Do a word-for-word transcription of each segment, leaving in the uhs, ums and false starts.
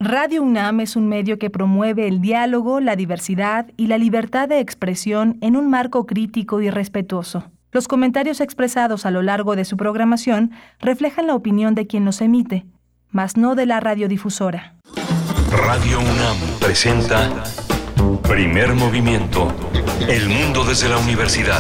Radio UNAM es un medio que promueve el diálogo, la diversidad y la libertad de expresión en un marco crítico y respetuoso. Los comentarios expresados a lo largo de su programación reflejan la opinión de quien los emite, mas no de la radiodifusora. Radio UNAM presenta Primer Movimiento, El Mundo desde la Universidad.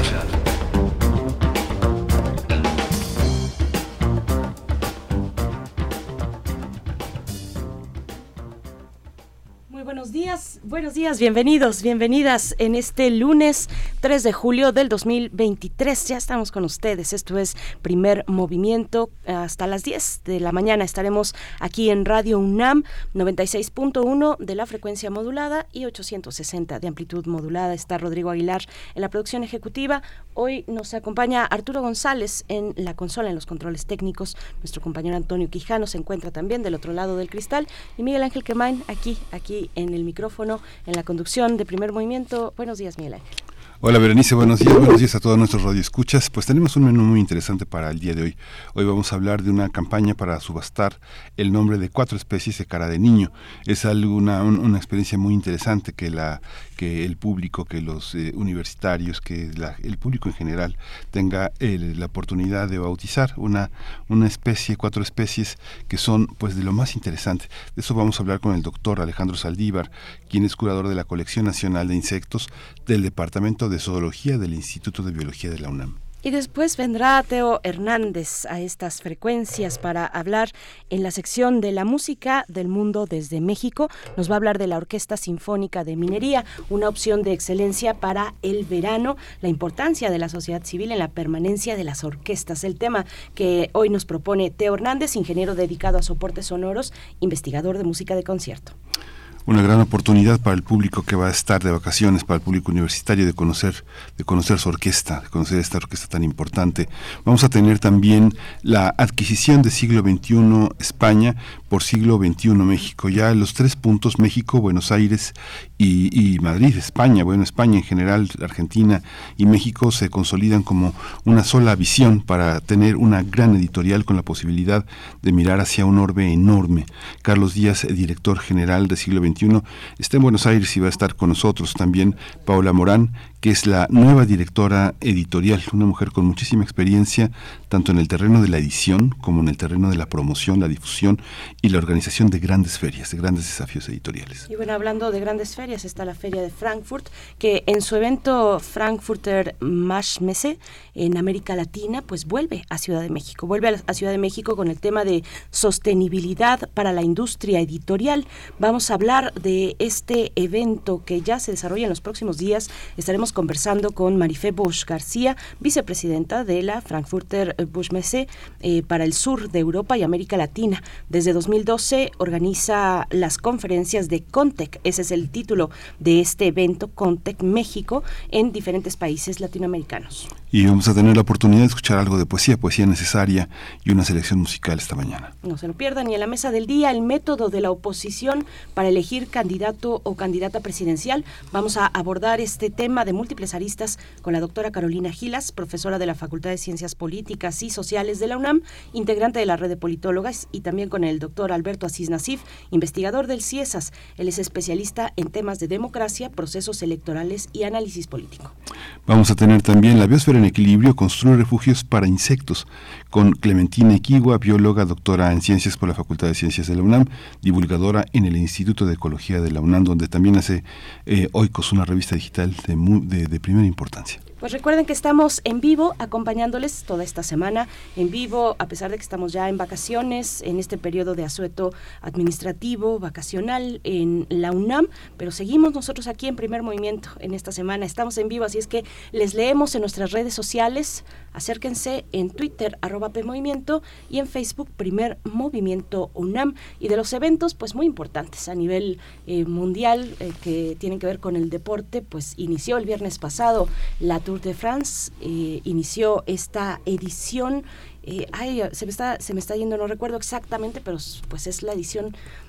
Buenos días, buenos días, bienvenidos, bienvenidas en este lunes tres de julio del dos mil veintitrés. Ya estamos con ustedes, esto es Primer Movimiento. Hasta las diez de la mañana estaremos aquí en Radio UNAM, noventa y seis punto uno de la frecuencia modulada y ochocientos sesenta de amplitud modulada. Está Rodrigo Aguilar en la producción ejecutiva. Hoy nos acompaña Arturo González en la consola, en los controles técnicos. Nuestro compañero Antonio Quijano se encuentra también del otro lado del cristal. Y Miguel Ángel Quemain aquí, aquí en el micrófono, en la conducción de Primer Movimiento. Buenos días, Miguel Ángel. Hola Berenice, buenos días, buenos días a todos nuestros radioescuchas. Pues tenemos un menú muy interesante para el día de hoy. Hoy vamos a hablar de una campaña para subastar el nombre de cuatro especies de cara de niño. Es algo, una, un, una experiencia muy interesante que la que el público, que los eh, universitarios, que la, el público en general tenga el, la oportunidad de bautizar una, una especie, cuatro especies que son pues de lo más interesante. De eso vamos a hablar con el doctor Alejandro Saldívar, quien es curador de la Colección Nacional de Insectos del Departamento de Zoología del Instituto de Biología de la UNAM. Y después vendrá Teo Hernández a estas frecuencias para hablar en la sección de la música del mundo desde México. Nos va a hablar de la Orquesta Sinfónica de Minería, una opción de excelencia para el verano, la importancia de la sociedad civil en la permanencia de las orquestas. El tema que hoy nos propone Teo Hernández, ingeniero dedicado a soportes sonoros, investigador de música de concierto. Una gran oportunidad para el público que va a estar de vacaciones, para el público universitario, de conocer, de conocer su orquesta, de conocer esta orquesta tan importante. Vamos a tener también la adquisición de Siglo veintiuno España por Siglo veintiuno México. Ya los tres puntos, México, Buenos Aires y, y Madrid, España, bueno, España en general, Argentina y México se consolidan como una sola visión para tener una gran editorial con la posibilidad de mirar hacia un orbe enorme. Carlos Díaz, director general de Siglo veintiuno, está en Buenos Aires y va a estar con nosotros también Paula Morán, que es la nueva directora editorial, una mujer con muchísima experiencia, tanto en el terreno de la edición como en el terreno de la promoción, la difusión y la organización de grandes ferias, de grandes desafíos editoriales. Y bueno, hablando de grandes ferias, está la Feria de Frankfurt, que en su evento Frankfurter Maschmesse en América Latina, pues vuelve a Ciudad de México, vuelve a Ciudad de México con el tema de sostenibilidad para la industria editorial. Vamos a hablar de este evento que ya se desarrolla en los próximos días. Estaremos conversando con Marifé Bosch García, vicepresidenta de la Frankfurter Buchmesse eh, para el sur de Europa y América Latina. Desde dos mil doce organiza las conferencias de CONTEC, ese es el título de este evento, CONTEC México, en diferentes países latinoamericanos. Y vamos a tener la oportunidad de escuchar algo de poesía, poesía necesaria y una selección musical esta mañana. No se lo pierdan. Y en la mesa del día, el método de la oposición para elegir candidato o candidata presidencial. Vamos a abordar este tema de múltiples aristas con la doctora Carolina Gilas, profesora de la Facultad de Ciencias Políticas y Sociales de la UNAM, integrante de la red de politólogas, y también con el doctor Alberto Asís Nasif, investigador del CIESAS. Él es especialista en temas de democracia, procesos electorales y análisis político. Vamos a tener también la biosfera en equilibrio, construye refugios para insectos, con Clementina Equigua, bióloga, doctora en ciencias por la Facultad de Ciencias de la UNAM, divulgadora en el Instituto de Ecología de la UNAM, donde también hace eh, Oikos, una revista digital de, de, de primera importancia. Pues recuerden que estamos en vivo acompañándoles toda esta semana, en vivo, a pesar de que estamos ya en vacaciones, en este periodo de asueto administrativo, vacacional en la UNAM, pero seguimos nosotros aquí en Primer Movimiento en esta semana, estamos en vivo, así es que les leemos en nuestras redes sociales, acérquense en Twitter, arroba PMovimiento, y en Facebook, Primer Movimiento UNAM, y de los eventos, pues muy importantes a nivel eh, mundial, eh, que tienen que ver con el deporte, pues inició el viernes pasado la Tour de France, eh, inició esta edición, eh, ay, se me está se me está yendo, no recuerdo exactamente, pero pues es la edición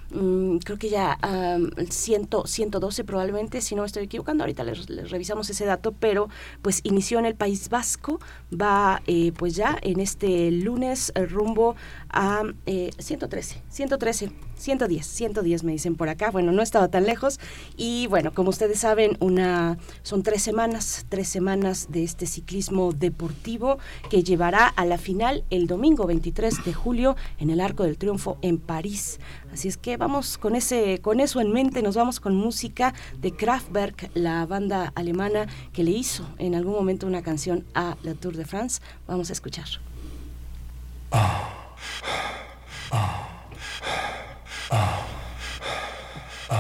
mmm, creo que ya um, ciento, ciento doce probablemente, si no me estoy equivocando, ahorita les, les revisamos ese dato, pero pues inició en el País Vasco, va eh, pues ya en este lunes eh, rumbo a eh, ciento trece, ciento trece, ciento diez, ciento diez me dicen por acá, bueno, no estaba tan lejos, y bueno, como ustedes saben, una son tres semanas, tres semanas de este ciclismo deportivo que llevará a la final el domingo veintitrés de julio en el Arco del Triunfo en París. Así es que vamos con ese, con eso en mente, nos vamos con música de Kraftwerk, la banda alemana que le hizo en algún momento una canción a la Tour de France. Vamos a escuchar. Oh. Oh. Oh. Oh.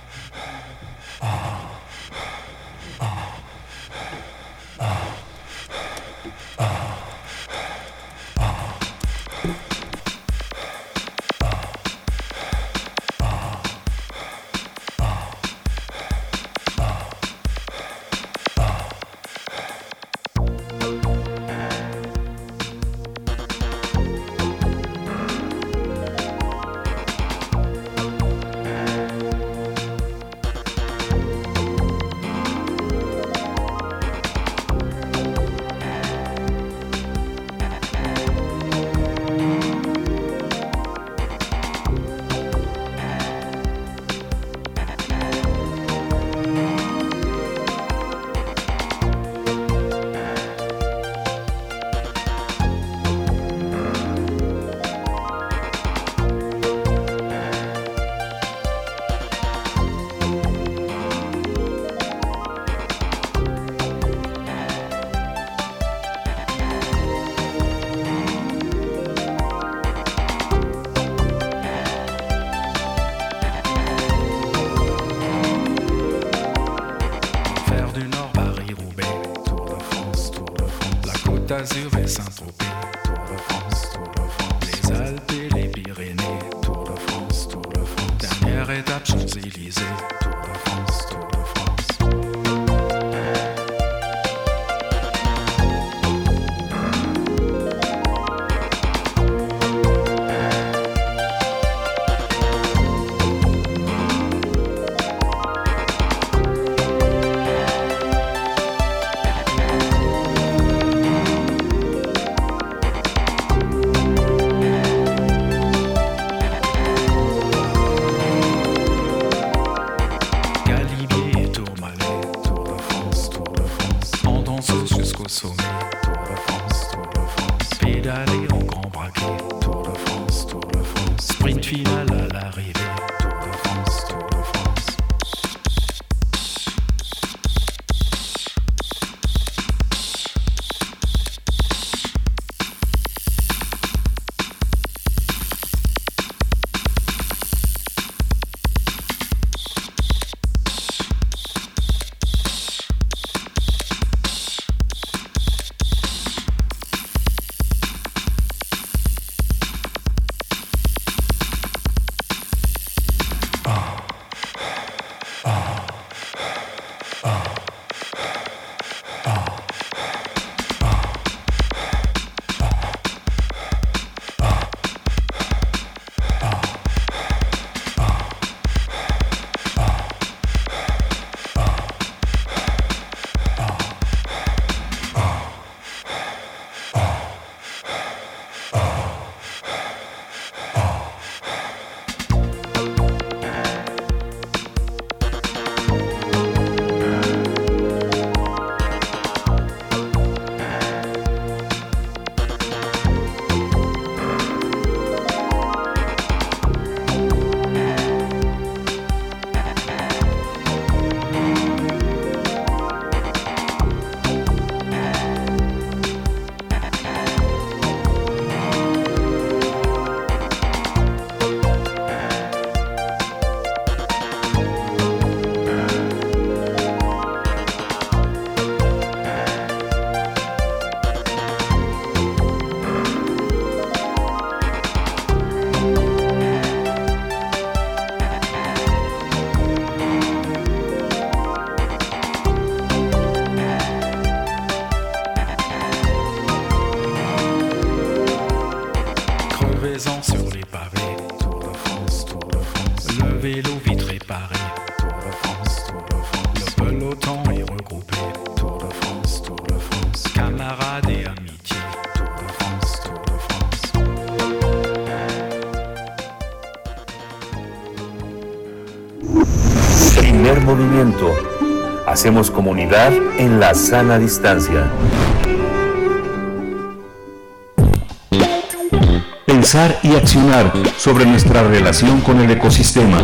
Oh. d'Azur et Saint-Tropez, Tour de France, Tour de France. Les Alpes et les Pyrénées, Tour de France, Tour de France. Dernière étape, Champs-Élysées, Tour de France, Tour de France. Oh. Le vélo vite réparé, Tour de France, Tour de France. Le peloton est regroupé, Tour de France, Tour de France. Camarades et amitié, Tour de France, Tour de France. Primer movimiento. Hacemos comunidad en la sana distancia. Pensar y accionar sobre nuestra relación con el ecosistema.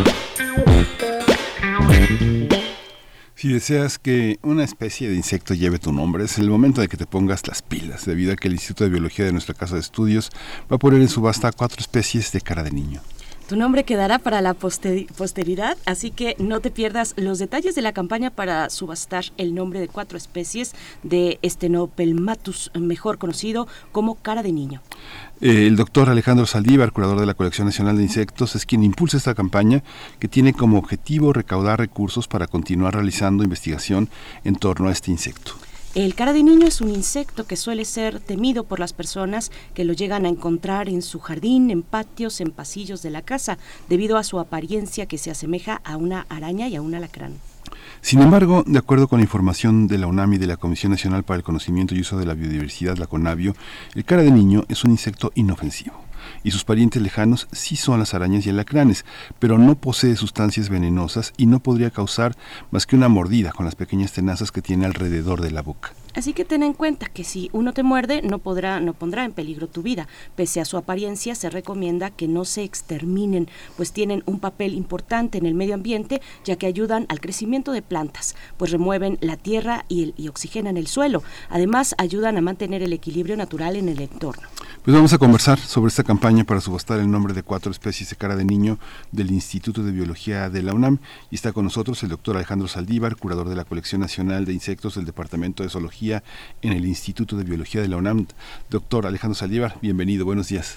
Si deseas que una especie de insecto lleve tu nombre, es el momento de que te pongas las pilas, debido a que el Instituto de Biología de nuestra casa de estudios va a poner en subasta cuatro especies de cara de niño. Tu nombre quedará para la posteri- posteridad, así que no te pierdas los detalles de la campaña para subastar el nombre de cuatro especies de Stenopelmatus, mejor conocido como cara de niño. Eh, el doctor Alejandro Saldívar, curador de la Colección Nacional de Insectos, es quien impulsa esta campaña que tiene como objetivo recaudar recursos para continuar realizando investigación en torno a este insecto. El cara de niño es un insecto que suele ser temido por las personas que lo llegan a encontrar en su jardín, en patios, en pasillos de la casa, debido a su apariencia que se asemeja a una araña y a un alacrán. Sin embargo, de acuerdo con la información de la UNAM y de la Comisión Nacional para el Conocimiento y Uso de la Biodiversidad, la CONABIO, el cara de niño es un insecto inofensivo. Y sus parientes lejanos sí son las arañas y alacranes, pero no posee sustancias venenosas y no podría causar más que una mordida con las pequeñas tenazas que tiene alrededor de la boca. Así que ten en cuenta que si uno te muerde, no podrá, no pondrá en peligro tu vida. Pese a su apariencia, se recomienda que no se exterminen, pues tienen un papel importante en el medio ambiente, ya que ayudan al crecimiento de plantas, pues remueven la tierra y, el, y oxigenan el suelo. Además, ayudan a mantener el equilibrio natural en el entorno. Pues vamos a conversar sobre esta campaña para subastar el nombre de cuatro especies de cara de niño del Instituto de Biología de la UNAM. Y está con nosotros el doctor Alejandro Saldívar, curador de la Colección Nacional de Insectos del Departamento de Zoología en el Instituto de Biología de la UNAM. Doctor Alejandro Saldívar, bienvenido, buenos días.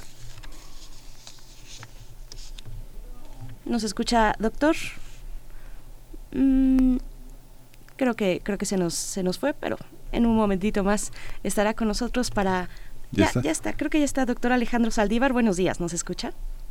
¿Nos escucha, doctor? Mm, creo que creo que se nos se nos fue, pero en un momentito más estará con nosotros para... ¿Ya, ya, está? ya está, creo que ya está, doctor Alejandro Saldívar. Buenos días, ¿nos escucha?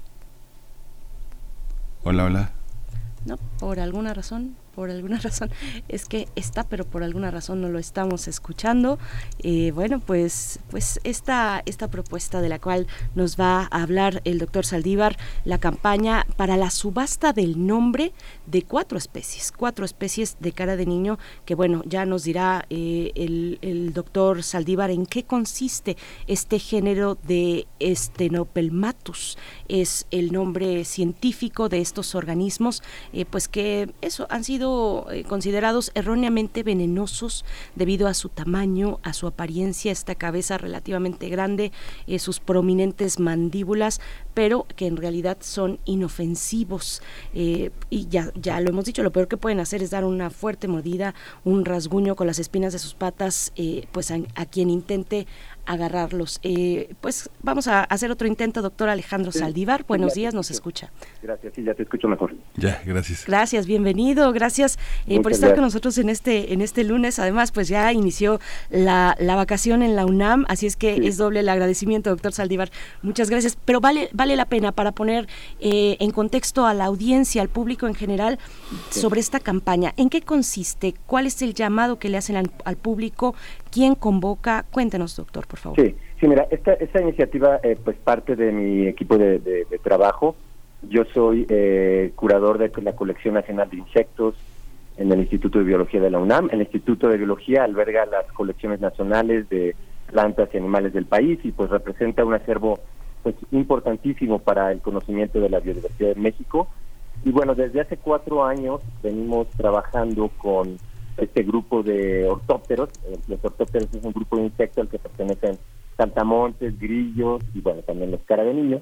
Hola, hola. No, por alguna razón, por alguna razón, es que está, pero por alguna razón no lo estamos escuchando. Eh, bueno, pues, pues esta, esta propuesta de la cual nos va a hablar el doctor Saldívar, la campaña para la subasta del nombre de cuatro especies, cuatro especies de cara de niño, que bueno, ya nos dirá eh, el, el doctor Saldívar en qué consiste este género de Stenopelmatus. Es el nombre científico de estos organismos, eh, pues que eso han sido eh, considerados erróneamente venenosos debido a su tamaño, a su apariencia, esta cabeza relativamente grande, eh, sus prominentes mandíbulas, pero que en realidad son inofensivos. Eh, y ya, ya lo hemos dicho, lo peor que pueden hacer es dar una fuerte mordida, un rasguño con las espinas de sus patas, eh, pues a, a quien intente agarrarlos. Eh, pues vamos a hacer otro intento, doctor Alejandro sí, Saldívar. Buenos días, nos escucha. Gracias, sí, ya te escucho mejor. Ya, gracias. Gracias, bienvenido, gracias eh, por estar gracias. con nosotros en este en este lunes. Además, pues ya inició la, la vacación en la UNAM, así es que sí. es doble el agradecimiento, doctor Saldívar. Muchas gracias, pero vale vale la pena para poner eh, en contexto a la audiencia, al público en general, sí. sobre esta campaña. ¿En qué consiste? ¿Cuál es el llamado que le hacen al, al público? ¿Quién convoca? Cuéntenos, doctor, por favor. Sí, sí, mira, esta, esta iniciativa eh, pues parte de mi equipo de, de, de trabajo. Yo soy eh, curador de la Colección Nacional de Insectos en el Instituto de Biología de la UNAM. El Instituto de Biología alberga las colecciones nacionales de plantas y animales del país y pues representa un acervo pues importantísimo para el conocimiento de la biodiversidad de México. Y bueno, desde hace cuatro años venimos trabajando con este grupo de ortópteros. Los ortópteros es un grupo de insectos al que pertenecen saltamontes, grillos y bueno, también los cara de niño.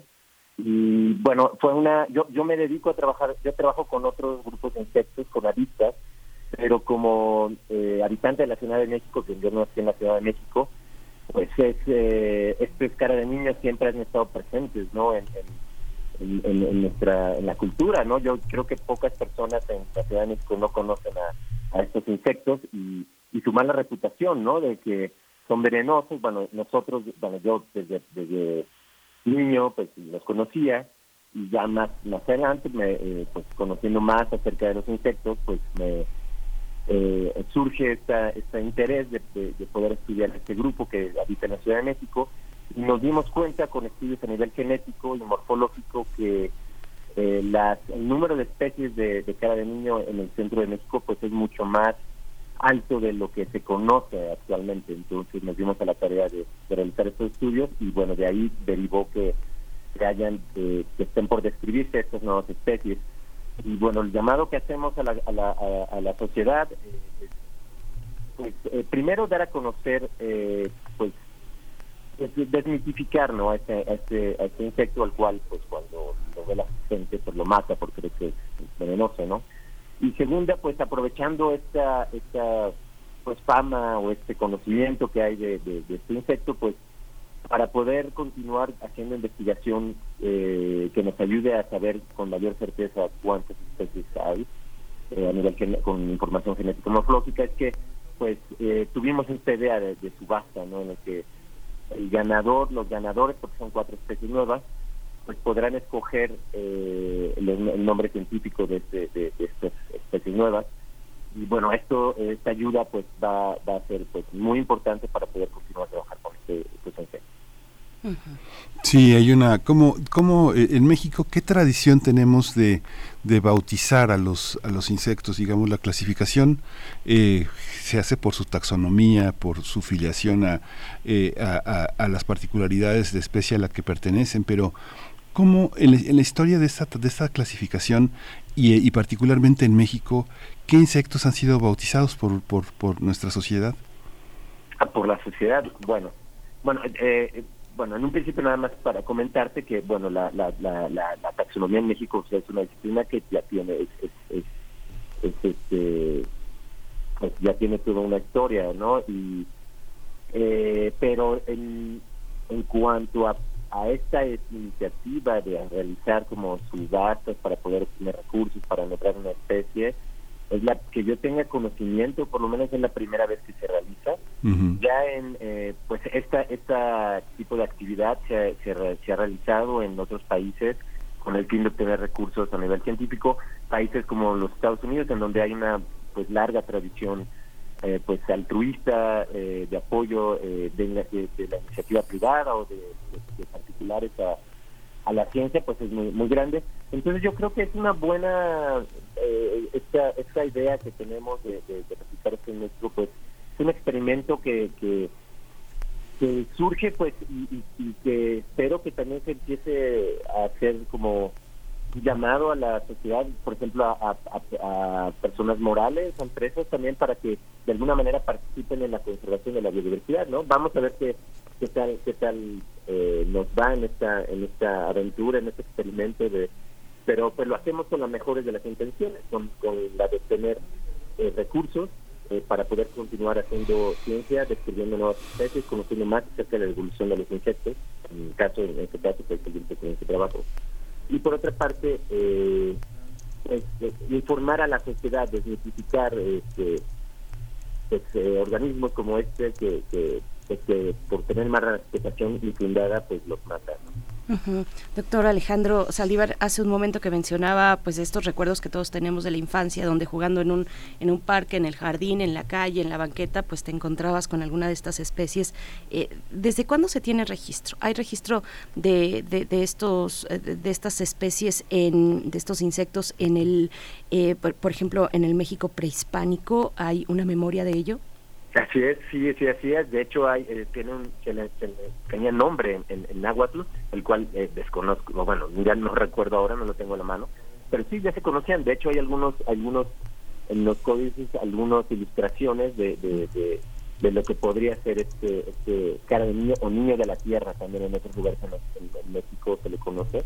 Y bueno, fue una, yo yo me dedico a trabajar, yo trabajo con otros grupos de insectos, con avistas, pero como eh, habitante de la Ciudad de México, que yo no estoy en la Ciudad de México, pues es, eh, estos cara de niños siempre han estado presentes, ¿no? En, en, en, en nuestra, en la cultura, ¿no? Yo creo que pocas personas en la Ciudad de México no conocen a, a estos insectos y, y su mala reputación, ¿no? De que son venenosos. Bueno, nosotros, bueno, yo desde, desde niño pues los conocía y ya más, más adelante, me, eh, pues conociendo más acerca de los insectos, pues me eh, surge esta, este interés de, de, de poder estudiar este grupo que habita en la Ciudad de México, y nos dimos cuenta con estudios a nivel genético y morfológico que eh, las, el número de especies de, de cara de niño en el centro de México pues es mucho más alto de lo que se conoce actualmente. Entonces nos dimos a la tarea de, de realizar estos estudios, y bueno, de ahí derivó que, que hayan eh, que estén por describirse estas nuevas especies. Y bueno, el llamado que hacemos a la, a la, a, a la sociedad eh, pues eh, primero dar a conocer eh, pues desmitificar, ¿no?, a este, a este a este insecto, al cual pues cuando lo ve la gente pues lo mata porque cree que es venenoso, ¿no? Y segunda, pues aprovechando esta esta pues fama o este conocimiento que hay de, de, de este insecto, pues para poder continuar haciendo investigación eh, que nos ayude a saber con mayor certeza cuántas especies hay eh, a nivel gen- con información genética morfológica, es que pues eh, tuvimos esta idea de, de subasta, ¿no?, en el que el ganador, los ganadores, porque son cuatro especies nuevas, pues podrán escoger eh, el, el nombre científico de, de, de, de estas especies nuevas. Y bueno, esto, esta ayuda pues va, va a ser pues muy importante para poder continuar a trabajar con este, estos insectos. Sí, hay una, ¿cómo, cómo eh, en México qué tradición tenemos de, de bautizar a los a los insectos? Digamos, la clasificación eh, se hace por su taxonomía, por su filiación a, eh, a, a, a las particularidades de especie a la que pertenecen, pero ¿cómo en la, en la historia de esta de esta clasificación y, y particularmente en México, qué insectos han sido bautizados por por, por nuestra sociedad? Ah, por la sociedad, bueno, bueno. Eh, Bueno, en un principio nada más para comentarte que, bueno, la la, la, la, la taxonomía en México, o sea, es una disciplina que ya tiene, es, es, es, es, este, pues ya tiene toda una historia, ¿no? Y eh, pero en, en cuanto a, a esta iniciativa de realizar como subastas para poder obtener recursos para nombrar una especie, es la que yo tenga conocimiento, por lo menos es la primera vez que se realiza. Uh-huh. Ya en eh, pues esta esta tipo de actividad se, se, se ha realizado en otros países con el fin de obtener recursos a nivel científico, países como los Estados Unidos, en donde hay una pues larga tradición eh, pues altruista eh, de apoyo eh, de, de, de la iniciativa privada o de, de, de particulares a a la ciencia, pues es muy muy grande. Entonces yo creo que es una buena eh, esta esta idea que tenemos de, de, de replicar este nuestro, pues es un experimento que que, que surge pues y, y, y que espero que también se empiece a hacer como un llamado a la sociedad, por ejemplo a, a, a personas morales, a empresas también, para que de alguna manera participen en la conservación de la biodiversidad, ¿no? Vamos a ver qué qué tal qué tal eh, nos va en esta en esta aventura, en este experimento, de pero pues lo hacemos con las mejores de las intenciones, con, con la de tener eh, recursos eh, para poder continuar haciendo ciencia, descubriendo nuevas especies, conociendo más acerca de la evolución de los insectos, en caso en este caso que es con este trabajo. Y por otra parte, eh, pues, eh, informar a la sociedad, desmitificar este, pues, eh, organismos como este que, que, pues, que por tener más respetación infundada pues los matan, ¿no? Uh-huh. Doctor Alejandro Saldívar, hace un momento que mencionaba pues estos recuerdos que todos tenemos de la infancia, donde jugando en un en un parque, en el jardín, en la calle, en la banqueta, pues te encontrabas con alguna de estas especies. Eh, ¿Desde cuándo se tiene registro? ¿Hay registro de, de, de estos de, de estas especies en de estos insectos en el eh, por, por ejemplo en el México prehispánico? ¿Hay una memoria de ello? Así es, sí, sí, así es. De hecho, hay eh, tiene un, se le, se le tenía nombre en, en, en náhuatl, el cual eh, desconozco, bueno, ya no recuerdo ahora, no lo tengo en la mano, pero sí, ya se conocían. De hecho, hay algunos, algunos en los códices, algunas ilustraciones de, de, de, de lo que podría ser este, este cara de niño o niño de la tierra, también en otros lugares en, en, en México se le conoce,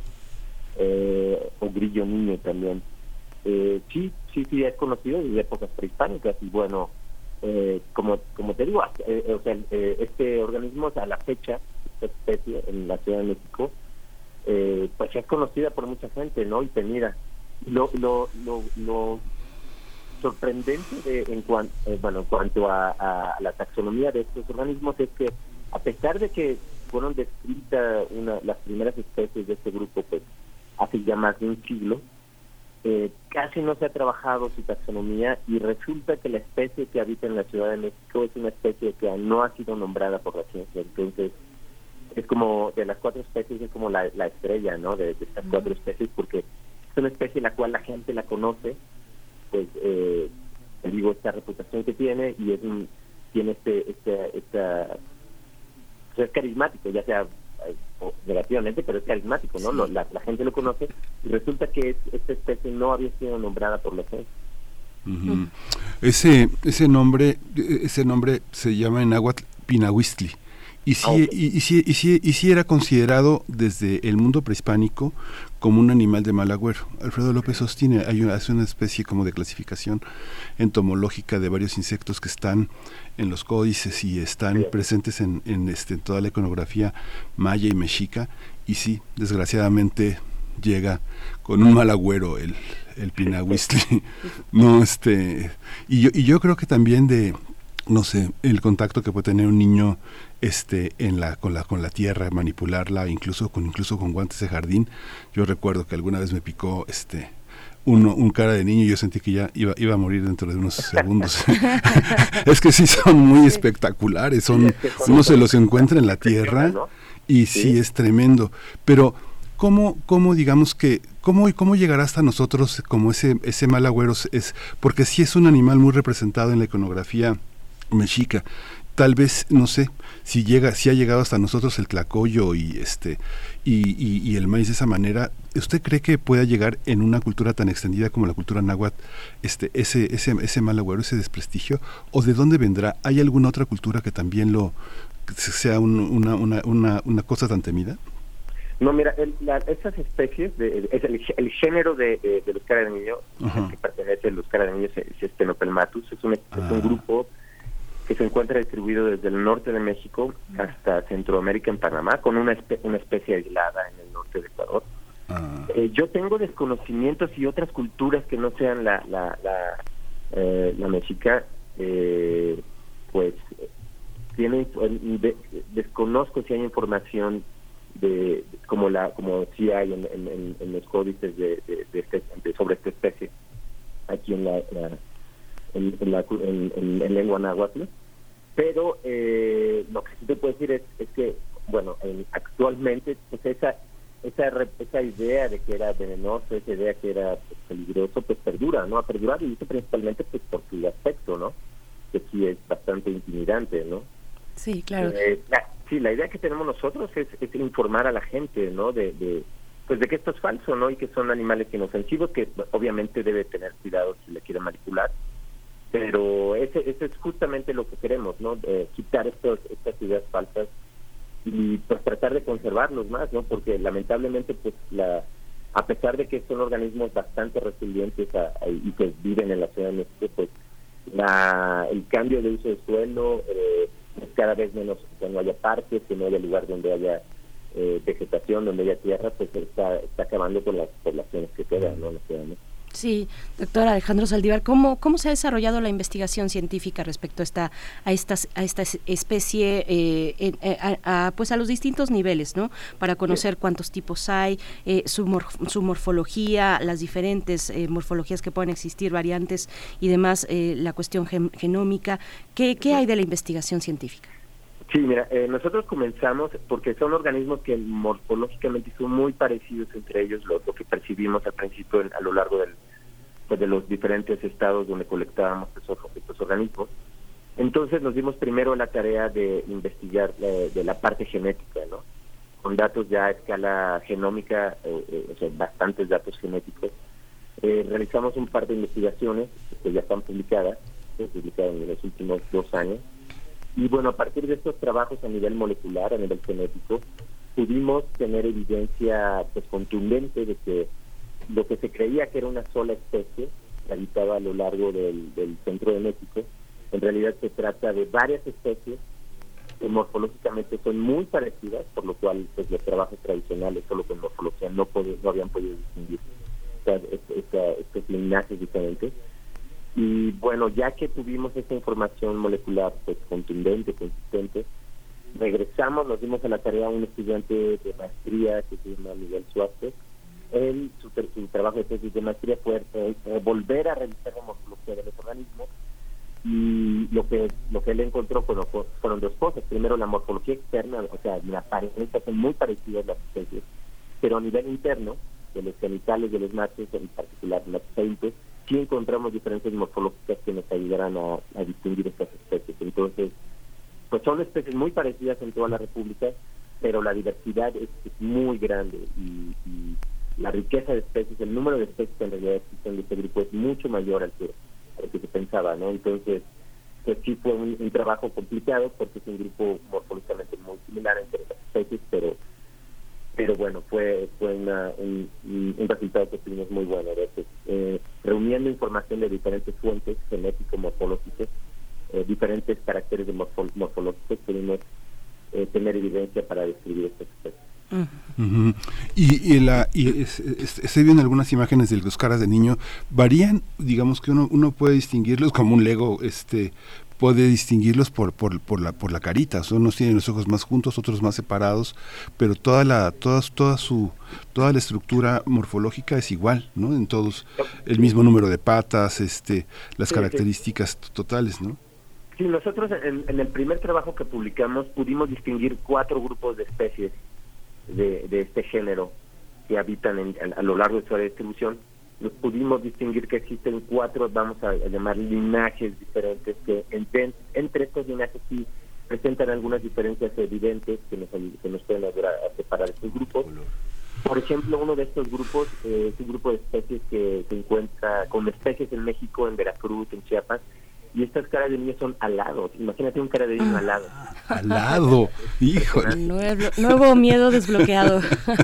eh, o grillo niño también. Eh, sí, sí, sí, es conocido desde épocas prehispánicas y bueno, Eh, como como te digo, eh, o sea, eh, este organismo, o sea, a la fecha, esta especie en la Ciudad de México, eh, pues es conocida por mucha gente, ¿no? Y temida. Lo lo lo, lo sorprendente de, en cuanto eh, bueno en cuanto a, a la taxonomía de estos organismos es que a pesar de que fueron descritas una las primeras especies de este grupo, pues hace ya más de un siglo. Eh, casi no se ha trabajado su taxonomía y resulta que la especie que habita en la Ciudad de México es una especie que no ha sido nombrada por la ciencia. Entonces, es como, de las cuatro especies, es como la, la estrella, ¿no? De, de estas uh-huh. cuatro especies, porque es una especie la cual la gente la conoce, pues, eh, digo, esta reputación que tiene, y es un, tiene este, este, esta, pues es carismático, ya sea o negativamente, pero es carismático, ¿no? Sí. La, la gente lo conoce y resulta que es, esta especie no había sido nombrada por la ciencia. Uh-huh. Ese ese nombre ese nombre se llama en náhuatl Pinahuistli. Y si, okay. y, y, si, y, si, y si era considerado desde el mundo prehispánico como un animal de mal agüero. Alfredo López sostiene, hay una, hace una especie como de clasificación entomológica de varios insectos que están en los códices y están sí. presentes en, en, este, en toda la iconografía maya y mexica, y sí, desgraciadamente llega con un mal agüero el, el Pinahuistli. No, este, y yo, y yo creo que también de, no sé, el contacto que puede tener un niño este en la con la con la tierra, manipularla, incluso con incluso con guantes de jardín. Yo recuerdo que alguna vez me picó este uno un cara de niño y yo sentí que ya iba iba a morir dentro de unos segundos. Es que sí son muy espectaculares, son uno se los encuentra en la tierra y sí es tremendo, pero ¿Cómo, cómo digamos que, cómo, cómo llegará hasta nosotros como ese, ese mal agüero? Es, porque sí es un animal muy representado en la iconografía mexica. Tal vez, no sé, si llega, si ha llegado hasta nosotros el tlacoyo y este y, y, y el maíz de esa manera. ¿Usted cree que pueda llegar en una cultura tan extendida como la cultura náhuatl este ese ese ese mal agüero, ese desprestigio? ¿O de dónde vendrá? ¿Hay alguna otra cultura que también lo que sea un, una, una, una, una cosa tan temida? No, mira, el, la, esas especies, de, es el, el género de, de, de los cara de niño, uh-huh. que pertenece a los cara de niños, es Stenopelmatus, es un, uh-huh. es un grupo que se encuentra distribuido desde el norte de México hasta Centroamérica, en Panamá, con una, espe- una especie aislada en el norte de Ecuador. Uh-huh. Eh, yo tengo desconocimientos y otras culturas que no sean la la la, eh, la mexica, eh, pues, tienen, de, desconozco si hay información de como la como sí hay en, en, en los códices de, de, de, este, de sobre esta especie aquí en la, la en, en, la en, en, en lengua náhuatl, pero eh, lo que sí te puedo decir es, es que bueno en, actualmente pues esa esa esa idea de que era venenoso, esa idea que era pues, peligroso, pues perdura, no ha perdurado, y eso principalmente pues por su aspecto, no, que sí es bastante intimidante, no. Sí, claro. Eh, la, sí, la idea que tenemos nosotros es, es informar a la gente, ¿no? De, de, pues de que esto es falso, ¿no? Y que son animales inofensivos, que obviamente debe tener cuidado si le quiere manipular. Pero ese, ese es justamente lo que queremos, ¿no? Eh, quitar estos, estas ideas falsas y pues tratar de conservarlos más, ¿no? Porque lamentablemente, pues la a pesar de que son organismos bastante resilientes a, a, y que viven en la Ciudad de México, pues la, el cambio de uso de suelo, eh, cada vez menos, que no haya parques, que no haya lugar donde haya eh, vegetación, donde haya tierra, pues está, está acabando con las poblaciones que quedan, ¿no? Sí, doctor Alejandro Saldívar, ¿cómo cómo se ha desarrollado la investigación científica respecto a esta a estas a esta especie eh, en, a, a, pues a los distintos niveles, ¿no? Para conocer sí. cuántos tipos hay, eh, su morf- su morfología, las diferentes eh, morfologías que pueden existir, variantes y demás, eh, la cuestión gen- genómica. ¿Qué qué hay de la investigación científica? Sí, mira, eh, nosotros comenzamos porque son organismos que morfológicamente son muy parecidos entre ellos, lo, lo que percibimos al principio en, a lo largo del, pues de los diferentes estados donde colectábamos estos, estos organismos. Entonces nos dimos primero la tarea de investigar eh, de la parte genética, ¿no? Con datos ya a escala genómica, eh, eh, o sea, bastantes datos genéticos. Eh, realizamos un par de investigaciones que ya están publicadas, que se publicaron en los últimos dos años. Y bueno, a partir de estos trabajos a nivel molecular, a nivel genético, pudimos tener evidencia pues contundente de que lo que se creía que era una sola especie que habitaba a lo largo del, del centro de México, en realidad se trata de varias especies que morfológicamente son muy parecidas, por lo cual pues los trabajos tradicionales solo con morfología no, pod- no habían podido distinguir estas, estas, estos linajes diferentes. Y bueno, ya que tuvimos esta información molecular pues contundente, consistente, regresamos, nos dimos a la tarea a un estudiante de maestría que se llama Miguel Suárez, él, su, su trabajo de tesis de maestría fue eh, eh, volver a revisar la morfología de los organismos, y lo que lo que él encontró fueron, fueron dos cosas. Primero, la morfología externa, o sea, la apariencia son muy parecidas las especies, pero a nivel interno, de los genitales de los machos, en particular los peintes, sí encontramos diferencias morfológicas que nos ayudarán a, a distinguir estas especies. Entonces, pues son especies muy parecidas en toda la República, pero la diversidad es, es muy grande, y, y la riqueza de especies, el número de especies que en realidad existen de este grupo es mucho mayor al que, al que se pensaba, ¿no? Entonces, pues sí fue un, un trabajo complicado, porque es un grupo morfológicamente muy similar entre las especies, pero pero bueno, fue fue una, un, un resultado que tuvimos muy bueno. Veces, eh, reuniendo información de diferentes fuentes genético-morfológicas, eh, diferentes caracteres de morfo- morfológicos, pudimos eh, tener evidencia para describir estas especies. Uh-huh. Uh-huh. Y, y, la, y es, es, estoy viendo algunas imágenes de los caras de niño, varían, digamos que uno uno puede distinguirlos como un Lego, este puede distinguirlos por por por la por la carita. Unos tienen los ojos más juntos, otros más separados, pero toda la toda toda su toda la estructura morfológica es igual, ¿no? En todos el mismo número de patas, este las sí, características sí. totales, ¿no? Sí, nosotros en, en el primer trabajo que publicamos pudimos distinguir cuatro grupos de especies de, de este género que habitan en, a, a lo largo de su distribución. Nos pudimos distinguir que existen cuatro, vamos a, a llamar linajes diferentes, que entre, entre estos linajes sí presentan algunas diferencias evidentes que nos, que nos pueden ayudar a separar estos grupos. Por ejemplo, uno de estos grupos eh, es un grupo de especies que se encuentra con especies en México, en Veracruz, en Chiapas, y estas caras de niño son alados. Imagínate un cara de niño alado. Alado, híjole. Nuevo, nuevo miedo desbloqueado.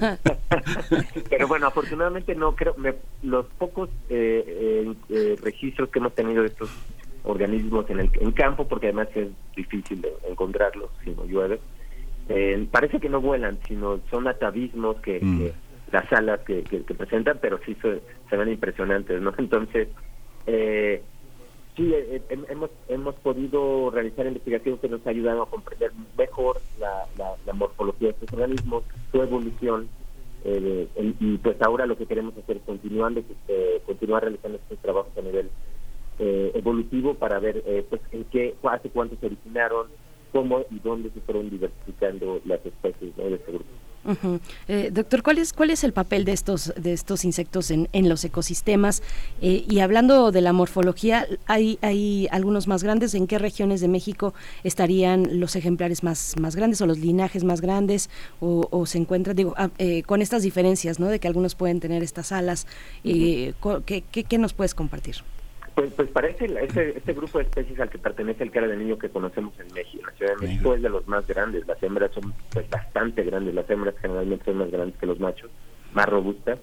Pero bueno, afortunadamente no creo, me, los pocos eh, eh, eh, registros que hemos tenido de estos organismos en el en campo, porque además es difícil de encontrarlos si no llueve, eh, parece que no vuelan, sino son atavismos que, mm. que las alas que, que, que presentan, pero sí se, se ven impresionantes, ¿no? Entonces, eh, sí, eh, eh, hemos hemos podido realizar investigaciones que nos ayudan a comprender mejor la, la, la morfología de estos organismos, su evolución, eh, el, y pues ahora lo que queremos hacer es continuando, eh, continuar realizando estos trabajos a nivel eh, evolutivo para ver eh, pues en qué, hace cuánto se originaron, cómo y dónde se fueron diversificando las especies, ¿no?, de este grupo. Uh-huh. Eh, doctor, ¿cuál es cuál es el papel de estos de estos insectos en, en los ecosistemas? Eh, y hablando de la morfología, hay hay algunos más grandes. ¿En qué regiones de México estarían los ejemplares más más grandes o los linajes más grandes o, o se encuentran, digo, eh, con estas diferencias, ¿no? De que algunos pueden tener estas alas. Eh, ¿qué, qué, ¿Qué nos puedes compartir? Pues, pues parece este, este grupo de especies al que pertenece el cara de niño que conocemos en México. En la Ciudad de México es de los más grandes. Las hembras son pues bastante grandes. Las hembras generalmente son más grandes que los machos, más robustas.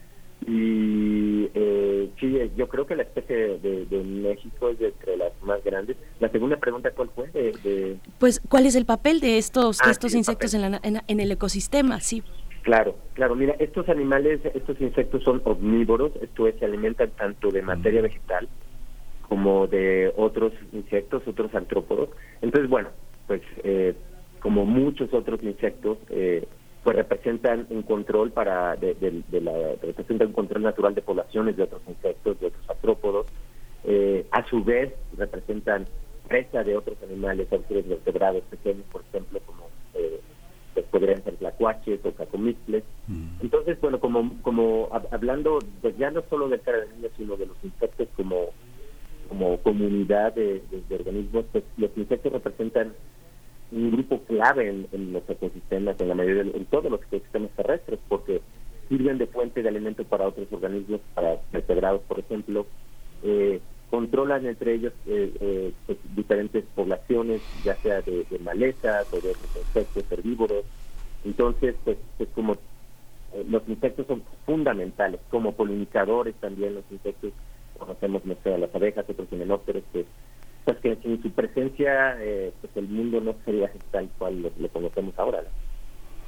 Y eh, sí, yo creo que la especie de, de México es de entre las más grandes. La segunda pregunta, ¿cuál fue? De, de... Pues, ¿cuál es el papel de estos ah, de estos sí, insectos en, la, en, en el ecosistema? Sí. Claro, claro. Mira, estos animales, estos insectos son omnívoros. Esto es, se alimentan tanto de materia vegetal como de otros insectos, otros artrópodos. Entonces, bueno, pues eh, como muchos otros insectos, eh, pues representan un control para de, de, de la representan un control natural de poblaciones de otros insectos, de otros artrópodos. Eh, a su vez, representan presa de otros animales, otros vertebrados pequeños, por ejemplo, como eh, pues podrían ser tlacuaches o cacomixtles. Mm. Entonces, bueno, como como hablando pues ya no solo del cara de niño, sino de los insectos como como comunidad de, de, de organismos, pues los insectos representan un grupo clave en, en los ecosistemas, en la mayoría de, en todos los ecosistemas terrestres, porque sirven de fuente de alimento para otros organismos, para vertebrados, por ejemplo, eh, controlan entre ellos eh, eh, pues, diferentes poblaciones, ya sea de, de malezas o de otros insectos herbívoros. Entonces, pues, pues como eh, los insectos son fundamentales, como polinizadores también los insectos. Conocemos, no sé, a las abejas, otros himenópteros, que, pues que sin su presencia, eh, pues el mundo no sería tal cual lo, lo conocemos ahora, ¿no?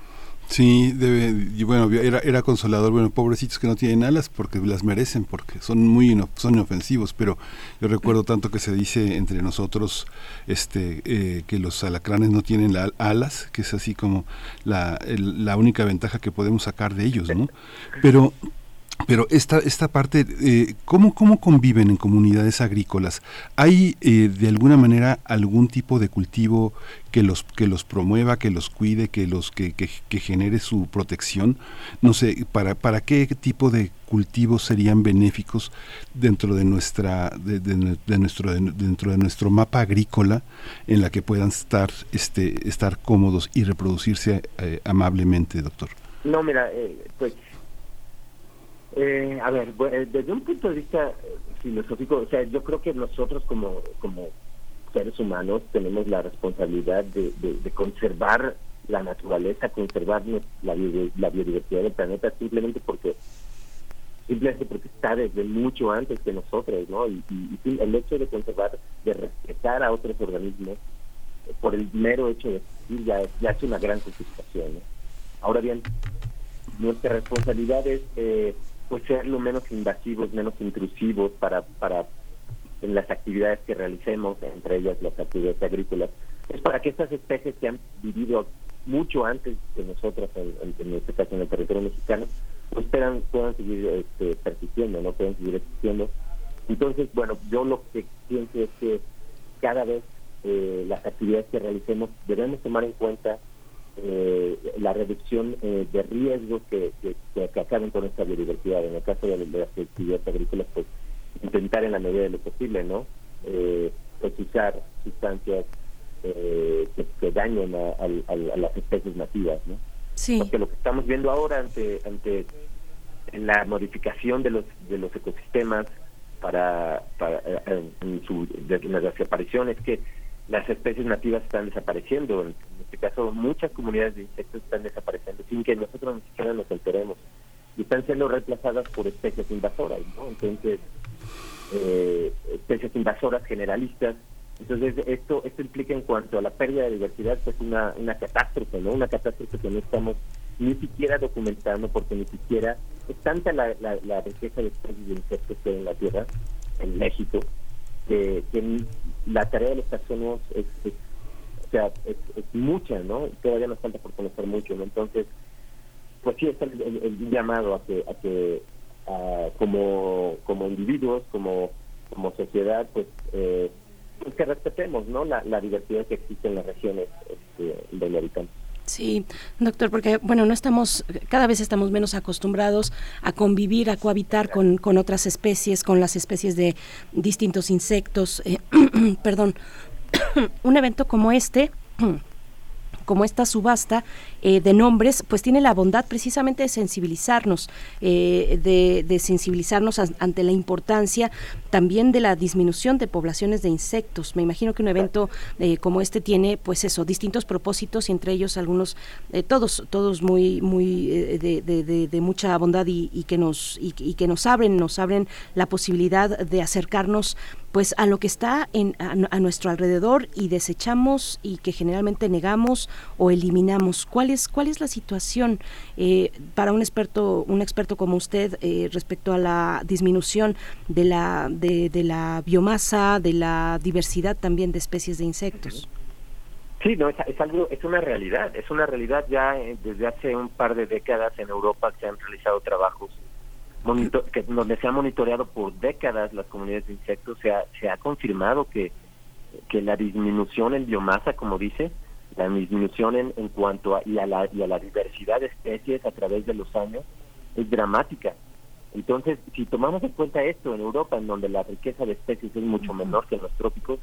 Sí, debe, y bueno, era, era consolador, bueno, pobrecitos que no tienen alas porque las merecen, porque son muy ino, son inofensivos, pero yo recuerdo tanto que se dice entre nosotros este eh, que los alacranes no tienen la, alas, que es así como la, el, la única ventaja que podemos sacar de ellos, ¿no? Pero Pero esta esta parte, eh, ¿cómo, ¿cómo conviven en comunidades agrícolas? ¿Hay eh, de alguna manera algún tipo de cultivo que los que los promueva, que los cuide, que los que, que, que genere su protección? No sé, ¿para para qué tipo de cultivos serían benéficos dentro de nuestra de, de, de nuestro de, dentro de nuestro mapa agrícola en la que puedan estar este estar cómodos y reproducirse eh, amablemente, doctor? No, mira, eh, pues Eh, a ver, desde un punto de vista filosófico, o sea, yo creo que nosotros como como seres humanos tenemos la responsabilidad de, de, de conservar la naturaleza, conservar la, la biodiversidad del planeta, simplemente porque simplemente porque está desde mucho antes que nosotros, ¿no? Y, y, y el hecho de conservar, de respetar a otros organismos, eh, por el mero hecho de existir, ya, ya es una gran justificación, ¿no? Ahora bien, nuestra responsabilidad es eh, pues ser lo menos invasivos, menos intrusivos para para en las actividades que realicemos, entre ellas las actividades agrícolas, es para que estas especies que han vivido mucho antes que nosotros, en, en, en este caso en el territorio mexicano, pues puedan, puedan seguir este, persistiendo, no puedan seguir existiendo. Entonces, bueno, yo lo que pienso es que cada vez eh, las actividades que realicemos debemos tomar en cuenta Eh, la reducción eh, de riesgos que, que, que acaben con esta biodiversidad. En el caso de, de las actividades agrícolas, pues intentar en la medida de lo posible, ¿no? Eh, pues usar sustancias eh, que, que dañen a, a, a las especies nativas, ¿no? Sí. Porque lo que estamos viendo ahora ante ante la modificación de los de los ecosistemas para, para en, en su de, en la desaparición es que las especies nativas están desapareciendo. En este caso, muchas comunidades de insectos están desapareciendo sin que nosotros ni siquiera nos enteremos. Y están siendo reemplazadas por especies invasoras, ¿no? Entonces, eh, especies invasoras generalistas. Entonces, esto esto implica en cuanto a la pérdida de diversidad, pues una, una catástrofe, ¿no? Una catástrofe que no estamos ni siquiera documentando, porque ni siquiera es tanta la, la, la riqueza de especies de insectos que hay en la Tierra, en México, que, que la tarea de los taxónomos es, es, o sea, es, es mucha, ¿no? Todavía nos falta por conocer mucho, ¿no? Entonces, pues sí, está el, el, el llamado a que, a que a, como como individuos, como como sociedad, pues, eh, pues que respetemos, ¿no? La, la diversidad que existe en las regiones este, donde habitamos. Sí, doctor, porque bueno, no estamos, cada vez estamos menos acostumbrados a convivir, a cohabitar con, con otras especies, con las especies de distintos insectos. Eh, perdón, un evento como este, como esta subasta eh, de nombres, pues tiene la bondad precisamente de sensibilizarnos, eh, de, de sensibilizarnos a, ante la importancia también de la disminución de poblaciones de insectos. Me imagino que un evento eh, como este tiene, pues eso, distintos propósitos y entre ellos algunos, eh, todos, todos muy, muy eh, de, de, de, de mucha bondad y, y que nos y, y que nos abren, nos abren la posibilidad de acercarnos pues a lo que está en, a, a nuestro alrededor y desechamos y que generalmente negamos o eliminamos. ¿Cuál es cuál es la situación eh, para un experto un experto como usted eh, respecto a la disminución de la de, de la biomasa, de la diversidad también de especies de insectos? Sí, no, es, es algo, es una realidad, es una realidad ya eh, desde hace un par de décadas en Europa se han realizado trabajos Monitor, que donde se ha monitoreado por décadas las comunidades de insectos. Se ha, se ha confirmado que, que la disminución en biomasa, como dice, la disminución en, en cuanto a y, a la, y a la diversidad de especies a través de los años es dramática. Entonces, si tomamos en cuenta esto en Europa, en donde la riqueza de especies es mucho menor que en los trópicos,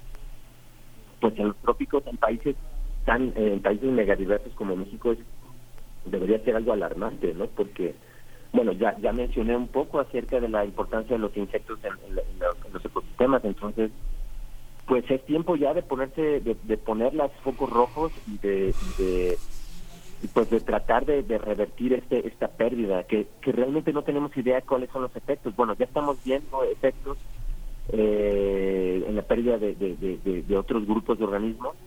pues en los trópicos, en países tan en países megadiversos como México, es, debería ser algo alarmante, ¿no? Porque bueno, ya ya mencioné un poco acerca de la importancia de los insectos en, en, en, los, en los ecosistemas. Entonces, pues es tiempo ya de ponerse, de, de poner los focos rojos y de, de y pues de tratar de, de revertir este esta pérdida, que, que realmente no tenemos idea de cuáles son los efectos. Bueno, ya estamos viendo efectos eh, en la pérdida de, de, de, de, de otros grupos de organismos,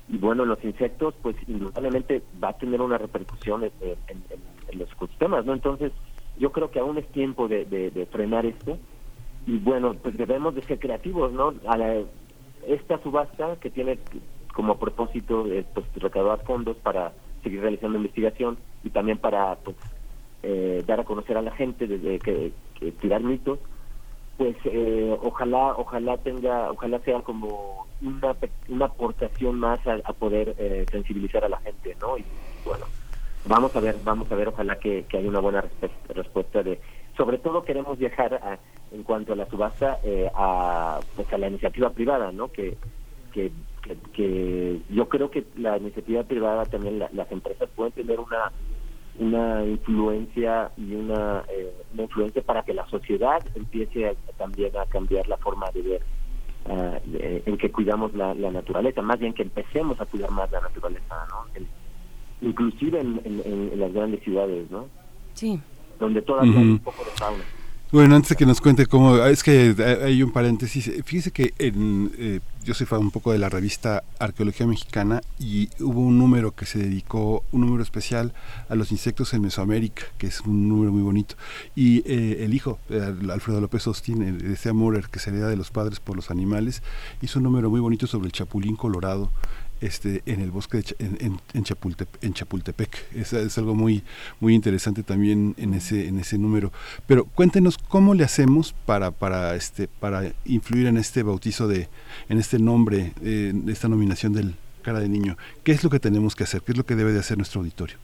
y bueno, los insectos, pues indudablemente va a tener una repercusión en, en, en, en los ecosistemas, ¿no? Entonces, yo creo que aún es tiempo de, de, de frenar esto, y bueno, pues debemos de ser creativos, ¿no? A la, esta subasta que tiene como propósito eh, pues recaudar fondos para seguir realizando investigación y también para pues eh, dar a conocer a la gente desde que, que tirar mitos, pues eh, ojalá ojalá tenga ojalá sea como una una aportación más a, a poder eh, sensibilizar a la gente, ¿no? Y bueno, vamos a ver vamos a ver ojalá que, que haya una buena respuesta, respuesta de sobre todo queremos viajar a, en cuanto a la subasta eh, a pues a la iniciativa privada, ¿no? Que que, que que yo creo que la iniciativa privada también la, las empresas pueden tener una una influencia y una, eh, una influencia para que la sociedad empiece a, también a cambiar la forma de ver uh, de, en que cuidamos la, la naturaleza, más bien que empecemos a cuidar más la naturaleza, ¿no? El, inclusive en, en, en las grandes ciudades, ¿no? Sí. Donde todavía uh-huh. hay un poco de fauna. Bueno, antes de que nos cuente cómo, es que hay un paréntesis, fíjese que en, eh, yo soy fan un poco de la revista Arqueología Mexicana y hubo un número que se dedicó, un número especial a los insectos en Mesoamérica, que es un número muy bonito, y eh, el hijo, eh, Alfredo López Austin, ese amor que se hereda de los padres por los animales, hizo un número muy bonito sobre el chapulín colorado, este en el bosque de Ch- en, en, en, Chapultepec, en Chapultepec. Es, es algo muy muy interesante también en ese en ese número. Pero cuéntenos cómo le hacemos para para este para influir en este bautizo de en este nombre, eh, esta nominación del Cara de Niño. ¿Qué es lo que tenemos que hacer? ¿Qué es lo que debe de hacer nuestro auditorio?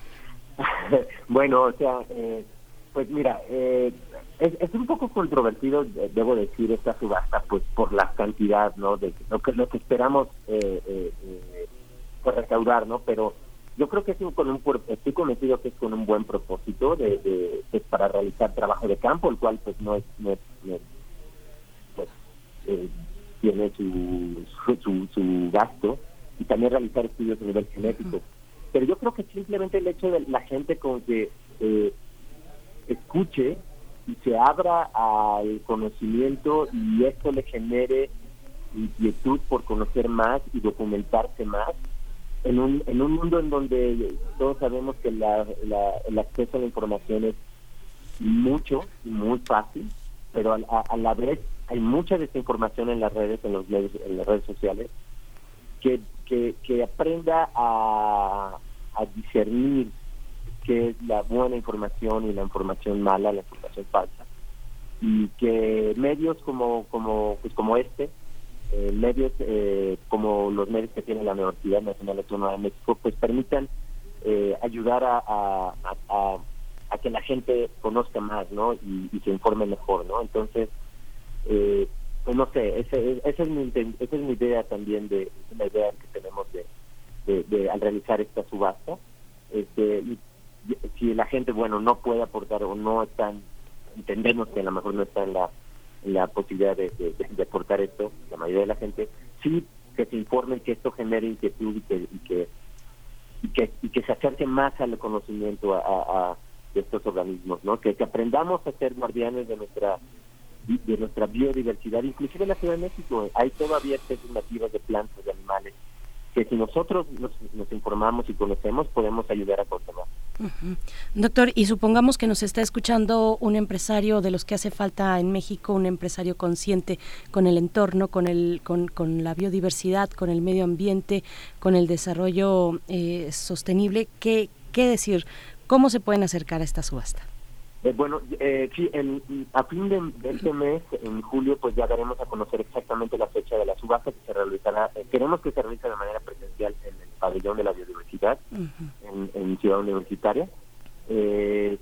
Bueno, o sea, eh, pues mira, eh, es, es un poco controvertido, debo decir, esta subasta, pues por la cantidad, ¿no? De lo que lo que esperamos eh, eh, eh, por recaudar, ¿no? Pero yo creo que es un, con un estoy convencido que es con un buen propósito de, de, de para realizar trabajo de campo, el cual pues no es, no es, no es pues eh, tiene su, su su gasto, y también realizar estudios a nivel genético. Uh-huh. Pero yo creo que simplemente el hecho de la gente con que eh, escuche y se abra al conocimiento y esto le genere inquietud por conocer más y documentarse más en un en un mundo en donde todos sabemos que la, la, el acceso a la información es mucho y muy fácil, pero a, a, a la vez hay mucha desinformación en las redes, en los medios, en las redes sociales, que que, que aprenda a, a discernir qué es la buena información y la información mala, la información falsa, y que medios como como pues como este, eh, medios eh, como los medios que tiene la Universidad Nacional Autónoma de México, pues permitan eh, ayudar a, a, a, a que la gente conozca más, ¿no? Y, y se informe mejor, ¿no? Entonces, eh, pues no sé, ese, esa es mi esa es mi idea también, de la idea que tenemos de, de, de al realizar esta subasta. Este, y, si la gente, bueno, no puede aportar o no están, entendemos que a lo mejor no está en la, en la posibilidad de, de, de aportar esto, la mayoría de la gente, sí que se informen, que esto genere inquietud y que y que y que, y que se acerque más al conocimiento a, a, a de estos organismos, ¿no? Que, que aprendamos a ser guardianes de nuestra de nuestra biodiversidad, inclusive en la Ciudad de México hay todavía especies nativas de plantas, de animales, que si nosotros nos, nos informamos y conocemos, podemos ayudar a conservar. Uh-huh. Doctor, y supongamos que nos está escuchando un empresario de los que hace falta en México, un empresario consciente con el entorno, con el con, con la biodiversidad, con el medio ambiente, con el desarrollo eh, sostenible. ¿Qué, qué decir? ¿Cómo se pueden acercar a esta subasta? Eh, bueno, eh, sí, en, a fin de, de este mes, en julio, pues ya daremos a conocer exactamente la fecha de la subasta que se realizará. Eh, queremos que se realice de manera presencial en el pabellón de la biodiversidad, uh-huh. en, en Ciudad Universitaria. Eh,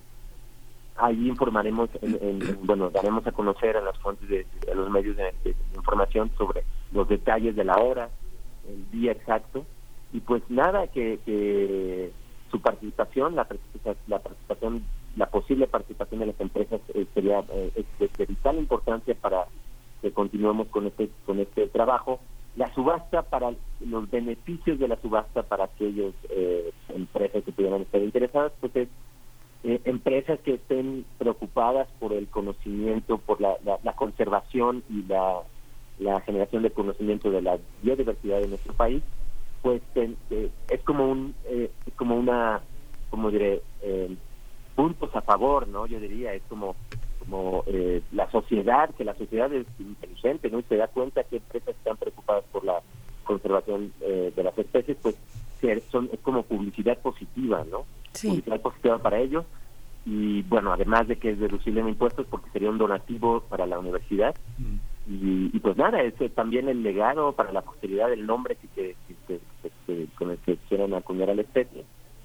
ahí informaremos, en, en, en, bueno, daremos a conocer a las fuentes de, a los medios de, de, de información sobre los detalles de la hora, el día exacto, y pues nada, que, que su participación, la participación, la participación la posible participación de las empresas eh, sería eh, es de vital importancia para que continuemos con este con este trabajo. La subasta, para los beneficios de la subasta para aquellos eh, empresas que pudieran estar interesadas, pues es eh, empresas que estén preocupadas por el conocimiento, por la, la, la conservación y la, la generación de conocimiento de la biodiversidad de nuestro país, pues eh, eh, es como un eh, es como una, como diré, eh, puntos a favor, ¿no? Yo diría, es como como eh, la sociedad, que la sociedad es inteligente, ¿no? Y se da cuenta que empresas están preocupadas por la conservación eh, de las especies, pues que son, es como publicidad positiva, ¿no? Sí. Publicidad positiva para ellos, y bueno, además de que es deducible en impuestos porque sería un donativo para la universidad, mm. y, y pues nada, es eh, también el legado para la posteridad, el nombre que, que, que, que, que con el que quieran acuñar a la especie.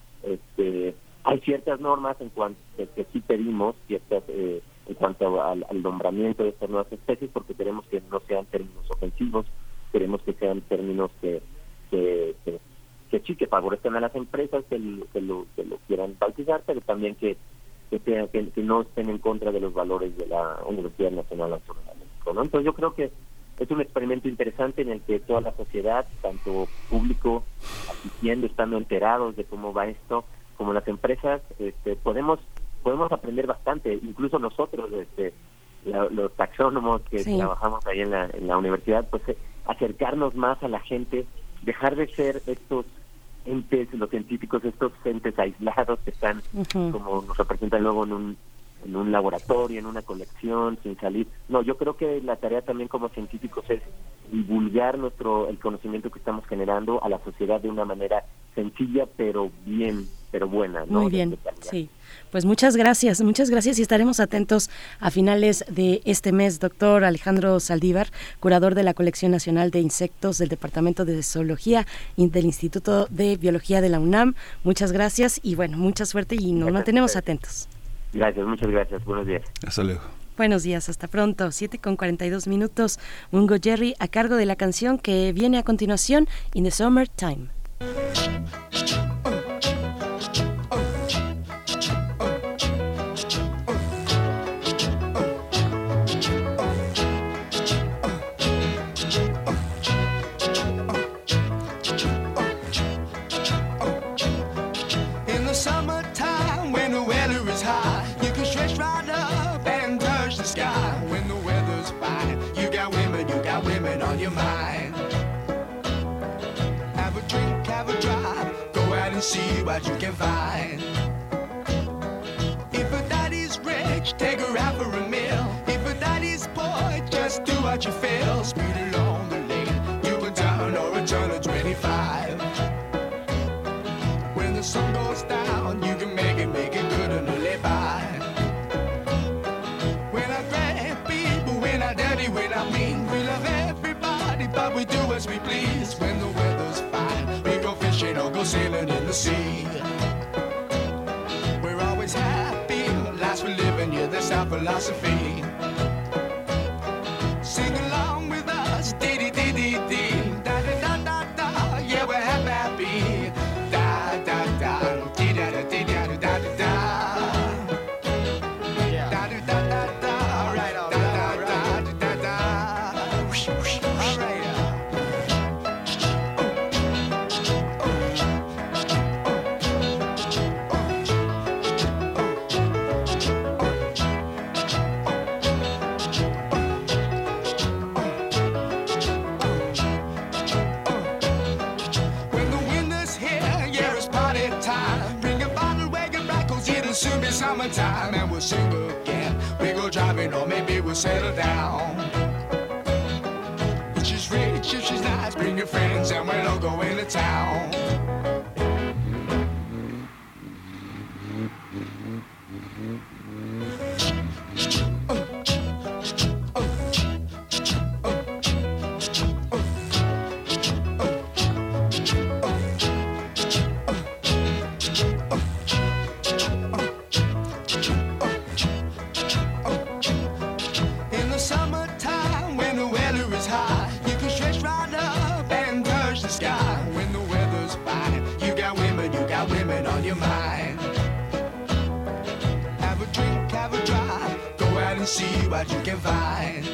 Este, hay ciertas normas en cuanto que, que sí pedimos, ciertas eh, en cuanto al, al nombramiento de estas nuevas especies, porque queremos que no sean términos ofensivos, queremos que sean términos que que, que, que sí, que favorezcan a las empresas que lo, que lo, que lo quieran bautizar, pero también que que, sea, que que no estén en contra de los valores de la Universidad Nacional Autónoma de México, ¿no? Entonces yo creo que es un experimento interesante en el que toda la sociedad, tanto público, asistiendo, estando enterados de cómo va esto, como las empresas, este, podemos podemos aprender bastante, incluso nosotros, este, la, los taxónomos que sí. trabajamos ahí en la, en la universidad, pues eh, acercarnos más a la gente, dejar de ser estos entes, los científicos, estos entes aislados que están, uh-huh. como nos representan luego en un en un laboratorio, en una colección, sin salir. No, yo creo que la tarea también como científicos es divulgar nuestro el conocimiento que estamos generando a la sociedad de una manera sencilla, pero bien, pero buena, ¿no? Muy bien, sí. Pues muchas gracias, muchas gracias y estaremos atentos a finales de este mes, doctor Alejandro Saldívar, curador de la Colección Nacional de Insectos del Departamento de Zoología y del Instituto de Biología de la UNAM. Muchas gracias y bueno, mucha suerte y nos mantenemos atentos. Gracias, muchas gracias. Buenos días. Hasta luego. Buenos días, hasta pronto. siete con cuarenta y dos minutos. Mungo Jerry a cargo de la canción que viene a continuación, In the Summertime. On your mind, have a drink, have a drive, go out and see what you can find. If a daddy's rich, take her out for a meal. If a daddy's poor, just do what you feel. Speed along the lane, you can turn or a turn of twenty-five. When the sun goes down, you can make it, make it good and live by. When I grab people, when I dirty, when I mean, we love everybody, but we do as we please. When the weather's fine, we go fishing or go sailing in the sea. We're always happy, lives we live in, yeah, that's our philosophy. Sing along with us, dee-dee-dee-dee-dee, da-da-da-da-da, yeah, we're happy, da-da-da, dee-da-da-dee-da-da-da-da. Soon be summertime and we'll sing again. We go driving or maybe we'll settle down. If she's rich, if she's nice, bring your friends and we'll all go into town. See what you can find.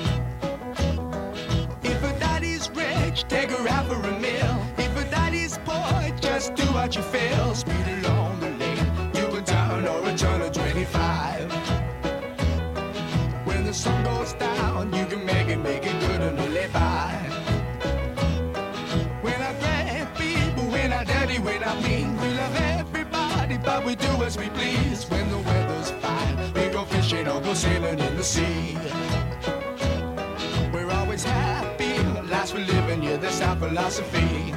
If a daddy's rich, take her out for a meal. If a daddy's poor, just do what you feel. Speed along the lane, you can turn or a turn of twenty-five. When the sun goes down, you can make it, make it good and live by. When I grab people, but we do as we please. When the weather's fine, we go fishing or go sailing in the sea. We're always happy, the lives we live in, yeah, that's our philosophy.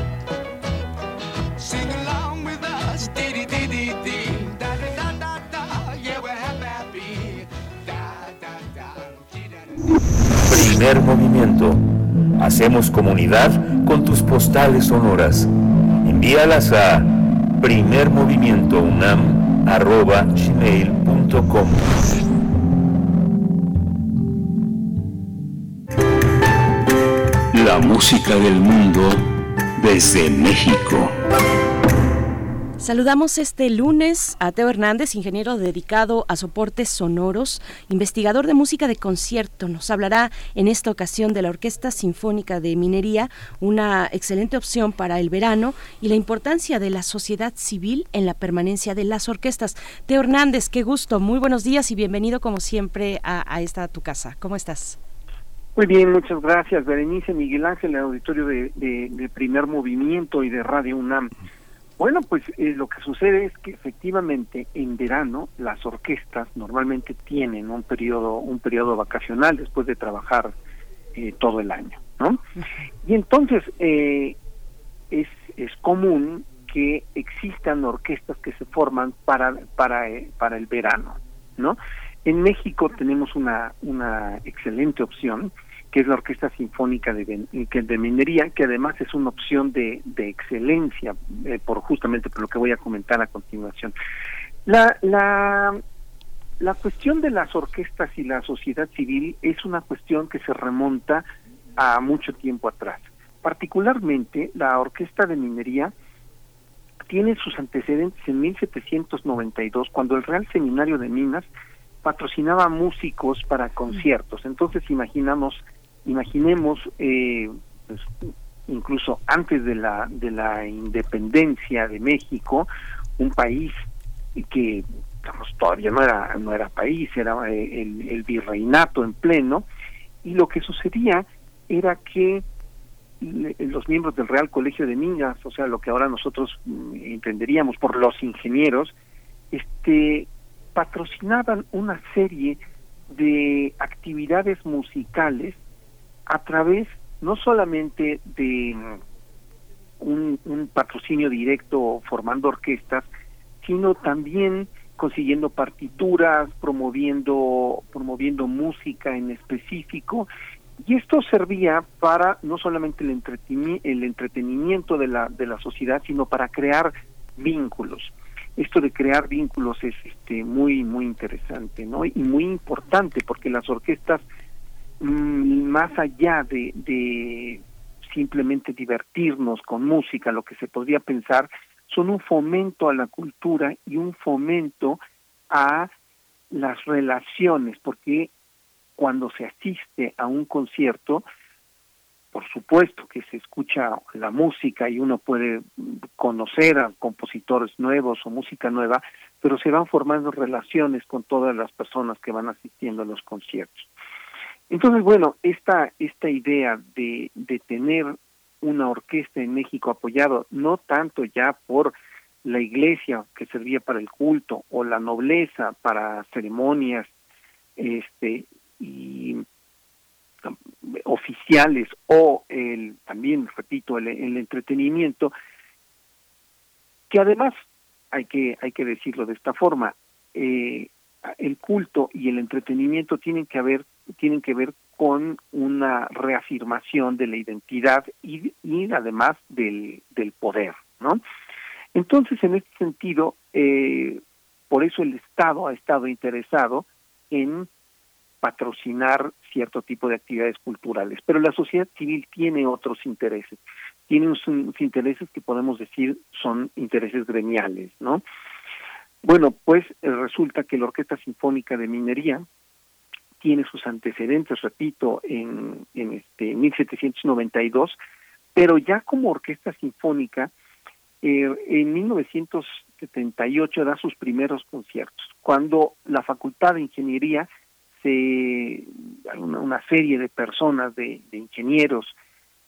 Sing along with us, dee dee dee dee dee, da da da da da, yeah, we're happy, da da da, dee da da. Primer movimiento. Hacemos comunidad con tus postales sonoras. Envíalas a primermovimientounam arroba gmail punto com. La música del mundo desde México. Saludamos este lunes a Teo Hernández, ingeniero dedicado a soportes sonoros, investigador de música de concierto. Nos hablará en esta ocasión de la Orquesta Sinfónica de Minería, una excelente opción para el verano, y la importancia de la sociedad civil en la permanencia de las orquestas. Teo Hernández, qué gusto, muy buenos días y bienvenido como siempre a, a esta tu casa. ¿Cómo estás? Muy bien, muchas gracias, Berenice, Miguel Ángel, el auditorio de, de, de Primer Movimiento y de Radio UNAM. Bueno, pues eh, lo que sucede es que efectivamente en verano las orquestas normalmente tienen un periodo un periodo vacacional después de trabajar eh, todo el año, ¿no? Y entonces eh, es es común que existan orquestas que se forman para para eh, para el verano, ¿no? En México tenemos una una excelente opción, que es la Orquesta Sinfónica de, de Minería, que además es una opción de, de excelencia, eh, por justamente por lo que voy a comentar a continuación. La, la, la cuestión de las orquestas y la sociedad civil es una cuestión que se remonta a mucho tiempo atrás. Particularmente, la Orquesta de Minería tiene sus antecedentes en mil setecientos noventa y dos, cuando el Real Seminario de Minas patrocinaba músicos para conciertos. Entonces imaginamos Imaginemos, eh, pues, incluso antes de la de la independencia de México, un país que digamos, todavía no era no era país, era eh, el, el virreinato en pleno, y lo que sucedía era que le, los miembros del Real Colegio de Minas, o sea, lo que ahora nosotros mm, entenderíamos por los ingenieros, este patrocinaban una serie de actividades musicales a través no solamente de un, un patrocinio directo formando orquestas, sino también consiguiendo partituras, promoviendo promoviendo música en específico, y esto servía para no solamente el entretenimiento, el entretenimiento de la de la sociedad, sino para crear vínculos. Esto de crear vínculos es este muy muy interesante, ¿no? Y muy importante, porque las orquestas, más allá de, de simplemente divertirnos con música, lo que se podría pensar, son un fomento a la cultura y un fomento a las relaciones, porque cuando se asiste a un concierto, por supuesto que se escucha la música y uno puede conocer a compositores nuevos o música nueva, pero se van formando relaciones con todas las personas que van asistiendo a los conciertos. Entonces, bueno, esta esta idea de, de tener una orquesta en México apoyado no tanto ya por la iglesia, que servía para el culto, o la nobleza para ceremonias este y oficiales, o el también, repito, el, el entretenimiento, que además hay que hay que decirlo de esta forma, eh, el culto y el entretenimiento tienen que haber tienen que ver con una reafirmación de la identidad y, y además del, del poder, ¿no? Entonces, en este sentido, eh, por eso el Estado ha estado interesado en patrocinar cierto tipo de actividades culturales, pero la sociedad civil tiene otros intereses, tiene unos, unos intereses que podemos decir son intereses gremiales, ¿no? Bueno, pues eh, resulta que la Orquesta Sinfónica de Minería tiene sus antecedentes, repito, en, en este mil setecientos noventa y dos, pero ya como orquesta sinfónica, eh, en mil novecientos setenta y ocho da sus primeros conciertos, cuando la Facultad de Ingeniería, se una, una serie de personas, de, de ingenieros,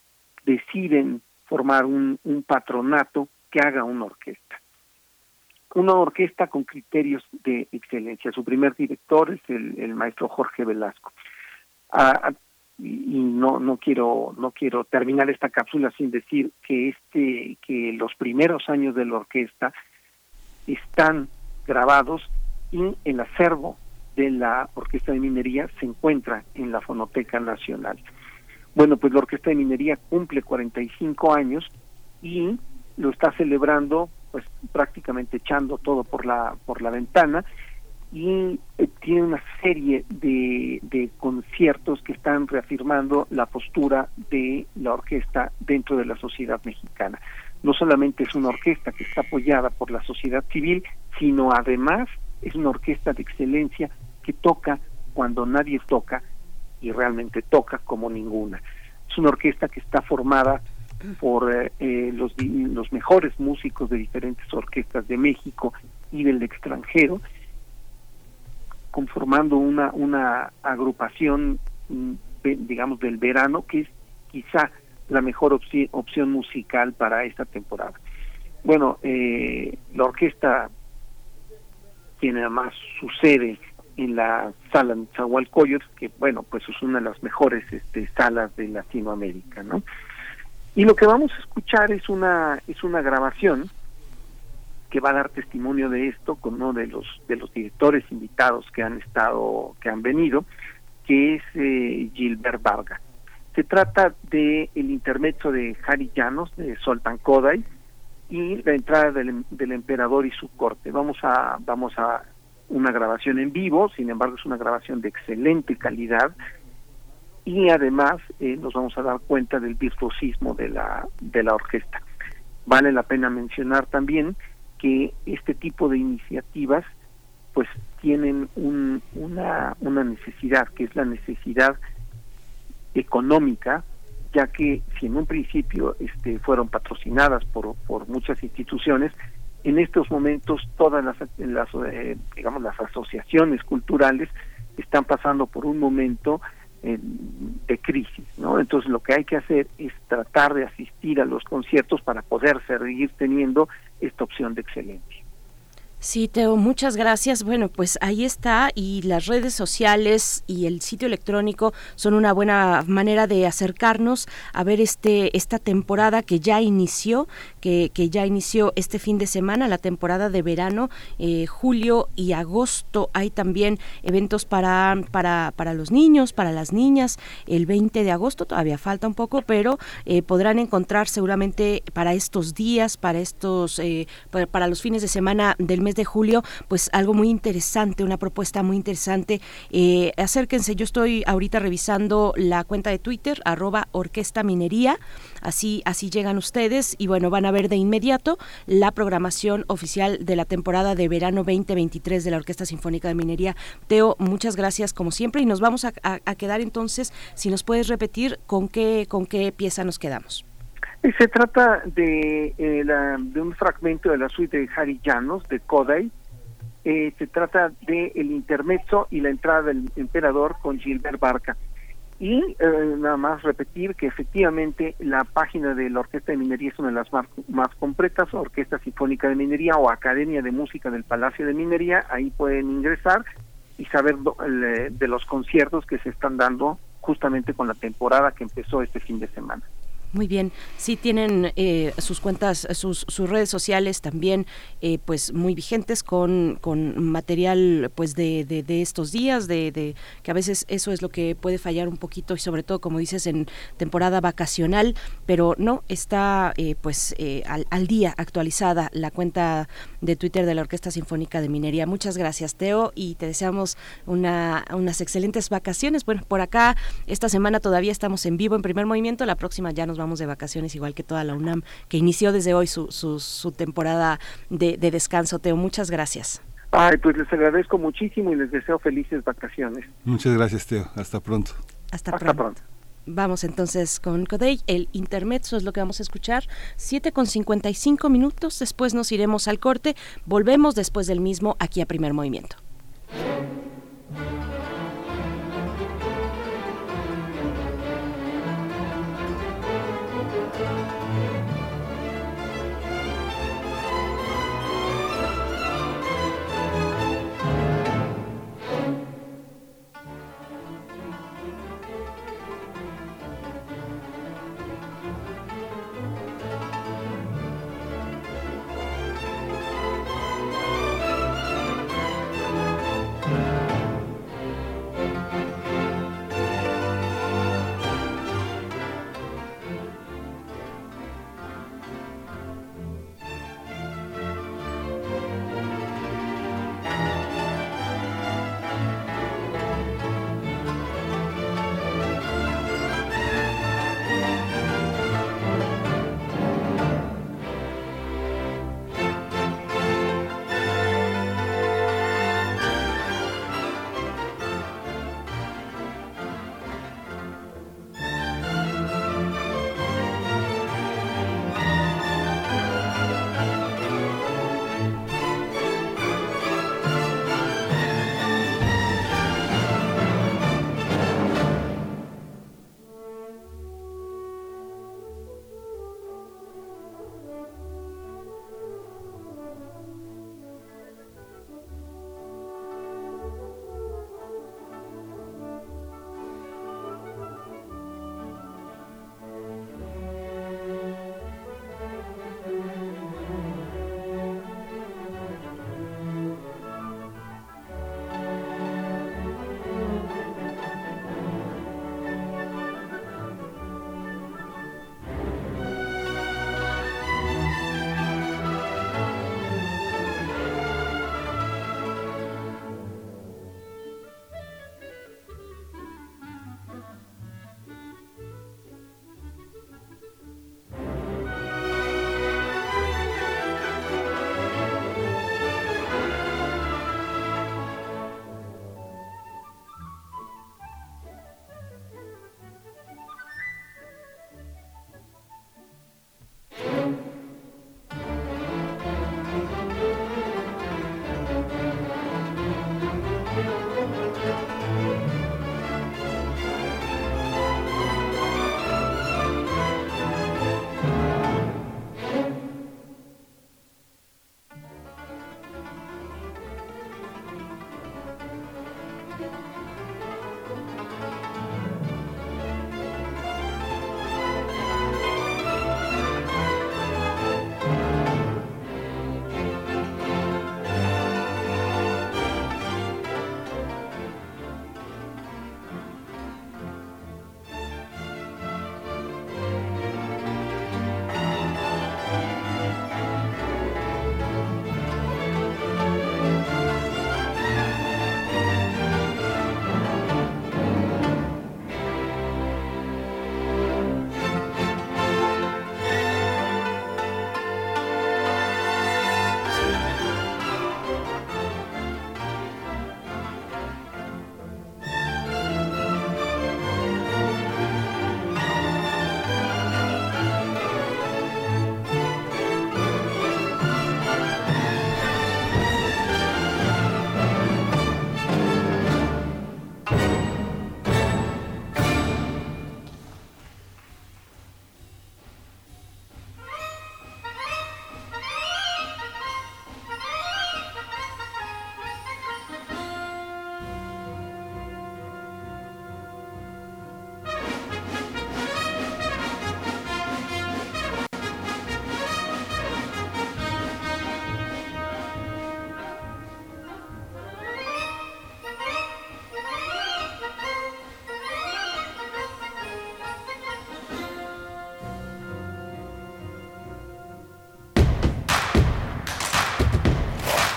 deciden formar un, un patronato que haga una orquesta. una orquesta con criterios de excelencia. Su primer director es el, el maestro Jorge Velasco. Ah, y no no quiero no quiero terminar esta cápsula sin decir que este que los primeros años de la orquesta están grabados y el acervo de la Orquesta de Minería se encuentra en la Fonoteca Nacional. Bueno, pues la Orquesta de Minería cumple cuarenta y cinco años y lo está celebrando pues prácticamente echando todo por la por la ventana, y eh, tiene una serie de, de conciertos que están reafirmando la postura de la orquesta dentro de la sociedad mexicana. No solamente es una orquesta que está apoyada por la sociedad civil, sino además es una orquesta de excelencia que toca cuando nadie toca, y realmente toca como ninguna. Es una orquesta que está formada por eh, eh, los, los mejores músicos de diferentes orquestas de México y del extranjero, conformando una una agrupación, digamos, del verano, que es quizá la mejor opci- opción musical para esta temporada. Bueno, eh, la orquesta tiene además su sede en la sala Nezahualcóyotl, que bueno, pues es una de las mejores este, salas de Latinoamérica, ¿no? Y lo que vamos a escuchar es una es una grabación que va a dar testimonio de esto con uno de los de los directores invitados que han estado que han venido, que es eh, Gilbert Varga. Se trata de el intermezzo de Harry Llanos de Zoltán Kodály y la entrada del, del emperador y su corte. Vamos a vamos a una grabación en vivo, sin embargo es una grabación de excelente calidad, y además eh, nos vamos a dar cuenta del virtuosismo de la de la orquesta. Vale la pena mencionar también que este tipo de iniciativas pues tienen un, una una necesidad, que es la necesidad económica, ya que si en un principio este fueron patrocinadas por por muchas instituciones, en estos momentos todas las, las eh, digamos las asociaciones culturales están pasando por un momento eh, de crisis, ¿no? Entonces lo que hay que hacer es tratar de asistir a los conciertos para poder seguir teniendo esta opción de excelencia. Sí, Teo, muchas gracias. Bueno, pues ahí está, y las redes sociales y el sitio electrónico son una buena manera de acercarnos a ver este esta temporada que ya inició, que, que ya inició este fin de semana, la temporada de verano, eh, julio y agosto. Hay también eventos para, para, para los niños, para las niñas. El veinte de agosto todavía falta un poco, pero eh, podrán encontrar seguramente para estos días, para estos, eh, para, para los fines de semana del mes de julio, pues algo muy interesante, una propuesta muy interesante. Eh, acérquense, yo estoy ahorita revisando la cuenta de Twitter, arroba Orquesta Minería, así, así llegan ustedes, y bueno, van a ver de inmediato la programación oficial de la temporada de verano veinte veintitrés de la Orquesta Sinfónica de Minería. Teo, muchas gracias como siempre, y nos vamos a, a, a quedar entonces, si nos puedes repetir con qué, con qué pieza nos quedamos. Se trata de, eh, la, de un fragmento de la suite de Harry Llanos de Kodály. Eh, se trata de el intermezzo y la entrada del emperador con Gilbert Varga. Y eh, nada más repetir que efectivamente la página de la Orquesta de Minería es una de las más, más completas, Orquesta Sinfónica de Minería o Academia de Música del Palacio de Minería. Ahí pueden ingresar y saber do, le, de los conciertos que se están dando justamente con la temporada que empezó este fin de semana. Muy bien, sí tienen eh, sus cuentas, sus, sus redes sociales también, eh, pues muy vigentes con, con material pues de, de, de estos días, de, de que a veces eso es lo que puede fallar un poquito, y sobre todo, como dices, en temporada vacacional, pero no, está eh, pues eh, al, al día, actualizada la cuenta de Twitter de la Orquesta Sinfónica de Minería. Muchas gracias, Teo, y te deseamos una, unas excelentes vacaciones. Bueno, por acá esta semana todavía estamos en vivo en Primer Movimiento, la próxima ya nos vamos de vacaciones, igual que toda la UNAM, que inició desde hoy su, su, su temporada de, de descanso. Teo, muchas gracias. Ay, pues les agradezco muchísimo y les deseo felices vacaciones. Muchas gracias, Teo. Hasta pronto. Hasta, Hasta pronto. pronto. Vamos entonces con Kodály, el intermezzo es lo que vamos a escuchar, siete con cincuenta y cinco minutos, después nos iremos al corte, volvemos después del mismo aquí a Primer Movimiento.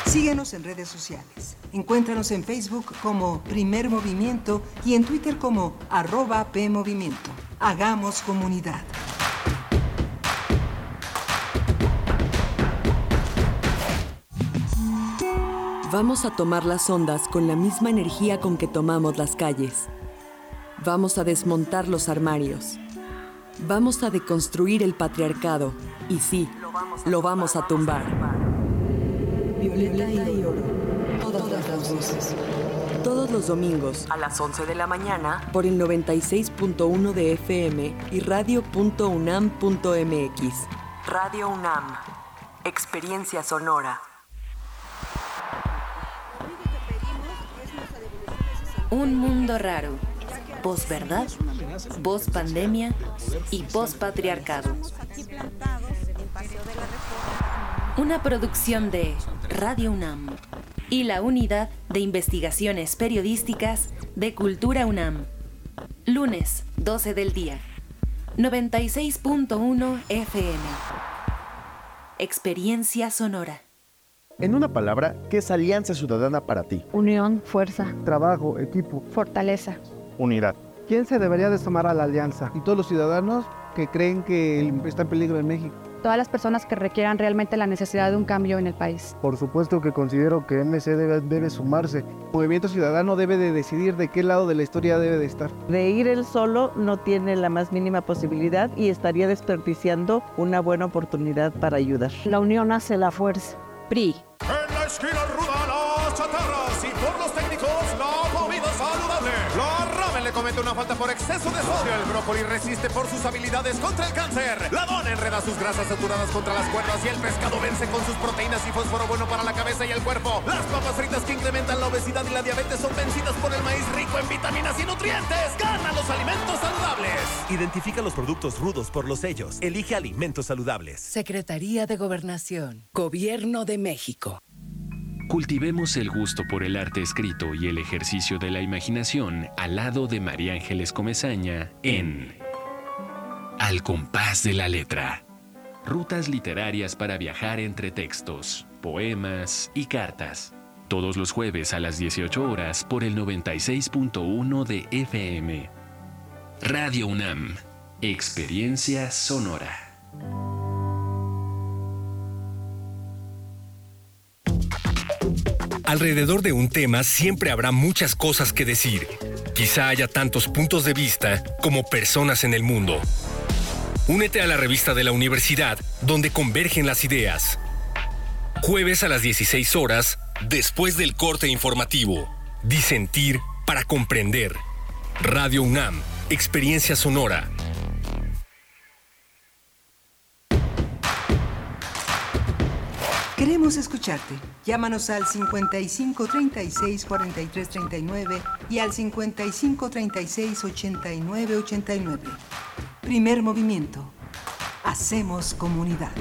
Síguenos en redes sociales. Encuéntranos en Facebook como Primer Movimiento y en Twitter como arroba PMovimiento. Hagamos comunidad. Vamos a tomar las ondas con la misma energía con que tomamos las calles. Vamos a desmontar los armarios. Vamos a deconstruir el patriarcado. Y sí, lo vamos a tumbar. Violeta y oro. Todas las voces. Todos los domingos a las once de la mañana por el noventa y seis punto uno de F M y radio punto unam punto m x. Radio UNAM. Experiencia sonora. Un mundo raro. Posverdad, pospandemia y pospatriarcado. Una producción de Radio UNAM y la Unidad de Investigaciones Periodísticas de Cultura UNAM. Lunes, doce del día. noventa y seis punto uno F M. Experiencia sonora. En una palabra, ¿qué es Alianza Ciudadana para ti? Unión, fuerza, trabajo, equipo, fortaleza, unidad. ¿Quién se debería de sumar a la alianza? Y todos los ciudadanos que creen que está en peligro en México. Todas las personas que requieran realmente la necesidad de un cambio en el país. Por supuesto que considero que M C debe, debe sumarse. El Movimiento Ciudadano debe de decidir de qué lado de la historia debe de estar. De ir él solo no tiene la más mínima posibilidad y estaría desperdiciando una buena oportunidad para ayudar. La unión hace la fuerza. P R I. En la esquina ruda las chatarras y por los técnicos la comida saludable. La ramen le comete una falta por exceso de sodio. El brócoli resiste por sus habilidades contra el cáncer. La dona enreda sus grasas saturadas contra las cuerdas y el pescado vence con sus proteínas y fósforo bueno para la cabeza y el cuerpo. Las papas fritas que incrementan la obesidad y la diabetes son vencidas por el maíz rico en vitaminas y nutrientes. ¡Gana los alimentos saludables! Identifica los productos rudos por los sellos. Elige alimentos saludables. Secretaría de Gobernación. Gobierno de México. Cultivemos el gusto por el arte escrito y el ejercicio de la imaginación al lado de María Ángeles Comesaña en Al compás de la letra. Rutas literarias para viajar entre textos, poemas y cartas. Todos los jueves a las dieciocho horas por el noventa y seis punto uno de F M. Radio UNAM. Experiencia sonora. Alrededor de un tema siempre habrá muchas cosas que decir. Quizá haya tantos puntos de vista como personas en el mundo. Únete a la revista de la universidad, donde convergen las ideas. Jueves a las dieciséis horas, después del corte informativo. Disentir para comprender. Radio UNAM, Experiencia sonora. Queremos escucharte. Llámanos al cincuenta y cinco treinta y seis cuarenta y tres treinta y nueve y al cincuenta y cinco treinta y seis ochenta y nueve ochenta y nueve. Primer movimiento. Hacemos comunidad.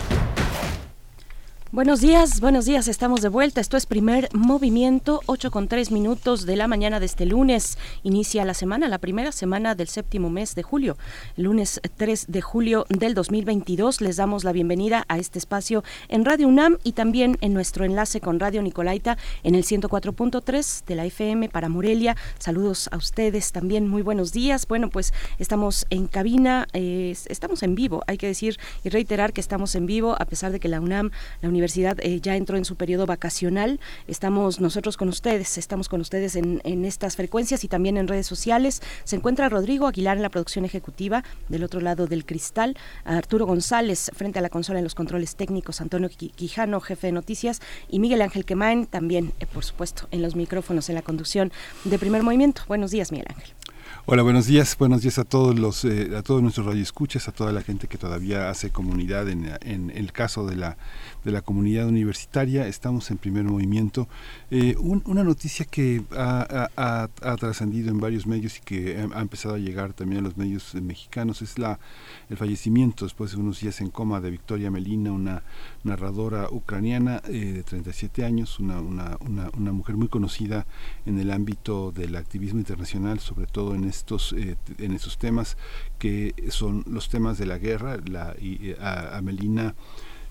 Buenos días, buenos días, estamos de vuelta. Esto es Primer Movimiento, ocho con tres minutos de la mañana de este lunes. Inicia la semana, la primera semana del séptimo mes de julio. El lunes tres de julio del dos mil veintidós les damos la bienvenida a este espacio en Radio UNAM y también en nuestro enlace con Radio Nicolaita en el ciento cuatro punto tres de la F M para Morelia. Saludos a ustedes también, muy buenos días. Bueno, pues estamos en cabina, eh, estamos en vivo, hay que decir y reiterar que estamos en vivo a pesar de que la UNAM, la Universidad universidad eh, ya entró en su periodo vacacional. Estamos nosotros con ustedes, estamos con ustedes en, en estas frecuencias y también en redes sociales. Se encuentra Rodrigo Aguilar en la producción ejecutiva, del otro lado del cristal, Arturo González frente a la consola en los controles técnicos, Antonio Quijano, jefe de noticias, y Miguel Ángel Quemain también, eh, por supuesto, en los micrófonos en la conducción de Primer Movimiento. Buenos días, Miguel Ángel. Hola, buenos días, buenos días a todos los, eh, a todos nuestros radioescuchas, a toda la gente que todavía hace comunidad en, en el caso de la de la comunidad universitaria. Estamos en Primer Movimiento. Eh, un, una noticia que ha, ha, ha trascendido en varios medios y que ha, ha empezado a llegar también a los medios mexicanos es la el fallecimiento después de unos días en coma de Victoria Melina, una narradora ucraniana eh, de treinta y siete años, una, una, una, una mujer muy conocida en el ámbito del activismo internacional, sobre todo en estos eh, en estos temas que son los temas de la guerra. La, y, a, a Melina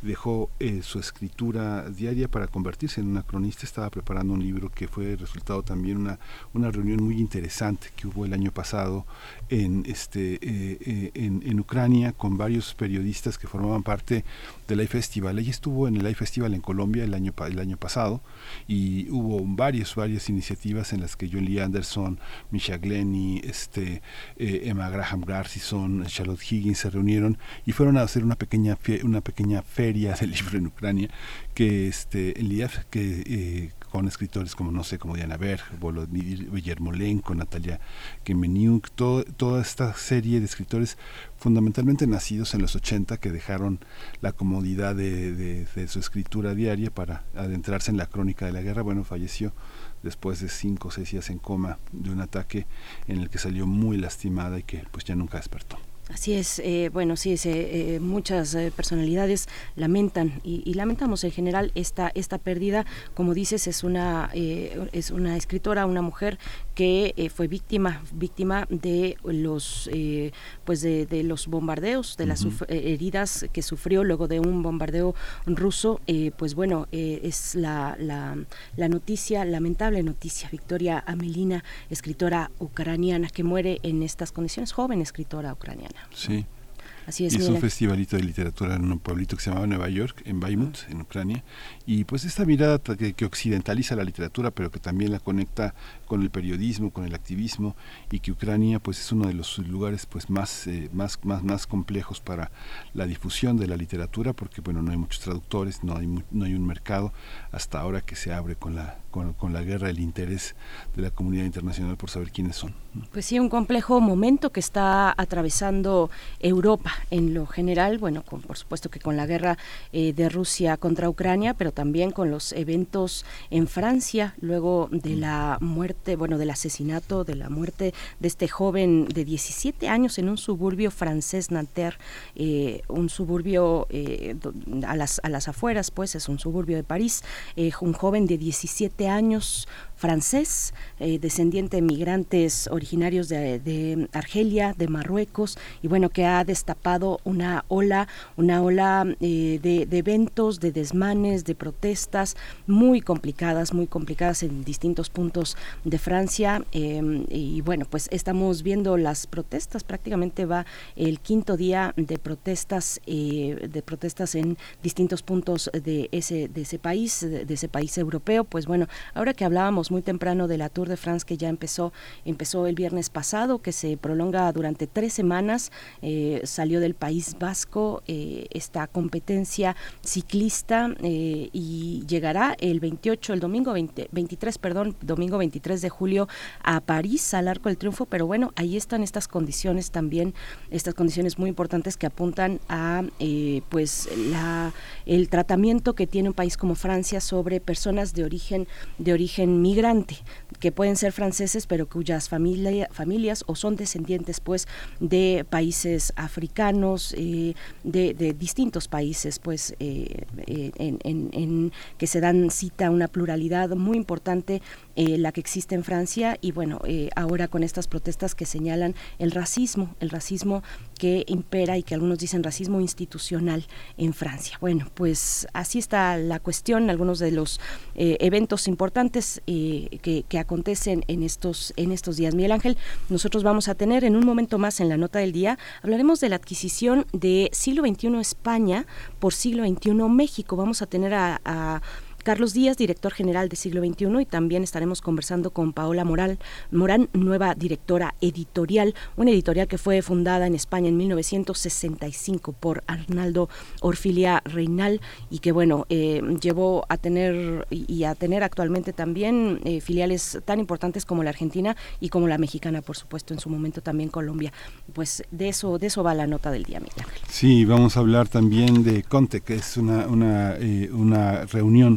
dejó eh, su escritura diaria para convertirse en una cronista. Estaba preparando un libro que fue resultado también una, una reunión muy interesante que hubo el año pasado en, este, eh, eh, en, en Ucrania, con varios periodistas que formaban parte del iFestival. Ella estuvo en el iFestival en Colombia el año, el año pasado, y hubo varios, varias iniciativas en las que John Lee Anderson, Misha Glenny, este, eh, Emma Graham Garcison, Charlotte Higgins se reunieron y fueron a hacer una pequeña fie- una pequeña feria del libro en Ucrania, que este en Liev, que eh, con escritores como no sé como Diana Berg, Volodymyr Yermolenko, Natalia Kemeniuk, todo, toda esta serie de escritores fundamentalmente nacidos en los ochenta, que dejaron la comodidad de, de, de su escritura diaria para adentrarse en la crónica de la guerra. Bueno, falleció después de cinco o seis días en coma de un ataque en el que salió muy lastimada y que pues ya nunca despertó. Así es, eh, bueno, sí, se, eh, muchas eh, personalidades lamentan y, y lamentamos en general esta esta pérdida. Como dices, es una eh, es una escritora, una mujer que eh, fue víctima víctima de los eh, pues de, de los bombardeos, de las uh-huh. heridas que sufrió luego de un bombardeo ruso. Eh, pues bueno, eh, es la, la la noticia, lamentable noticia. Victoria Amelina, escritora ucraniana que muere en estas condiciones, joven escritora ucraniana. Sí. Así es, hizo un festivalito de literatura en un pueblito que se llamaba Nueva York, en Bakhmut, uh-huh. en Ucrania, y pues esta mirada que, que occidentaliza la literatura, pero que también la conecta con el periodismo, con el activismo, y que Ucrania pues es uno de los lugares pues más eh, más más más complejos para la difusión de la literatura, porque bueno, no hay muchos traductores, no hay no hay un mercado hasta ahora que se abre con la con, con la guerra, el interés de la comunidad internacional por saber quiénes son. Pues sí, un complejo momento que está atravesando Europa en lo general, bueno, con, por supuesto que con la guerra eh, de Rusia contra Ucrania, pero también con los eventos en Francia, luego de la muerte, bueno, del asesinato, de la muerte de este joven de diecisiete años en un suburbio francés, Nanterre, eh, un suburbio eh, a las a las afueras, pues es un suburbio de París, eh, un joven de diecisiete años francés, eh, descendiente de migrantes originarios de, de Argelia, de Marruecos, y bueno, que ha destapado una ola, una ola eh, de, de eventos, de desmanes, de protestas muy complicadas, muy complicadas en distintos puntos de Francia, eh, y bueno, pues estamos viendo las protestas, prácticamente va el quinto día de protestas, eh, de protestas en distintos puntos de ese, de ese país, de, de ese país europeo. Pues bueno, ahora que hablábamos muy temprano de la Tour de France, que ya empezó empezó el viernes pasado, que se prolonga durante tres semanas, eh, salió del País Vasco eh, esta competencia ciclista eh, y llegará el veintiocho, el domingo veinte, veintitrés, perdón, domingo veintitrés de julio a París, al Arco del Triunfo. Pero bueno, ahí están estas condiciones también, estas condiciones muy importantes que apuntan a eh, pues la el tratamiento que tiene un país como Francia sobre personas de origen de origen migrante, que pueden ser franceses, pero cuyas familia, familias o son descendientes pues de países africanos, eh, de, de distintos países, pues eh, eh, en, en, en que se dan cita a una pluralidad muy importante, eh, la que existe en Francia. Y bueno, eh, ahora con estas protestas que señalan el racismo, el racismo que impera y que algunos dicen racismo institucional en Francia. Bueno, pues así está la cuestión, algunos de los eh, eventos importantes eh, que, que acontecen en estos, en estos días. Miguel Ángel, nosotros vamos a tener en un momento más en la nota del día, hablaremos de la adquisición de Siglo veintiuno España por Siglo veintiuno México. Vamos a tener a, a Carlos Díaz, director general de Siglo veintiuno, y también estaremos conversando con Paola Moral, Morán, nueva directora editorial, una editorial que fue fundada en España en mil novecientos sesenta y cinco por Arnaldo Orfilia Reinal, y que bueno, eh, llevó a tener y a tener actualmente también eh, filiales tan importantes como la argentina y como la mexicana, por supuesto, en su momento también Colombia. Pues de eso de eso va la nota del día, Miguel Ángel. Sí, vamos a hablar también de CONTE, que es una, una, eh, una reunión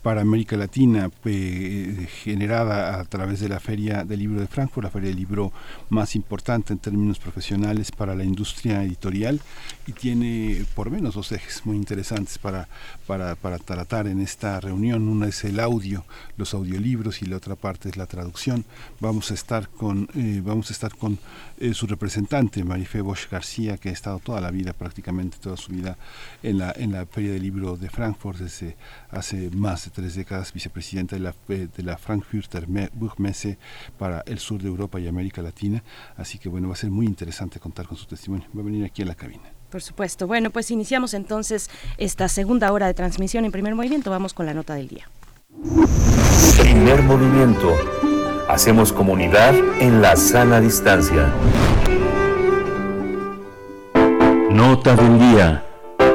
para América Latina, eh, generada a través de la Feria del Libro de Frankfurt, la feria del libro más importante en términos profesionales para la industria editorial, y tiene por lo menos dos ejes muy interesantes para, para, para tratar en esta reunión. Una es el audio, los audiolibros, y la otra parte es la traducción. Vamos a estar con, eh, vamos a estar con eh, su representante, Marifé Bosch García, que ha estado toda la vida, prácticamente toda su vida, en la, en la Feria del Libro de Frankfurt, desde hace más de tres décadas, vicepresidenta de la, de la Frankfurter Buchmesse para el sur de Europa y América Latina. Así que bueno, va a ser muy interesante contar con su testimonio. Va a venir aquí a la cabina. Por supuesto. Bueno, pues iniciamos entonces esta segunda hora de transmisión en Primer Movimiento. Vamos con la nota del día. Primer Movimiento. Hacemos comunidad en la sana distancia. Nota del día.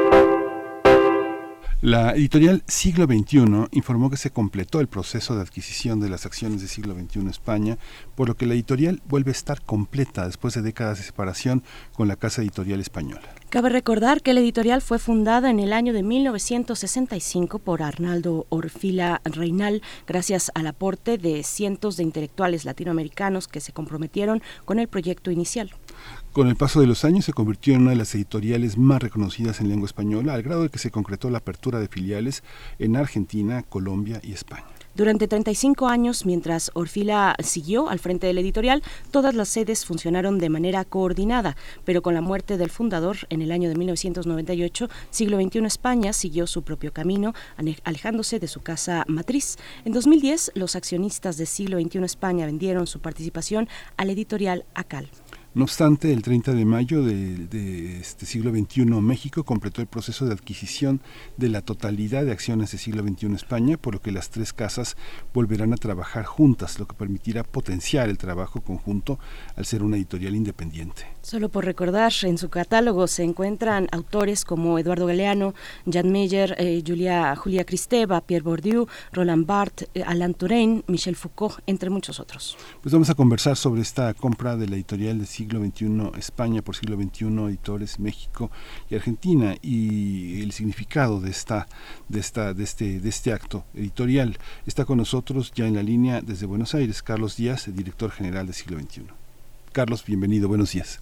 La editorial Siglo veintiuno informó que se completó el proceso de adquisición de las acciones de Siglo veintiuno España, por lo que la editorial vuelve a estar completa después de décadas de separación con la casa editorial española. Cabe recordar que la editorial fue fundada en el año de mil novecientos sesenta y cinco por Arnaldo Orfila Reynal, gracias al aporte de cientos de intelectuales latinoamericanos que se comprometieron con el proyecto inicial. Con el paso de los años se convirtió en una de las editoriales más reconocidas en lengua española, al grado de que se concretó la apertura de filiales en Argentina, Colombia y España. Durante treinta y cinco años, mientras Orfila siguió al frente de la editorial, todas las sedes funcionaron de manera coordinada, pero con la muerte del fundador en el año de mil novecientos noventa y ocho, Siglo veintiuno España siguió su propio camino, alejándose de su casa matriz. En dos mil diez, los accionistas de Siglo veintiuno España vendieron su participación a la editorial Acal. No obstante, el treinta de mayo de, de este Siglo veintiuno México completó el proceso de adquisición de la totalidad de acciones de Siglo veintiuno España, por lo que las tres casas volverán a trabajar juntas, lo que permitirá potenciar el trabajo conjunto al ser una editorial independiente. Solo por recordar, en su catálogo se encuentran autores como Eduardo Galeano, Jan Meyer, eh, Julia, Julia Kristeva, Pierre Bourdieu, Roland Barthes, eh, Alain Touraine, Michel Foucault, entre muchos otros. Pues vamos a conversar sobre esta compra de la editorial de Siglo veintiuno España por Siglo veintiuno Editores México y Argentina, y el significado de esta de esta de este de este acto editorial. Está con nosotros ya en la línea desde Buenos Aires Carlos Díaz, el director general de Siglo veintiuno. Carlos, bienvenido, buenos días.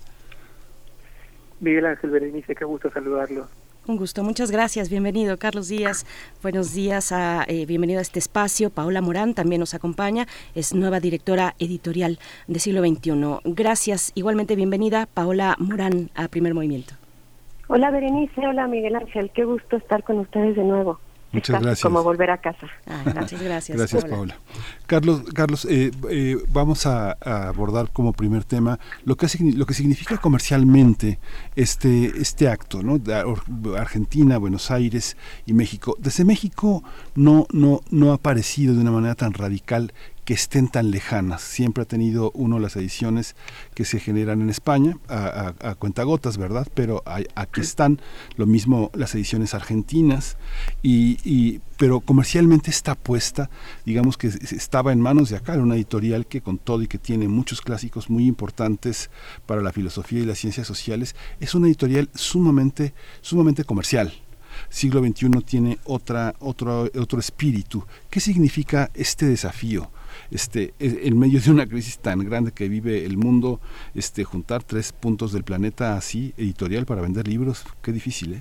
Miguel Ángel, Berenice, qué gusto saludarlo. Un gusto, muchas gracias, bienvenido Carlos Díaz, buenos días, a, eh, bienvenido a este espacio. Paola Morán también nos acompaña, es nueva directora editorial de Siglo veintiuno. Gracias, igualmente bienvenida Paola Morán a Primer Movimiento. Hola Berenice, hola Miguel Ángel, qué gusto estar con ustedes de nuevo. Muchas gracias. Como volver a casa. Ah, gracias, gracias. Gracias, Paola. Carlos, Carlos eh, eh, vamos a, a abordar como primer tema lo que lo que significa comercialmente este este acto, ¿no? De Argentina, Buenos Aires y México. Desde México no no no ha aparecido de una manera tan radical que estén tan lejanas. Siempre ha tenido uno las ediciones que se generan en España, a, a, a cuentagotas, ¿verdad? Pero hay, aquí están, lo mismo las ediciones argentinas, y, y pero comercialmente está apuesta, digamos que estaba en manos de acá, una editorial que con todo y que tiene muchos clásicos muy importantes para la filosofía y las ciencias sociales, es una editorial sumamente, sumamente comercial. Siglo veintiuno tiene otra, otro, otro espíritu. ¿Qué significa este desafío? Este, en medio de una crisis tan grande que vive el mundo, este, juntar tres puntos del planeta así, editorial, para vender libros, qué difícil, ¿eh?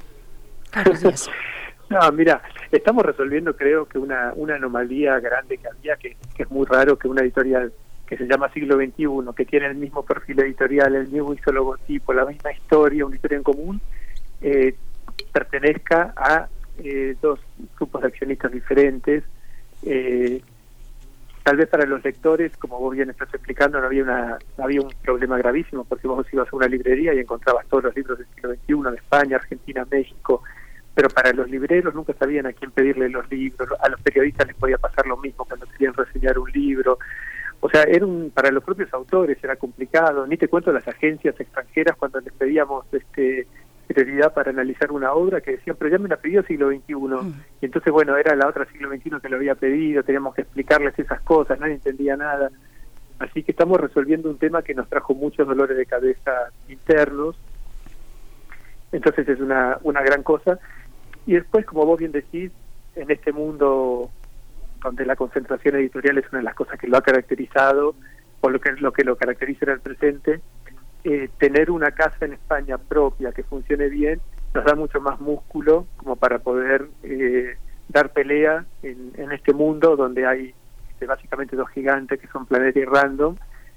No, mira, estamos resolviendo, creo que una, una anomalía grande que había, que, que es muy raro que una editorial que se llama Siglo veintiuno, que tiene el mismo perfil editorial, el mismo logotipo, la misma historia, una historia en común, eh, pertenezca a eh, dos grupos de accionistas diferentes. Eh, tal vez para los lectores, como vos bien estás explicando, no había una no había un problema gravísimo, porque vos ibas a una librería y encontrabas todos los libros del siglo veintiuno de España, Argentina, México, pero para los libreros nunca sabían a quién pedirle los libros. A los periodistas les podía pasar lo mismo cuando querían reseñar un libro. O sea, era un, para los propios autores era complicado. Ni te cuento las agencias extranjeras cuando les pedíamos este prioridad para analizar una obra, que decían, pero ya me la pidió Siglo veintiuno. Mm. Y entonces, bueno, era la otra Siglo veintiuno que lo había pedido, teníamos que explicarles esas cosas, nadie entendía nada. Así que estamos resolviendo un tema que nos trajo muchos dolores de cabeza internos. Entonces es una, una gran cosa. Y después, como vos bien decís, en este mundo donde la concentración editorial es una de las cosas que lo ha caracterizado, o lo que lo que lo caracteriza en el presente, eh, tener una casa en España propia que funcione bien nos da mucho más músculo como para poder eh, dar pelea en, en este mundo donde hay este, básicamente dos gigantes que son Planeta y Random,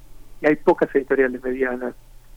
y hay pocas editoriales medianas.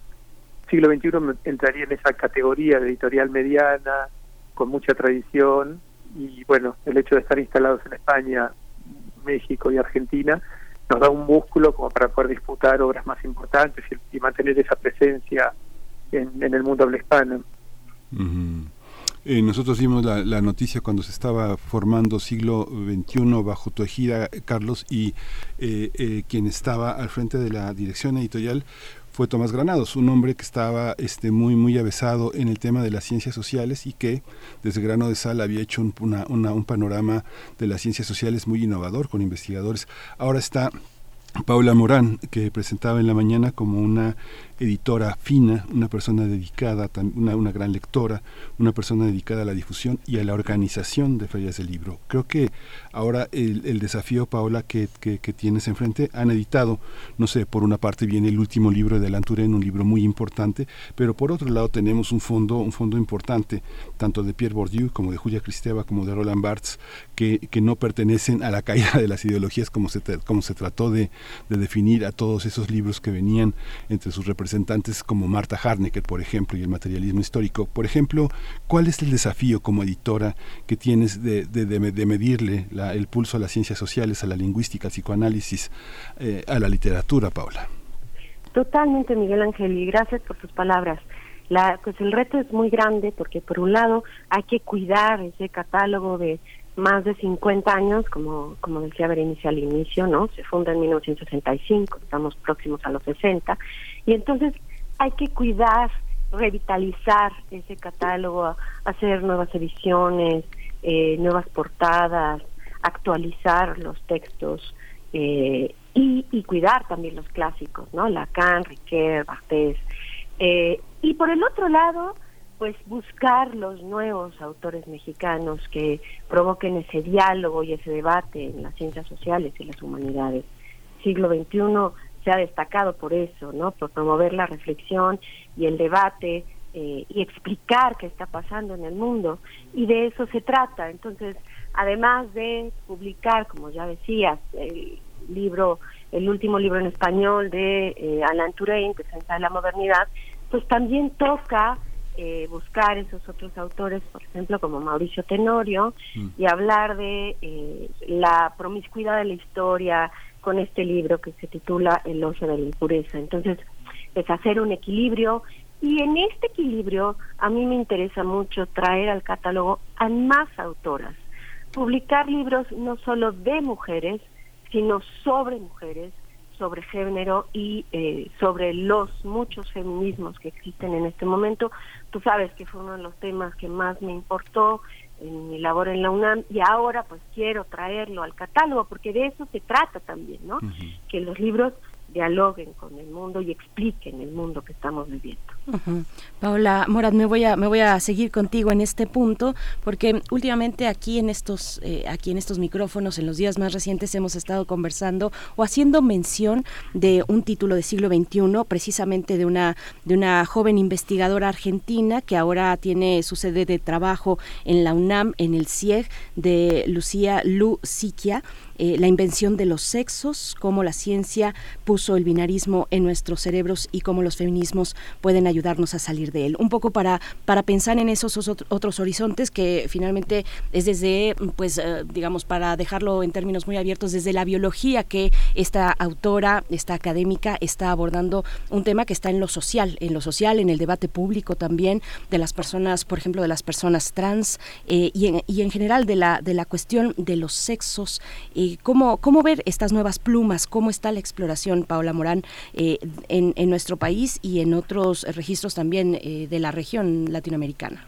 Siglo veintiuno entraría en esa categoría de editorial mediana, con mucha tradición, y bueno, el hecho de estar instalados en España, México y Argentina nos da un músculo como para poder disputar obras más importantes y, y mantener esa presencia en, en el mundo habla hispana. Uh-huh. Eh, nosotros vimos la, la noticia cuando se estaba formando Siglo veintiuno bajo tu ejida, Carlos, y eh, eh, quien estaba al frente de la dirección editorial fue Tomás Granados, un hombre que estaba este, muy muy avesado en el tema de las ciencias sociales y que desde Grano de Sal había hecho un, una, una, un panorama de las ciencias sociales muy innovador con investigadores. Ahora está Paula Morán, que presentaba en la mañana como una editora fina, una persona dedicada, una, una gran lectora, una persona dedicada a la difusión y a la organización de ferias del libro. Creo que ahora el, el desafío, Paola, que, que, que tienes enfrente, han editado, no sé, por una parte viene el último libro de Alain Touraine, un libro muy importante, pero por otro lado tenemos un fondo, un fondo importante, tanto de Pierre Bourdieu como de Julia Kristeva, como de Roland Barthes, que, que no pertenecen a la caída de las ideologías como se, como se trató de, de definir a todos esos libros que venían entre sus representantes representantes como Marta Harnecker, por ejemplo, y el materialismo histórico. Por ejemplo, ¿cuál es el desafío como editora que tienes de, de, de, de medirle la, el pulso a las ciencias sociales, a la lingüística, al psicoanálisis, eh, a la literatura, Paula? Totalmente, Miguel Ángel, y gracias por tus palabras. La, pues el reto es muy grande porque, por un lado, hay que cuidar ese catálogo de más de cincuenta años, como como decía Berenice al inicio, ¿no? Se funda en mil novecientos sesenta y cinco, estamos próximos a los sesenta, y entonces hay que cuidar, revitalizar ese catálogo, hacer nuevas ediciones, eh, nuevas portadas, actualizar los textos, eh, y, y cuidar también los clásicos, ¿no? Lacan, Riquet, Barthes, eh, y por el otro lado, pues buscar los nuevos autores mexicanos que provoquen ese diálogo y ese debate en las ciencias sociales y las humanidades. Siglo veintiuno se ha destacado por eso, ¿no? Por promover la reflexión y el debate eh, y explicar qué está pasando en el mundo, y de eso se trata. Entonces, además de publicar, como ya decías, el libro, el último libro en español de eh, Alain Touraine, Defensa de la Modernidad, pues también toca Eh, buscar esos otros autores, por ejemplo, como Mauricio Tenorio, mm. y hablar de eh, la promiscuidad de la historia con este libro que se titula El ocio de la impureza. Entonces, es hacer un equilibrio, y en este equilibrio a mí me interesa mucho traer al catálogo a más autoras, publicar libros no solo de mujeres, sino sobre mujeres, sobre género y eh, sobre los muchos feminismos que existen en este momento. Tú sabes que fue uno de los temas que más me importó en mi labor en la UNAM, y ahora pues quiero traerlo al catálogo, porque de eso se trata también, ¿no? Uh-huh. Que los libros dialoguen con el mundo y expliquen el mundo que estamos viviendo. Uh-huh. Paola Morán, me voy a me voy a seguir contigo en este punto, porque últimamente aquí en estos eh, aquí en estos micrófonos, en los días más recientes, hemos estado conversando o haciendo mención de un título de Siglo veintiuno, precisamente de una de una joven investigadora argentina que ahora tiene su sede de trabajo en la UNAM, en el C I E G, de Lucía Lu Siquia. Eh, la invención de los sexos, cómo la ciencia puso el binarismo en nuestros cerebros y cómo los feminismos pueden ayudarnos a salir de él. Un poco para, para pensar en esos otros horizontes, que finalmente es desde, pues, eh, digamos, para dejarlo en términos muy abiertos, desde la biología que esta autora, esta académica, está abordando un tema que está en lo social, en lo social, en el debate público también, de las personas, por ejemplo, de las personas trans, eh, y, en, y en general de la, de la cuestión de los sexos. Eh, ¿Cómo, ¿Cómo ver estas nuevas plumas? ¿Cómo está la exploración, Paola Morán, eh, en, en nuestro país y en otros registros también eh, de la región latinoamericana?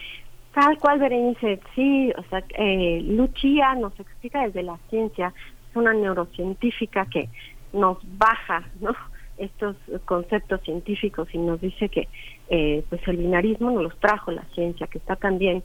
Tal cual, Berenice, sí, o sea, eh, Lucía nos explica desde la ciencia, es una neurocientífica que nos baja, ¿no?, estos conceptos científicos y nos dice que eh, pues el binarismo nos los trajo la ciencia, que está también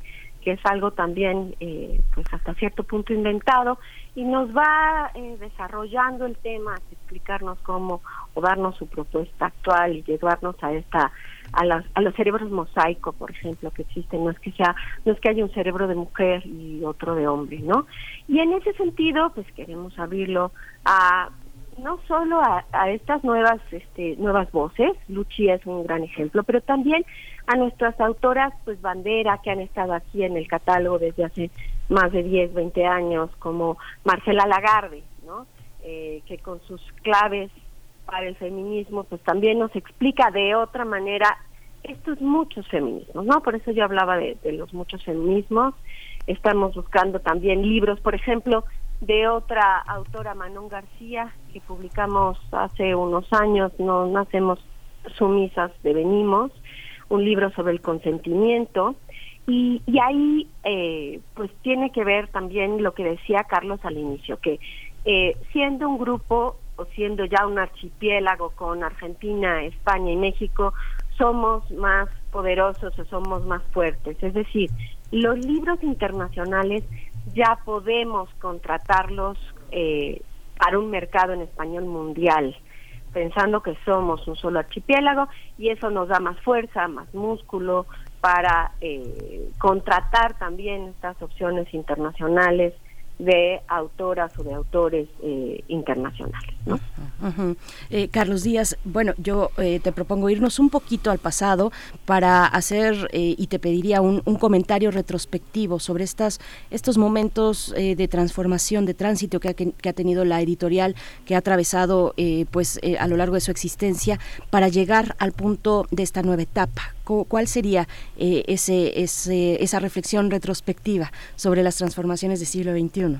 que es algo también eh, pues hasta cierto punto inventado, y nos va eh, desarrollando el tema, explicarnos cómo o darnos su propuesta actual y llevarnos a esta a, las, a los cerebros mosaico, por ejemplo, que existen. No es que sea no es que haya un cerebro de mujer y otro de hombre, ¿no? Y en ese sentido, pues queremos abrirlo a no solo a, a estas nuevas este, nuevas voces. Luchi es un gran ejemplo, pero también a nuestras autoras pues bandera, que han estado aquí en el catálogo desde hace más de diez, veinte años, como Marcela Lagarde, ¿no? Eh, que con sus claves para el feminismo pues también nos explica de otra manera estos muchos feminismos, ¿no? Por eso yo hablaba de, de los muchos feminismos. Estamos buscando también libros, por ejemplo, de otra autora, Manon García, que publicamos hace unos años, No nacemos sumisas, devenimos, un libro sobre el consentimiento, y, y ahí eh, pues tiene que ver también lo que decía Carlos al inicio, que eh, siendo un grupo o siendo ya un archipiélago con Argentina, España y México, somos más poderosos o somos más fuertes. Es decir, los libros internacionales ya podemos contratarlos eh, para un mercado en español mundial, pensando que somos un solo archipiélago, y eso nos da más fuerza, más músculo para eh, contratar también estas opciones internacionales de autoras o de autores eh, internacionales, ¿no? Uh-huh. Eh, Carlos Díaz, bueno, yo eh, te propongo irnos un poquito al pasado para hacer, eh, y te pediría un, un comentario retrospectivo sobre estas estos momentos eh, de transformación, de tránsito que ha, que ha tenido la editorial, que ha atravesado eh, pues eh, a lo largo de su existencia para llegar al punto de esta nueva etapa. ¿Cuál sería eh, ese, ese, esa reflexión retrospectiva sobre las transformaciones del siglo veintiuno?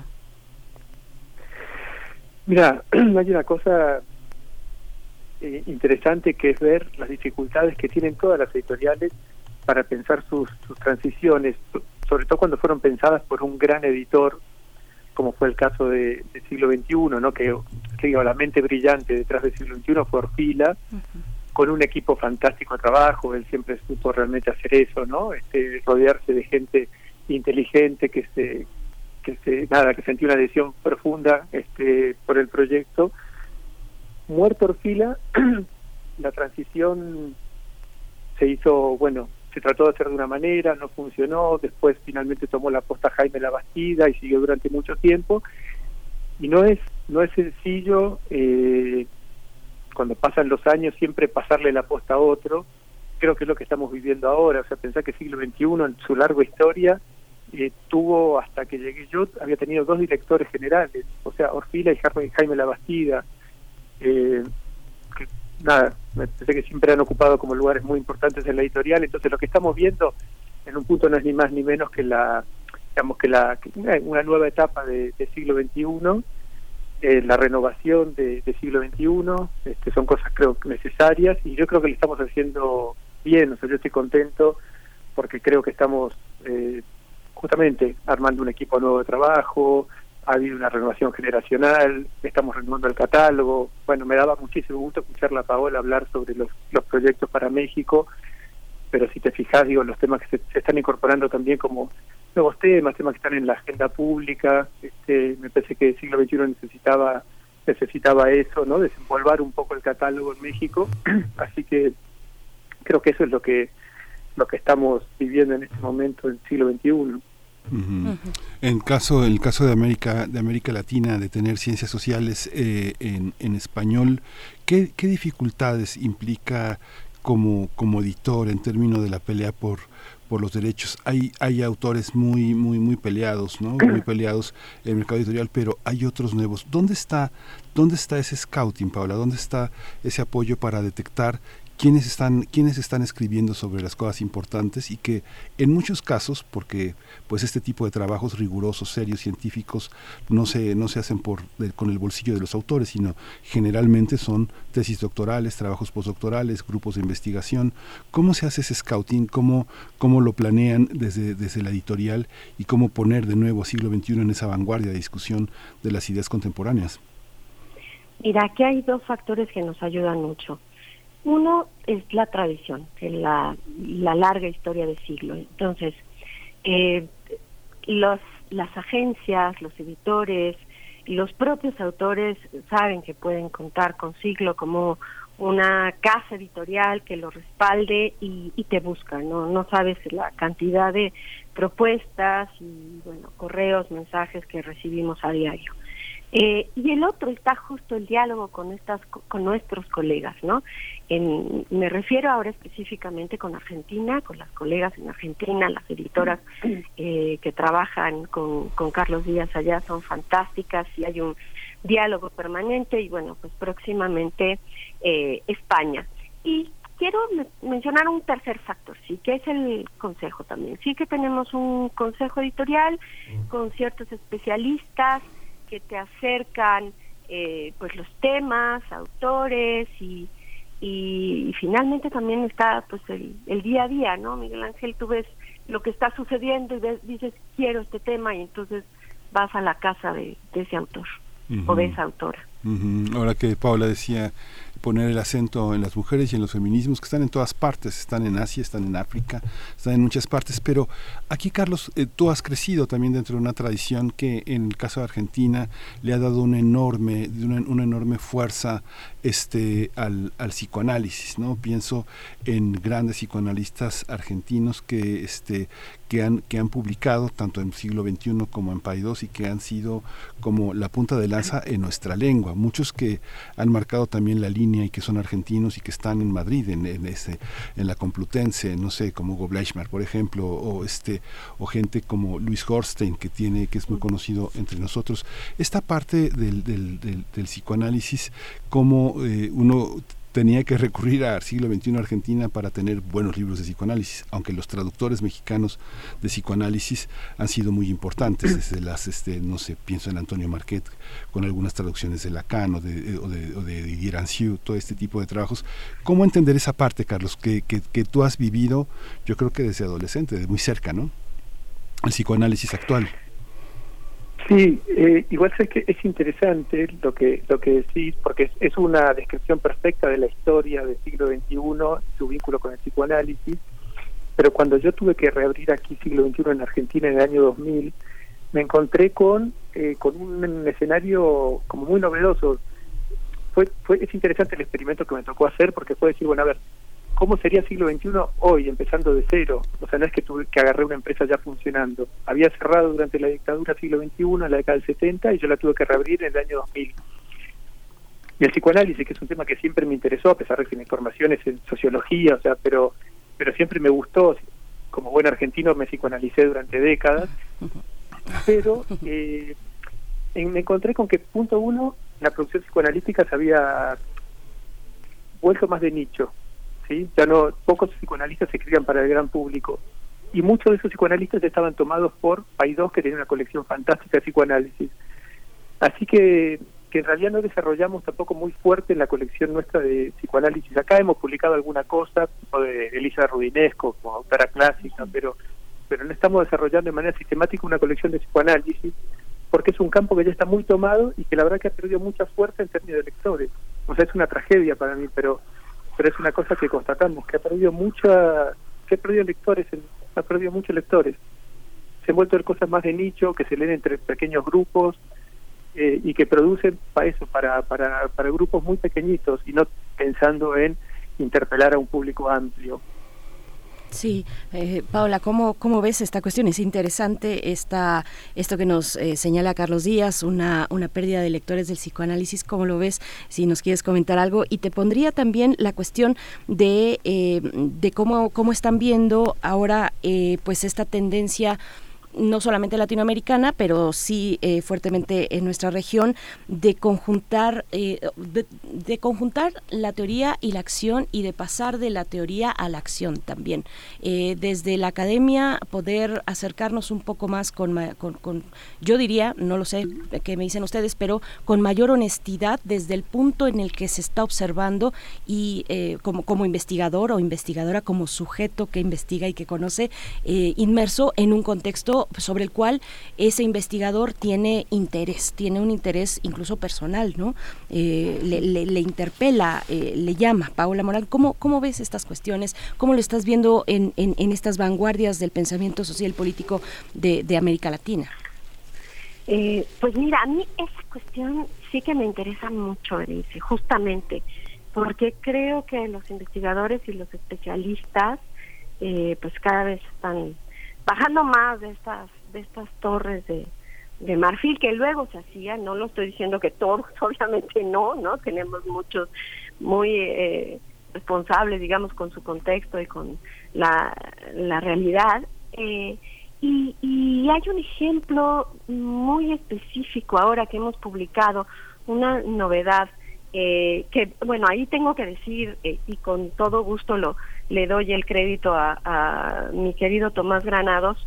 Mira, hay una cosa eh, interesante, que es ver las dificultades que tienen todas las editoriales para pensar sus, sus transiciones, sobre todo cuando fueron pensadas por un gran editor, como fue el caso de, de siglo veintiuno, ¿no? Que, que digo, la mente brillante detrás del siglo veintiuno fue Orfila, uh-huh, con un equipo fantástico de trabajo. Él siempre supo realmente hacer eso, ¿no? Este, rodearse de gente inteligente que se que se nada que sentía una adhesión profunda este por el proyecto. Muerto Orfila, la transición se hizo, bueno, se trató de hacer de una manera, no funcionó, después finalmente tomó la posta Jaime Labastida y siguió durante mucho tiempo, y no es no es sencillo eh, cuando pasan los años siempre pasarle la posta a otro. Creo que es lo que estamos viviendo ahora. O sea, pensar que el siglo veintiuno en su larga historia eh, tuvo, hasta que llegué yo, había tenido dos directores generales, o sea, Orfila y Jaime Labastida, eh, que nada, me parece que siempre han ocupado como lugares muy importantes en la editorial. Entonces lo que estamos viendo en un punto no es ni más ni menos que la, digamos que la que una nueva etapa de, de siglo veintiuno, eh, la renovación de, de siglo veintiuno, este, son cosas creo necesarias, y yo creo que lo estamos haciendo bien. O sea, yo estoy contento porque creo que estamos eh, justamente armando un equipo nuevo de trabajo, ha habido una renovación generacional, estamos renovando el catálogo. Bueno, me daba muchísimo gusto escucharla a Paola hablar sobre los, los proyectos para México, pero si te fijas, digo, los temas que se, se están incorporando también como nuevos temas, temas que están en la agenda pública. Este, me parece que el siglo veintiuno necesitaba necesitaba eso, ¿no? Desempolvar un poco el catálogo en México. Así que creo que eso es lo que lo que estamos viviendo en este momento en el siglo veintiuno. Uh-huh. Uh-huh. En caso, en el caso de América, de América Latina, de tener ciencias sociales eh, en, en español, ¿qué, qué dificultades implica como, como editor en términos de la pelea por por los derechos? Hay hay autores muy muy muy peleados, ¿no? Muy peleados en el mercado editorial, pero hay otros nuevos. ¿Dónde está dónde está ese scouting, Paula? ¿Dónde está ese apoyo para detectar quiénes están quiénes están escribiendo sobre las cosas importantes, y que en muchos casos, porque pues este tipo de trabajos rigurosos, serios, científicos no se no se hacen por de, con el bolsillo de los autores, sino generalmente son tesis doctorales, trabajos postdoctorales, grupos de investigación? ¿Cómo se hace ese scouting? ¿Cómo cómo lo planean desde desde la editorial, y cómo poner de nuevo siglo veintiuno en esa vanguardia de discusión de las ideas contemporáneas? Mira, aquí hay dos factores que nos ayudan mucho. Uno es la tradición, la, la larga historia de siglo. Entonces, eh, los las agencias, los editores y los propios autores saben que pueden contar con Siglo como una casa editorial que lo respalde y, y te busca, no no sabes la cantidad de propuestas y bueno correos, mensajes que recibimos a diario. Eh, y el otro está justo el diálogo con estas con nuestros colegas, ¿no? En, me refiero ahora específicamente con Argentina, con las colegas en Argentina, las editoras eh, que trabajan con, con Carlos Díaz allá son fantásticas y hay un diálogo permanente y bueno, pues próximamente eh, España. Y quiero me- mencionar un tercer factor, sí, que es el consejo también. Sí que tenemos un consejo editorial con ciertos especialistas que te acercan eh, pues los temas, autores y, y, y finalmente también está pues el, el día a día, ¿no? Miguel Ángel, tú ves lo que está sucediendo y ves, dices quiero este tema y entonces vas a la casa de, de ese autor uh-huh. o de esa autora. Uh-huh. Ahora que Paula decía poner el acento en las mujeres y en los feminismos que están en todas partes, están en Asia, están en África, están en muchas partes, pero aquí Carlos, eh, tú has crecido también dentro de una tradición que en el caso de Argentina le ha dado una enorme, una, una enorme fuerza este al, al psicoanálisis, ¿no? Pienso en grandes psicoanalistas argentinos que este que han que han publicado tanto en Siglo veintiuno como en Paidós y que han sido como la punta de lanza en nuestra lengua, muchos que han marcado también la línea y que son argentinos y que están en Madrid, en, en ese, en la Complutense, no sé, como Hugo Bleichmar, por ejemplo, o este, o gente como Luis Horstein, que tiene, que es muy conocido entre nosotros. Esta parte del, del, del, del psicoanálisis, como eh, uno tenía que recurrir al siglo veintiuno Argentina para tener buenos libros de psicoanálisis, aunque los traductores mexicanos de psicoanálisis han sido muy importantes, desde las, este, no sé, pienso en Antonio Marquet, con algunas traducciones de Lacan o de, o de, o de Didier Anciu, todo este tipo de trabajos. ¿Cómo entender esa parte, Carlos, que, que, que tú has vivido, yo creo que desde adolescente, de muy cerca, ¿no? El psicoanálisis actual. Sí, eh, igual sé que es interesante lo que lo que decís, porque es, es una descripción perfecta de la historia del siglo veintiuno, su vínculo con el psicoanálisis, pero cuando yo tuve que reabrir aquí siglo veintiuno en Argentina en el año dos mil, me encontré con eh, con un escenario como muy novedoso. Fue, fue es interesante el experimento que me tocó hacer, porque fue decir, bueno, a ver, ¿cómo sería siglo veintiuno hoy, empezando de cero? O sea, no es que tuve que agarré una empresa ya funcionando. Había cerrado durante la dictadura siglo veintiuno, en la década del setenta, y yo la tuve que reabrir en el año dos mil. Y el psicoanálisis, que es un tema que siempre me interesó, a pesar de que mi formación es en sociología, o sea, pero pero siempre me gustó. Como buen argentino me psicoanalicé durante décadas, pero eh, me encontré con que, punto uno, la producción psicoanalítica se había vuelto más de nicho. ¿Sí? Ya no, pocos psicoanalistas se escribían para el gran público y muchos de esos psicoanalistas estaban tomados por Paidós, que tenía una colección fantástica de psicoanálisis, así que, que en realidad no desarrollamos tampoco muy fuerte en la colección nuestra de psicoanálisis. Acá hemos publicado alguna cosa tipo de Elisa Rudinesco como autora clásica, pero pero no estamos desarrollando de manera sistemática una colección de psicoanálisis, porque es un campo que ya está muy tomado y que la verdad que ha perdido mucha fuerza en términos de lectores. O sea, es una tragedia para mí, pero pero es una cosa que constatamos, que ha perdido mucha, que ha perdido lectores, ha perdido muchos lectores. Se han vuelto a ver cosas más de nicho, que se leen entre pequeños grupos eh, y que producen para eso, para, para, para grupos muy pequeñitos y no pensando en interpelar a un público amplio. Sí, eh, Paula, ¿cómo, ¿cómo ves esta cuestión? Es interesante esta, esto que nos eh, señala Carlos Díaz, una, una pérdida de lectores del psicoanálisis. ¿Cómo lo ves? Si nos quieres comentar algo. Y te pondría también la cuestión de, eh, de cómo, cómo están viendo ahora eh, pues esta tendencia, no solamente latinoamericana, pero sí eh, fuertemente en nuestra región, de conjuntar eh, de, de conjuntar la teoría y la acción, y de pasar de la teoría a la acción también. Eh, desde la academia poder acercarnos un poco más con, con, con, yo diría, no lo sé qué me dicen ustedes, pero con mayor honestidad desde el punto en el que se está observando y eh, como, como investigador o investigadora, como sujeto que investiga y que conoce, eh, inmerso en un contexto punto sobre el cual ese investigador tiene interés, tiene un interés incluso personal, ¿no? Eh, le, le, le interpela, eh, le llama. Paola Morán, ¿cómo, cómo ves estas cuestiones? ¿Cómo lo estás viendo en, en, en estas vanguardias del pensamiento social político de, de América Latina? Eh, pues mira, a mí esa cuestión sí que me interesa mucho, Berenice, justamente porque creo que los investigadores y los especialistas eh, pues cada vez están bajando más de estas de estas torres de, de marfil que luego se hacían. No lo estoy diciendo que todos, obviamente no, ¿no? Tenemos muchos muy eh, responsables, digamos, con su contexto y con la, la realidad. Eh, y, y hay un ejemplo muy específico ahora que hemos publicado, una novedad eh, que, bueno, ahí tengo que decir, eh, y con todo gusto lo le doy el crédito a, a mi querido Tomás Granados,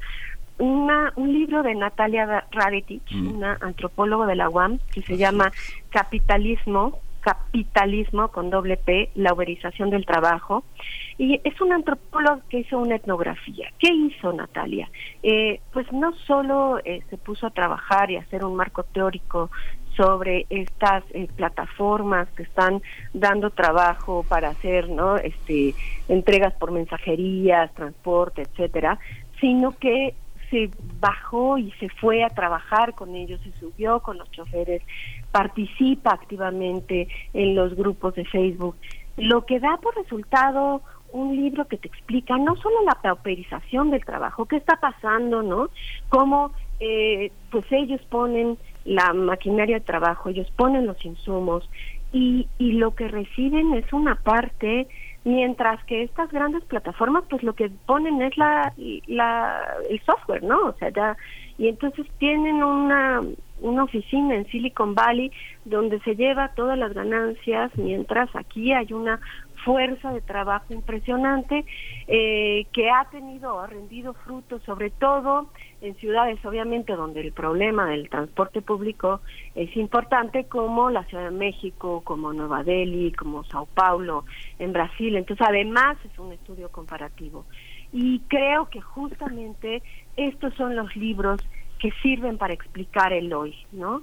una, un libro de Natalia Radetich, mm. una antropóloga de la U A M, que se llama Capitalismo, Capitalismo con doble P, la uberización del trabajo, y es una antropóloga que hizo una etnografía. ¿Qué hizo Natalia? Eh, pues no solo eh, se puso a trabajar y a hacer un marco teórico sobre estas eh, plataformas que están dando trabajo para hacer, ¿no?, este, entregas por mensajerías, transporte, etcétera, sino que se bajó y se fue a trabajar con ellos, se subió con los choferes, participa activamente en los grupos de Facebook, lo que da por resultado un libro que te explica no solo la pauperización del trabajo, qué está pasando, ¿no?, cómo eh, pues ellos ponen la maquinaria de trabajo, ellos ponen los insumos y, y lo que reciben es una parte, mientras que estas grandes plataformas pues lo que ponen es la, la el software, ¿no? O sea, ya, y entonces tienen una una oficina en Silicon Valley donde se lleva todas las ganancias, mientras aquí hay una fuerza de trabajo impresionante eh, que ha tenido, ha rendido frutos, sobre todo en ciudades obviamente donde el problema del transporte público es importante, como la Ciudad de México, como Nueva Delhi, como Sao Paulo, en Brasil. Entonces además es un estudio comparativo y creo que justamente estos son los libros que sirven para explicar el hoy, ¿no?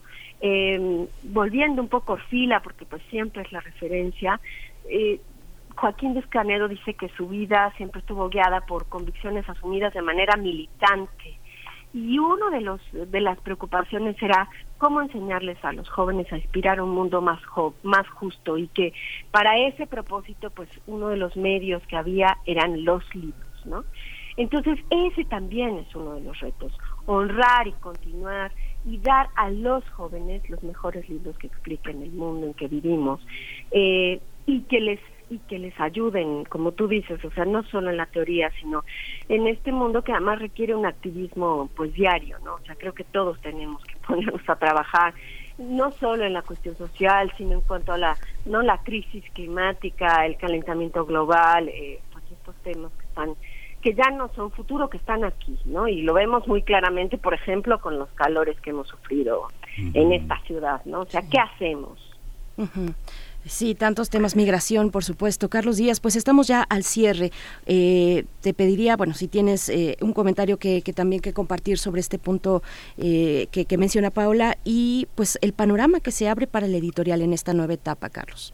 Eh, volviendo un poco a Orfila, porque pues siempre es la referencia, eh, Joaquín Descanedo dice que su vida siempre estuvo guiada por convicciones asumidas de manera militante, y uno de los de las preocupaciones era cómo enseñarles a los jóvenes a aspirar a un mundo más jo- más justo, y que para ese propósito pues uno de los medios que había eran los libros, ¿no? Entonces ese también es uno de los retos, honrar y continuar y dar a los jóvenes los mejores libros que expliquen el mundo en que vivimos, eh, y que les y que les ayuden, como tú dices, o sea, no solo en la teoría, sino en este mundo que además requiere un activismo pues diario, ¿no? O sea, creo que todos tenemos que ponernos a trabajar, no solo en la cuestión social, sino en cuanto a la no la crisis climática, el calentamiento global, eh, pues estos temas que están que ya no son futuro, que están aquí, ¿no? Y lo vemos muy claramente, por ejemplo, con los calores que hemos sufrido uh-huh. en esta ciudad, ¿no? O sea, ¿qué hacemos? Uh-huh. Sí, tantos temas, migración, por supuesto. Carlos Díaz, pues estamos ya al cierre. Eh, te pediría, bueno, si tienes eh, un comentario que, que también que compartir sobre este punto eh, que, que menciona Paola, y pues el panorama que se abre para el editorial en esta nueva etapa, Carlos.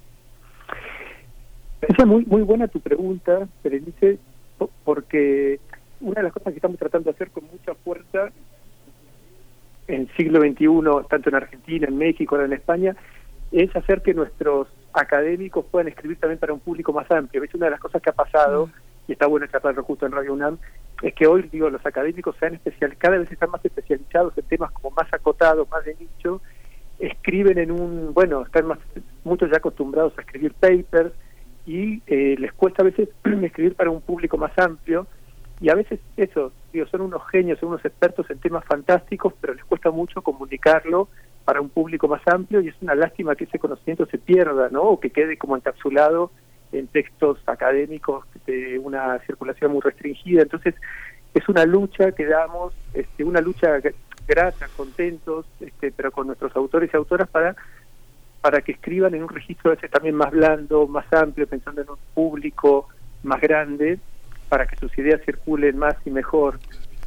Esa es muy, muy buena tu pregunta, Berenice, porque una de las cosas que estamos tratando de hacer con mucha fuerza en el siglo veintiuno, tanto en Argentina, en México, ahora en España, es hacer que nuestros académicos puedan escribir también para un público más amplio. ¿Ves? Una de las cosas que ha pasado, y está bueno charlarlo justo en Radio UNAM, es que hoy, digo, los académicos se han especial, cada vez están más especializados en temas como más acotados, más de nicho, escriben en un, bueno, están más, muchos ya acostumbrados a escribir papers, y eh, les cuesta a veces escribir para un público más amplio, y a veces eso, digo, son unos genios, son unos expertos en temas fantásticos, pero les cuesta mucho comunicarlo para un público más amplio, y es una lástima que ese conocimiento se pierda, ¿no? O que quede como encapsulado en textos académicos de una circulación muy restringida. Entonces es una lucha que damos, este, una lucha grata, contentos, este, pero con nuestros autores y autoras para para que escriban en un registro a veces también más blando, más amplio, pensando en un público más grande, para que sus ideas circulen más y mejor.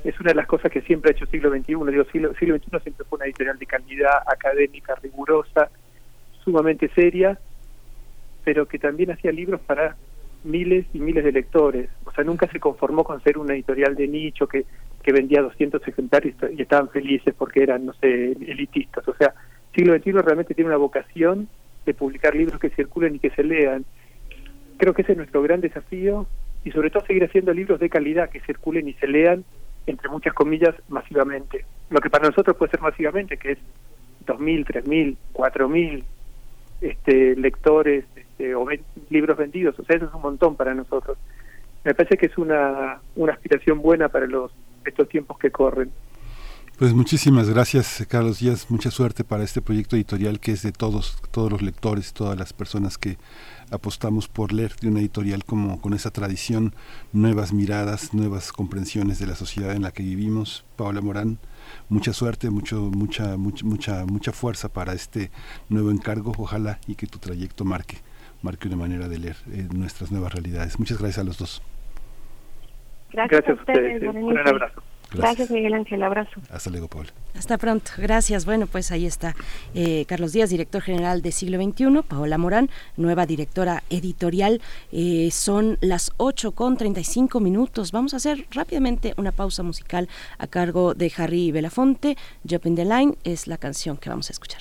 es una de las cosas que siempre ha hecho Siglo veintiuno. Digo, Siglo, Siglo veintiuno siempre fue una editorial de calidad académica, rigurosa, sumamente seria, pero que también hacía libros para miles y miles de lectores. O sea, nunca se conformó con ser una editorial de nicho que, que vendía doscientos ejemplares y estaban felices porque eran, no sé, elitistas. O sea, Siglo veintiuno realmente tiene una vocación de publicar libros que circulen y que se lean. Creo que ese es nuestro gran desafío, y sobre todo seguir haciendo libros de calidad que circulen y se lean, entre muchas comillas, masivamente. Lo que para nosotros puede ser masivamente, que es dos mil, tres mil, cuatro mil este, lectores este, o ven, libros vendidos. O sea, eso es un montón para nosotros. Me parece que es una, una aspiración buena para los estos tiempos que corren. Pues muchísimas gracias, Carlos Díaz. Mucha suerte para este proyecto editorial que es de todos, todos los lectores, todas las personas que apostamos por leer, de una editorial como con esa tradición, nuevas miradas, nuevas comprensiones de la sociedad en la que vivimos. Paola Morán, mucha suerte, mucho, mucha, mucha, mucha, mucha fuerza para este nuevo encargo. Ojalá y que tu trayecto marque, marque una manera de leer eh, nuestras nuevas realidades. Muchas gracias a los dos. Gracias, gracias a ustedes. ustedes un gran abrazo. Gracias. Gracias, Miguel Ángel, abrazo. Hasta luego, Paola. Hasta pronto, gracias. Bueno, pues ahí está eh, Carlos Díaz, director general de Siglo veintiuno, Paola Morán, nueva directora editorial. Eh, son las ocho con treinta y cinco minutos. Vamos a hacer rápidamente una pausa musical a cargo de Harry Belafonte. Jump in the Line es la canción que vamos a escuchar.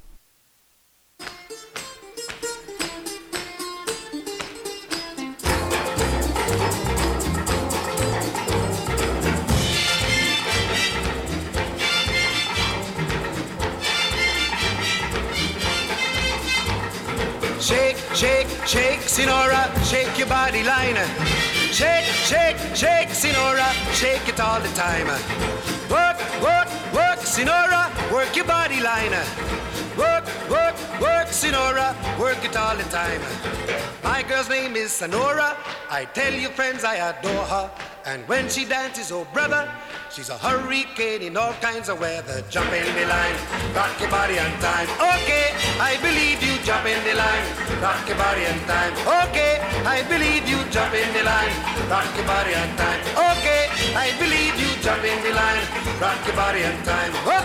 Shake, shake, shake, Sinora, shake your body line. Shake, shake, shake, Sinora, shake it all the time. Work, work, work, Sinora, work your body line. Work, work, work, Sinora, work it all the time. My girl's name is Sonora. I tell you, friends, I adore her. And when she dances, oh brother, she's a hurricane in all kinds of weather. Jump in the line, rock your body on time. Okay, I believe you, jump in the line, rock your body on time. Okay, I believe you, jump in the line, rock your body on time. Okay, I believe you, jump in the line, rock your body on time. Whoa.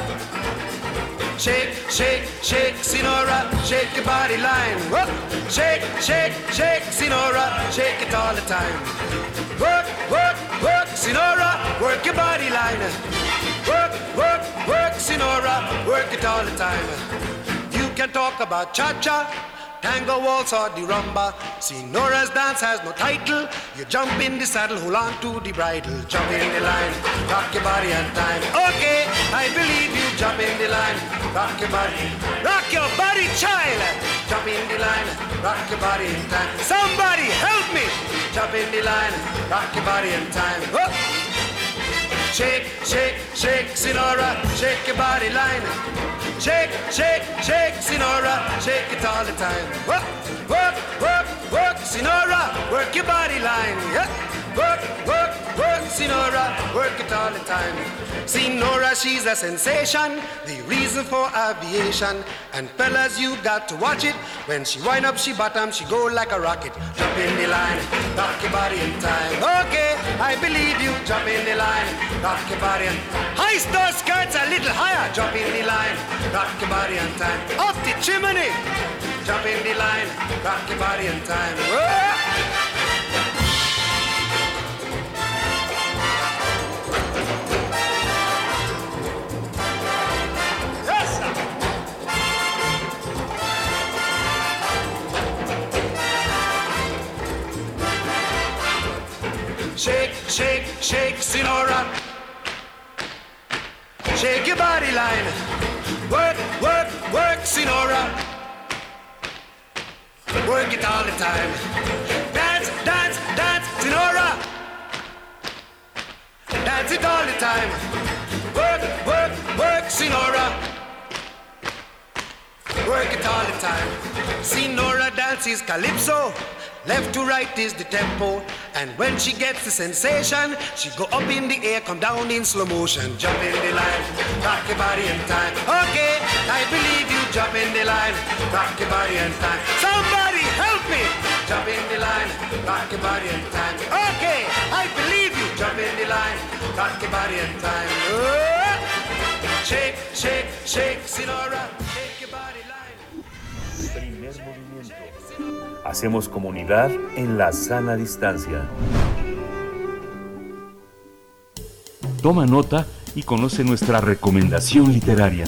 Shake, shake, shake, Sinora, shake your body line. Whoa. Shake, shake, shake, Sinora, shake it all the time. Work, work, work, Sinora, work your body line. Work, work, work, Sinora, work it all the time. You can talk about cha-cha, tango, waltz or the rumba. Sinora's dance has no title. You jump in the saddle, hold on to the bridle. Jump in the line, rock your body on time. Okay, I believe you, jump in the line, rock your body. Rock your body, child. Jump in the line, rock your body in time. Somebody help me. Jump in the line, rock your body in time. Whoop. Shake, shake, shake, Sinora, shake your body line. Shake, shake, shake, Sinora, shake it all the time. Work, work, work, work, Sinora, work your body line. Yeah. Work, work, work, Sinora, work it all the time. Sinora, she's a sensation, the reason for aviation. And fellas, you got to watch it. When she wind up, she bottom, she go like a rocket. Jump in the line, rock your body in time. Okay, I believe you, jump in the line, rock your body in. Heist those skirts a little higher, jump in the line, rock your body in time. Off the chimney, jump in the line, rock your body in time. Whoa! Shake, shake, shake, Sinora. Shake your body line. Work, work, work, Sinora. Work it all the time. Dance, dance, dance, Sinora. Dance it all the time. Work, work, work, Sinora. Work it all the time. Sinora dances calypso. Left to right is the tempo. And when she gets the sensation, she go up in the air, come down in slow motion. Jump in the line, rock your body in time. Okay, I believe you, jump in the line, rock your body in time. Somebody help me! Jump in the line, rock your body in time. Okay, I believe you, jump in the line, rock your body in time. Oh, shake, shake, shake, Sinora, shake your body line. Primer movimiento. Hacemos comunidad en la sana distancia. Toma nota y conoce nuestra recomendación literaria.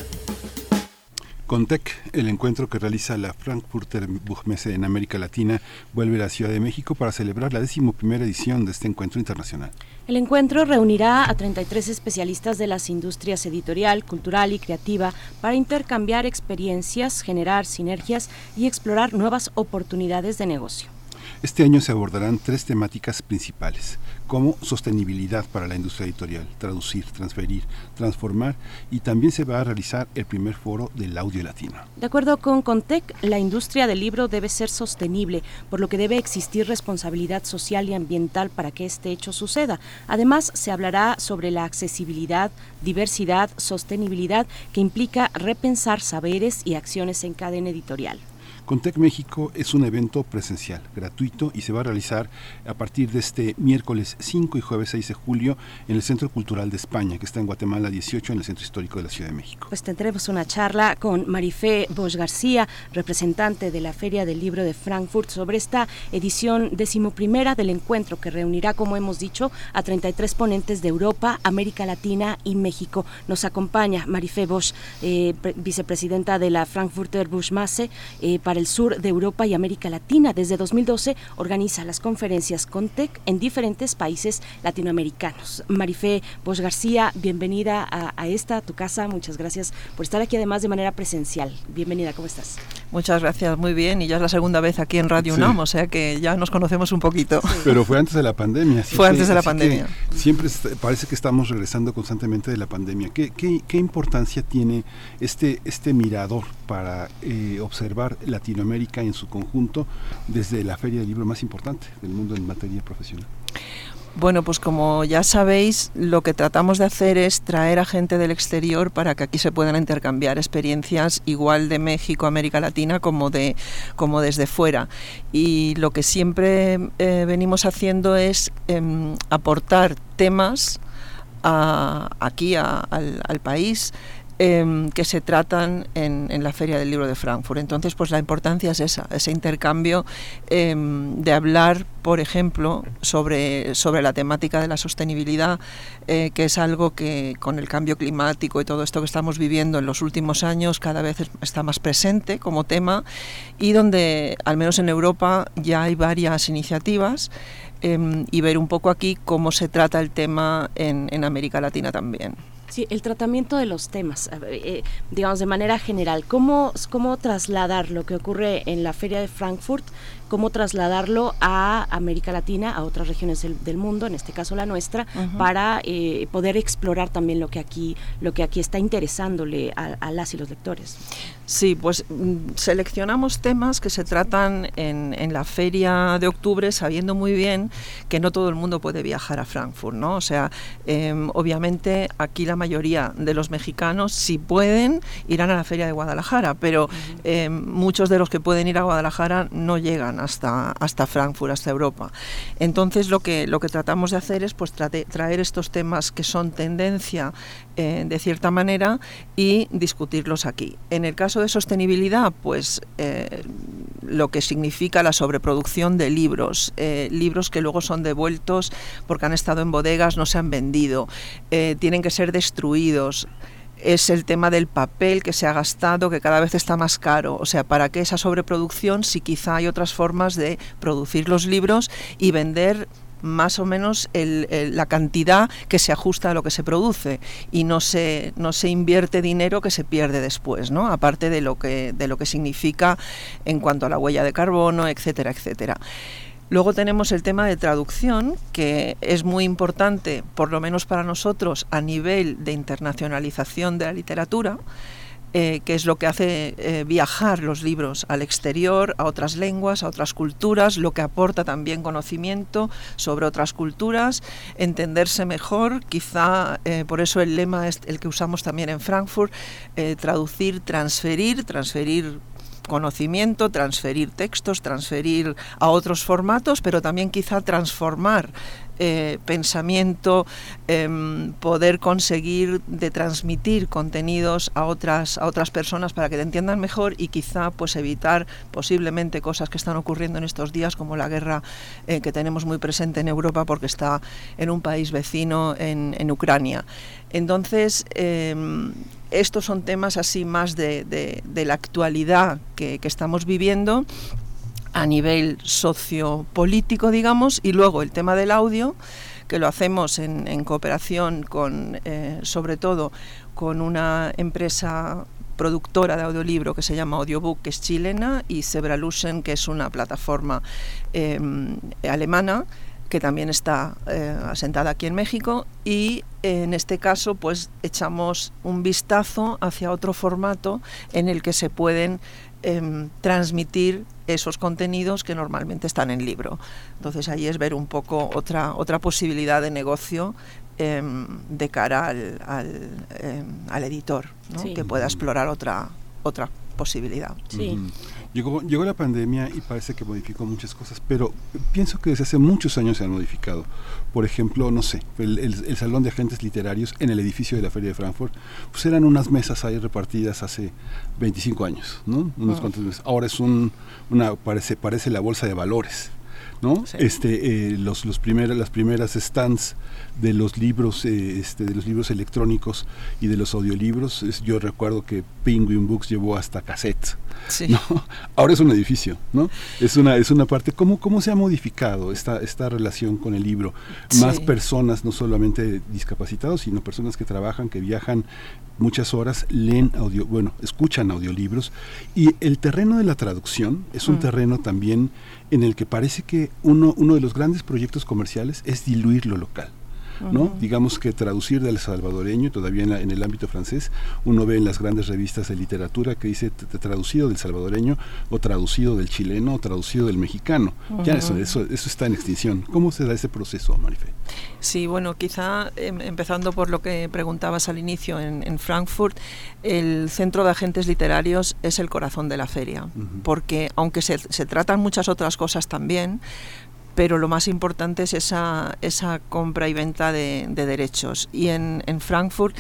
Contec, el encuentro que realiza la Frankfurter Buchmesse en América Latina, vuelve a la Ciudad de México para celebrar la decimoprimera edición de este encuentro internacional. El encuentro reunirá a treinta y tres especialistas de las industrias editorial, cultural y creativa para intercambiar experiencias, generar sinergias y explorar nuevas oportunidades de negocio. Este año se abordarán tres temáticas principales, como sostenibilidad para la industria editorial, traducir, transferir, transformar, y también se va a realizar el primer foro del audio latino. De acuerdo con Contec, la industria del libro debe ser sostenible, por lo que debe existir responsabilidad social y ambiental para que este hecho suceda. Además, se hablará sobre la accesibilidad, diversidad, sostenibilidad, que implica repensar saberes y acciones en cadena editorial. Contec México es un evento presencial, gratuito, y se va a realizar a partir de este miércoles cinco y jueves seis de julio en el Centro Cultural de España, que está en Guatemala dieciocho, en el Centro Histórico de la Ciudad de México. Pues tendremos una charla con Marifé Bosch García, representante de la Feria del Libro de Frankfurt, sobre esta edición decimoprimera del encuentro que reunirá, como hemos dicho, a treinta y tres ponentes de Europa, América Latina y México. Nos acompaña Marifé Bosch, eh, pre- vicepresidenta de la Frankfurter Buchmesse, eh, para el sur de Europa y América Latina. Desde dos mil doce organiza las conferencias Contec en diferentes países latinoamericanos. Marifé Bosch García, bienvenida a, a esta, a tu casa. Muchas gracias por estar aquí, además de manera presencial. Bienvenida, ¿cómo estás? Muchas gracias, muy bien. Y ya es la segunda vez aquí en Radio Sí. UNAM, o sea que ya nos conocemos un poquito. Sí. Pero fue antes de la pandemia. Así Fue que, antes de la así pandemia. que siempre est- parece que estamos regresando constantemente de la pandemia. ¿Qué, qué, qué importancia tiene este, este mirador para eh, observar Latinoamérica en su conjunto desde la feria del libro más importante del mundo en materia profesional? Bueno, pues como ya sabéis, lo que tratamos de hacer es traer a gente del exterior para que aquí se puedan intercambiar experiencias igual de México, América Latina, como de como desde fuera. Y lo que siempre eh, venimos haciendo es eh, aportar temas a, aquí a, al, al país, Eh, que se tratan en, en la Feria del Libro de Frankfurt. Entonces, pues la importancia es esa, ese intercambio eh, de hablar, por ejemplo, sobre, sobre la temática de la sostenibilidad, eh, que es algo que con el cambio climático y todo esto que estamos viviendo en los últimos años cada vez es, está más presente como tema, y donde, al menos en Europa, ya hay varias iniciativas, eh, y ver un poco aquí cómo se trata el tema en, en América Latina también. Sí, el tratamiento de los temas, eh, digamos de manera general, ¿cómo, cómo trasladar lo que ocurre en la Feria de Frankfurt, cómo trasladarlo a América Latina, a otras regiones del, del mundo, en este caso la nuestra, uh-huh. para eh, poder explorar también lo que aquí, lo que aquí está interesándole a, a las y los lectores? Sí, pues mm, seleccionamos temas que se tratan en, en la feria de octubre, sabiendo muy bien que no todo el mundo puede viajar a Frankfurt, ¿no? O sea, eh, obviamente aquí la mayoría de los mexicanos, si pueden, irán a la feria de Guadalajara, pero uh-huh. eh, muchos de los que pueden ir a Guadalajara no llegan hasta, hasta Frankfurt, hasta Europa. Entonces lo que, lo que tratamos de hacer es pues trate, traer estos temas que son tendencia eh, de cierta manera y discutirlos aquí. En el caso de sostenibilidad, pues eh, lo que significa la sobreproducción de libros, eh, libros que luego son devueltos porque han estado en bodegas, no se han vendido, eh, tienen que ser destruidos. Es el tema del papel que se ha gastado, que cada vez está más caro. O sea, ¿para qué esa sobreproducción si quizá hay otras formas de producir los libros y vender más o menos el, el, la cantidad que se ajusta a lo que se produce y no se, no se invierte dinero que se pierde después, ¿no? Aparte de lo que, de lo que significa en cuanto a la huella de carbono, etcétera, etcétera. Luego tenemos el tema de traducción, que es muy importante, por lo menos para nosotros, a nivel de internacionalización de la literatura, eh, que es lo que hace eh, viajar los libros al exterior, a otras lenguas, a otras culturas, lo que aporta también conocimiento sobre otras culturas, entenderse mejor, quizá eh, por eso el lema es el que usamos también en Frankfurt, eh, traducir, transferir, transferir conocimiento, transferir textos, transferir a otros formatos, pero también quizá transformar eh, pensamiento, eh, poder conseguir de transmitir contenidos a otras a otras personas para que te entiendan mejor y quizá pues evitar posiblemente cosas que están ocurriendo en estos días, como la guerra eh, que tenemos muy presente en Europa porque está en un país vecino, en, en Ucrania. Entonces, eh, estos son temas así más de, de, de la actualidad que, que estamos viviendo a nivel sociopolítico, digamos, y luego el tema del audio, que lo hacemos en, en cooperación con, eh, sobre todo, con una empresa productora de audiolibro que se llama Audiobook, que es chilena, y Zebralusen, que es una plataforma eh, alemana, que también está eh, asentada aquí en México, y eh, en este caso pues echamos un vistazo hacia otro formato en el que se pueden eh, transmitir esos contenidos que normalmente están en libro. Entonces ahí es ver un poco otra, otra posibilidad de negocio eh, de cara al, al, eh, al editor, ¿no? Sí. Que pueda explorar otra, otra posibilidad. Sí. Mm. Llegó, llegó la pandemia y parece que modificó muchas cosas, pero pienso que desde hace muchos años se han modificado. Por ejemplo, no sé, el, el, el Salón de Agentes Literarios en el edificio de la Feria de Frankfurt, pues eran unas mesas ahí repartidas hace veinticinco años, ¿no? Unos oh. cuantos meses. Ahora es un, una, parece, parece la bolsa de valores, ¿no? Sí. Este, eh, los, los primeros, las primeras stands de los libros, eh, este, de los libros electrónicos y de los audiolibros, es, yo recuerdo que Penguin Books llevó hasta cassette. Sí. ¿No? Ahora es un edificio, ¿no? Es una, es una parte. ¿Cómo, cómo se ha modificado esta, esta relación con el libro? Más sí. personas, no solamente discapacitados, sino personas que trabajan, que viajan muchas horas, leen audio, bueno, escuchan audiolibros, y el terreno de la traducción es un mm. terreno también en el que parece que uno, uno de los grandes proyectos comerciales es diluir lo local, ¿no? Uh-huh. Digamos que traducir del salvadoreño, todavía en, la, en el ámbito francés, uno ve en las grandes revistas de literatura que dice t- traducido del salvadoreño, o traducido del chileno, o traducido del mexicano. Uh-huh. Ya eso, eso, eso está en extinción. ¿Cómo se da ese proceso, Marife? Sí, bueno, quizá eh, empezando por lo que preguntabas al inicio, en, en Frankfurt, el Centro de Agentes Literarios es el corazón de la feria, uh-huh. porque aunque se, se tratan muchas otras cosas también, pero lo más importante es esa, esa compra y venta de, de derechos. Y en, en Frankfurt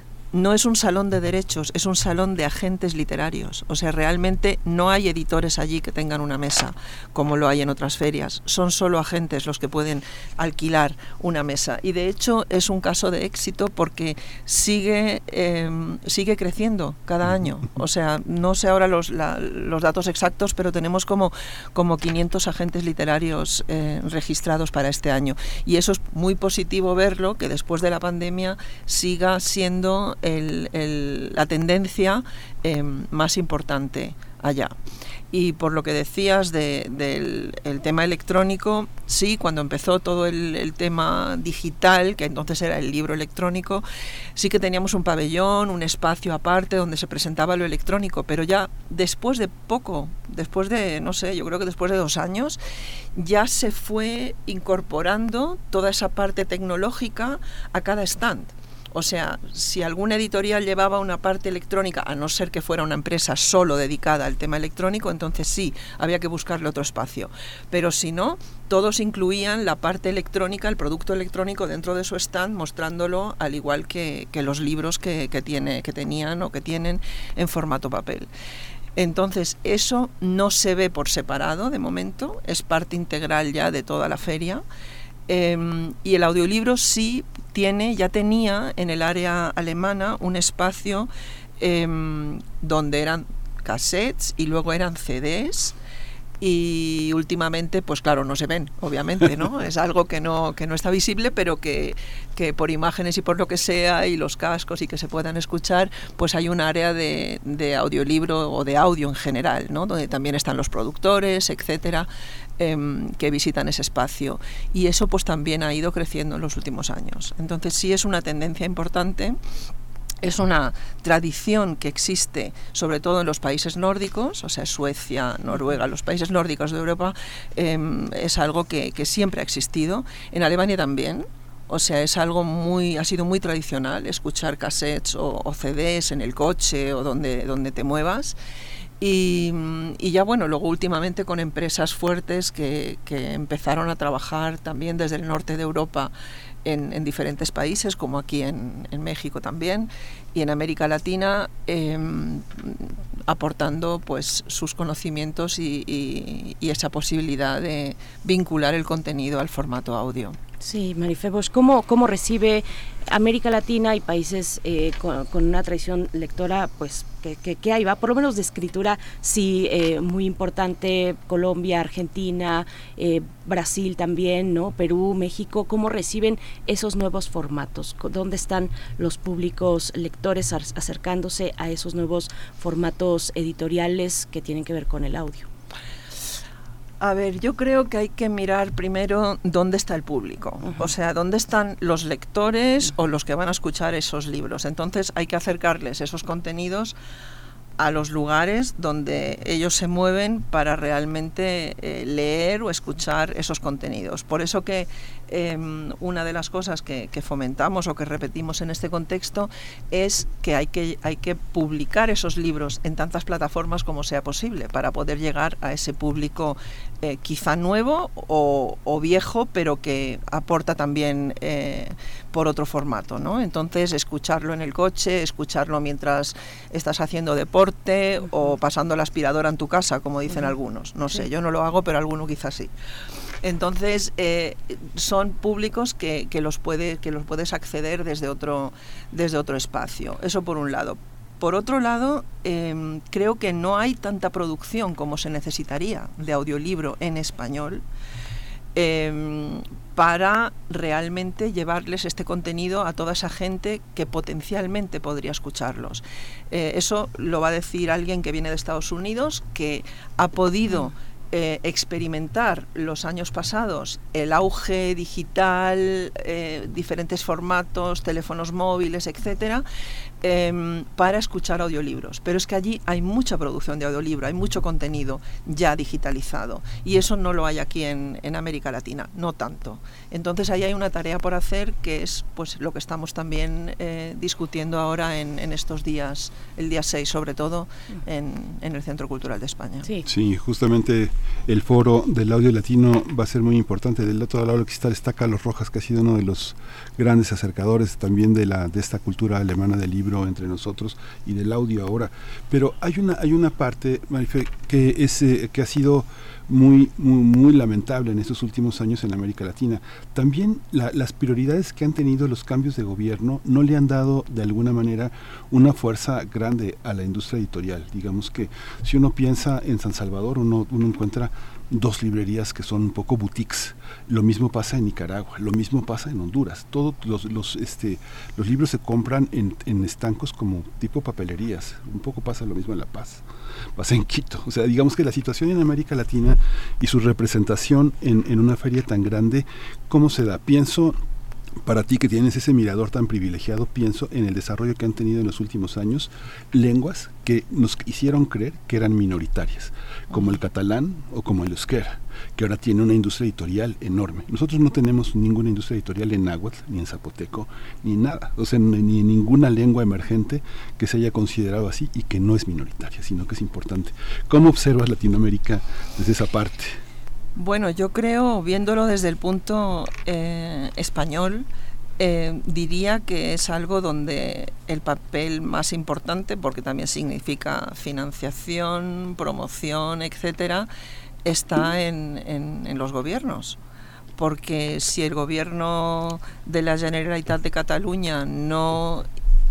no es un salón de derechos, es un salón de agentes literarios. O sea, realmente no hay editores allí que tengan una mesa, como lo hay en otras ferias. Son solo agentes los que pueden alquilar una mesa. Y de hecho es un caso de éxito porque sigue, eh, sigue creciendo cada año. O sea, no sé ahora los, la, los datos exactos, pero tenemos como, como quinientos agentes literarios eh, registrados para este año. Y eso es muy positivo verlo, que después de la pandemia siga siendo El, el, la tendencia eh, más importante allá. Y por lo que decías de, del el tema electrónico, sí, cuando empezó todo el, el tema digital, que entonces era el libro electrónico, sí que teníamos un pabellón, un espacio aparte donde se presentaba lo electrónico, pero ya después de poco, después de, no sé, yo creo que después de dos años, ya se fue incorporando toda esa parte tecnológica a cada stand. O sea, si alguna editorial llevaba una parte electrónica, a no ser que fuera una empresa solo dedicada al tema electrónico, entonces sí, había que buscarle otro espacio. Pero si no, todos incluían la parte electrónica, el producto electrónico dentro de su stand, mostrándolo al igual que, que los libros que, que, tiene, que tenían o que tienen en formato papel. Entonces, eso no se ve por separado de momento, es parte integral ya de toda la feria. Eh, y el audiolibro sí tiene, ya tenía en el área alemana un espacio eh, donde eran cassettes y luego eran C Ds, y últimamente pues claro no se ven, obviamente, ¿no? Es algo que no, que no está visible, pero que, que por imágenes y por lo que sea, y los cascos y que se puedan escuchar, pues hay un área de, de audiolibro o de audio en general, ¿no? Donde también están los productores, etcétera, eh, que visitan ese espacio, y eso pues también ha ido creciendo en los últimos años. Entonces sí es una tendencia importante. Es una tradición que existe sobre todo en los países nórdicos, o sea, Suecia, Noruega, los países nórdicos de Europa, eh, es algo que, que siempre ha existido. En Alemania también, o sea, es algo muy, ha sido muy tradicional escuchar cassettes o, o C Ds en el coche o donde, donde te muevas. Y, y ya bueno, luego últimamente con empresas fuertes que, que empezaron a trabajar también desde el norte de Europa en, en diferentes países, como aquí en, en México también, y en América Latina, eh, aportando pues sus conocimientos y, y, y esa posibilidad de vincular el contenido al formato audio. Sí, Marifé Bosch, ¿cómo, cómo recibe América Latina y países eh, con, con una tradición lectora, pues, que, que, que ahí va, por lo menos de escritura, sí, eh, muy importante, Colombia, Argentina, eh, Brasil también, ¿no? Perú, México, ¿cómo reciben esos nuevos formatos? ¿Dónde están los públicos lectores acercándose a esos nuevos formatos editoriales que tienen que ver con el audio? A ver, yo creo que hay que mirar primero dónde está el público, uh-huh. o sea, dónde están los lectores uh-huh. o los que van a escuchar esos libros. Entonces hay que acercarles esos contenidos a los lugares donde ellos se mueven para realmente eh, leer o escuchar esos contenidos. Por eso que eh, una de las cosas que, que fomentamos o que repetimos en este contexto es que hay que hay que publicar esos libros en tantas plataformas como sea posible para poder llegar a ese público eh, quizá nuevo o, o viejo, pero que aporta también eh, por otro formato, ¿no? Entonces, escucharlo en el coche, escucharlo mientras estás haciendo deporte uh-huh. o pasando la aspiradora en tu casa, como dicen uh-huh. algunos. No sé, sí. yo no lo hago, pero alguno quizás sí. Entonces, eh, son públicos que, que, los puede, que los puedes acceder desde otro, desde otro espacio. Eso por un lado. Por otro lado, eh, creo que no hay tanta producción como se necesitaría de audiolibro en español eh, para realmente llevarles este contenido a toda esa gente que potencialmente podría escucharlos. Eh, eso lo va a decir alguien que viene de Estados Unidos, que ha podido eh, experimentar los años pasados el auge digital, eh, diferentes formatos, teléfonos móviles, etcétera, eh, para escuchar audiolibros. Pero es que allí hay mucha producción de audiolibro, hay mucho contenido ya digitalizado, y eso no lo hay aquí en, en América Latina, no tanto. Entonces ahí hay una tarea por hacer, que es pues lo que estamos también eh, discutiendo ahora en, en estos días, el día seis sobre todo, en, en el Centro Cultural de España. Sí. Sí, justamente el foro del audio latino va a ser muy importante. Del otro lado está, está Carlos Rojas, que ha sido uno de los grandes acercadores también de la de esta cultura alemana del libro entre nosotros y del audio ahora. Pero hay una hay una parte, Marife, que es eh, que ha sido muy, muy muy lamentable en estos últimos años en América Latina. También la, las prioridades que han tenido los cambios de gobierno no le han dado de alguna manera una fuerza grande a la industria editorial. Digamos que si uno piensa en San Salvador, uno, uno encuentra dos librerías que son un poco boutiques. Lo mismo pasa en Nicaragua, lo mismo pasa en Honduras. Todos los, los, este, los libros se compran en, en estancos como tipo papelerías. Un poco pasa lo mismo en La Paz, pasa en Quito. O sea, digamos que la situación en América Latina y su representación en, en una feria tan grande, ¿cómo se da? Pienso, para ti que tienes ese mirador tan privilegiado, pienso en el desarrollo que han tenido en los últimos años lenguas que nos hicieron creer que eran minoritarias, como el catalán o como el euskera, que ahora tiene una industria editorial enorme. Nosotros no tenemos ninguna industria editorial en náhuatl, ni en zapoteco, ni nada, o sea, ni en ninguna lengua emergente que se haya considerado así y que no es minoritaria, sino que es importante. ¿Cómo observas Latinoamérica desde esa parte? Bueno, yo creo, viéndolo desde el punto eh, español, eh, diría que es algo donde el papel más importante, porque también significa financiación, promoción, etcétera, está en, en, en los gobiernos. Porque si el gobierno de la Generalitat de Cataluña no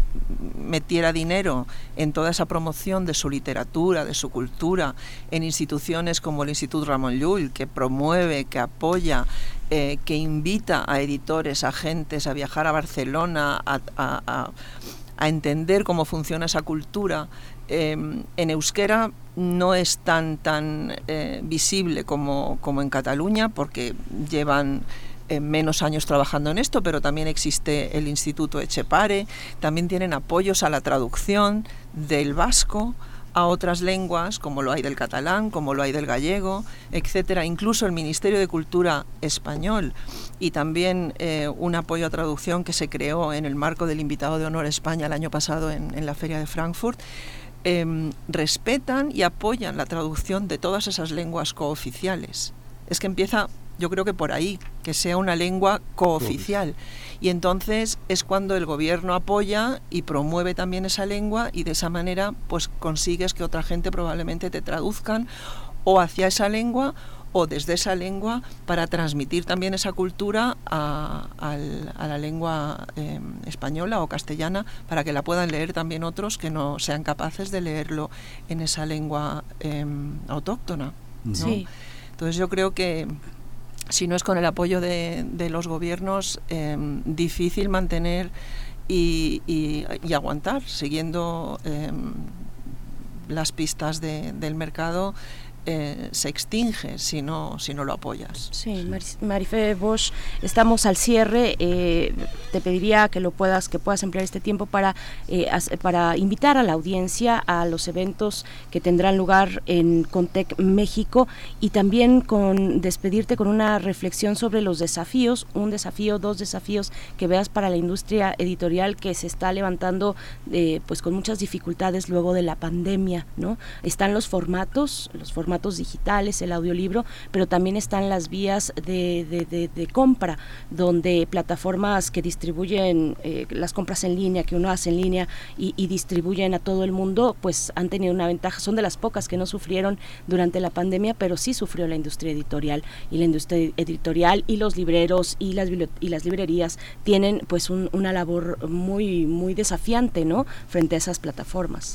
metiera dinero en toda esa promoción de su literatura, de su cultura, en instituciones como el Institut Ramon Llull, que promueve, que apoya, eh, que invita a editores, a agentes a viajar a Barcelona, a, a, a, a entender cómo funciona esa cultura, eh, en euskera no es tan, tan eh, visible como, como en Cataluña, porque llevan Eh, menos años trabajando en esto, pero también existe el Instituto Etxepare, también tienen apoyos a la traducción del vasco a otras lenguas, como lo hay del catalán, como lo hay del gallego, etcétera. Incluso el Ministerio de Cultura español, y también eh, un apoyo a traducción que se creó en el marco del invitado de honor a España el año pasado en, en la Feria de Frankfurt. eh, respetan y apoyan la traducción de todas esas lenguas cooficiales. Es que empieza, yo creo que por ahí, que sea una lengua cooficial. Y entonces es cuando el gobierno apoya y promueve también esa lengua, y de esa manera pues consigues que otra gente probablemente te traduzcan o hacia esa lengua o desde esa lengua para transmitir también esa cultura a, a, a la lengua eh, española o castellana, para que la puedan leer también otros que no sean capaces de leerlo en esa lengua eh, autóctona, ¿no? Sí. Entonces yo creo que si no es con el apoyo de, de los gobiernos, eh, difícil mantener y, y, y aguantar, siguiendo eh, las pistas de, del mercado. Eh, se extinge si no, si no lo apoyas. Sí, Marife Bosch, estamos al cierre. Eh, te pediría que lo puedas, que puedas emplear este tiempo para, eh, para invitar a la audiencia a los eventos que tendrán lugar en Contec México, y también con despedirte con una reflexión sobre los desafíos, un desafío, dos desafíos que veas para la industria editorial que se está levantando eh, pues con muchas dificultades luego de la pandemia, ¿no? Están los formatos, los formatos formatos digitales, el audiolibro, pero también están las vías de, de, de, de compra, donde plataformas que distribuyen eh, las compras en línea, que uno hace en línea y, y distribuyen a todo el mundo, pues han tenido una ventaja. Son de las pocas que no sufrieron durante la pandemia, pero sí sufrió la industria editorial, y la industria editorial y los libreros y las y las librerías tienen pues un, una labor muy muy desafiante, ¿no?, frente a esas plataformas.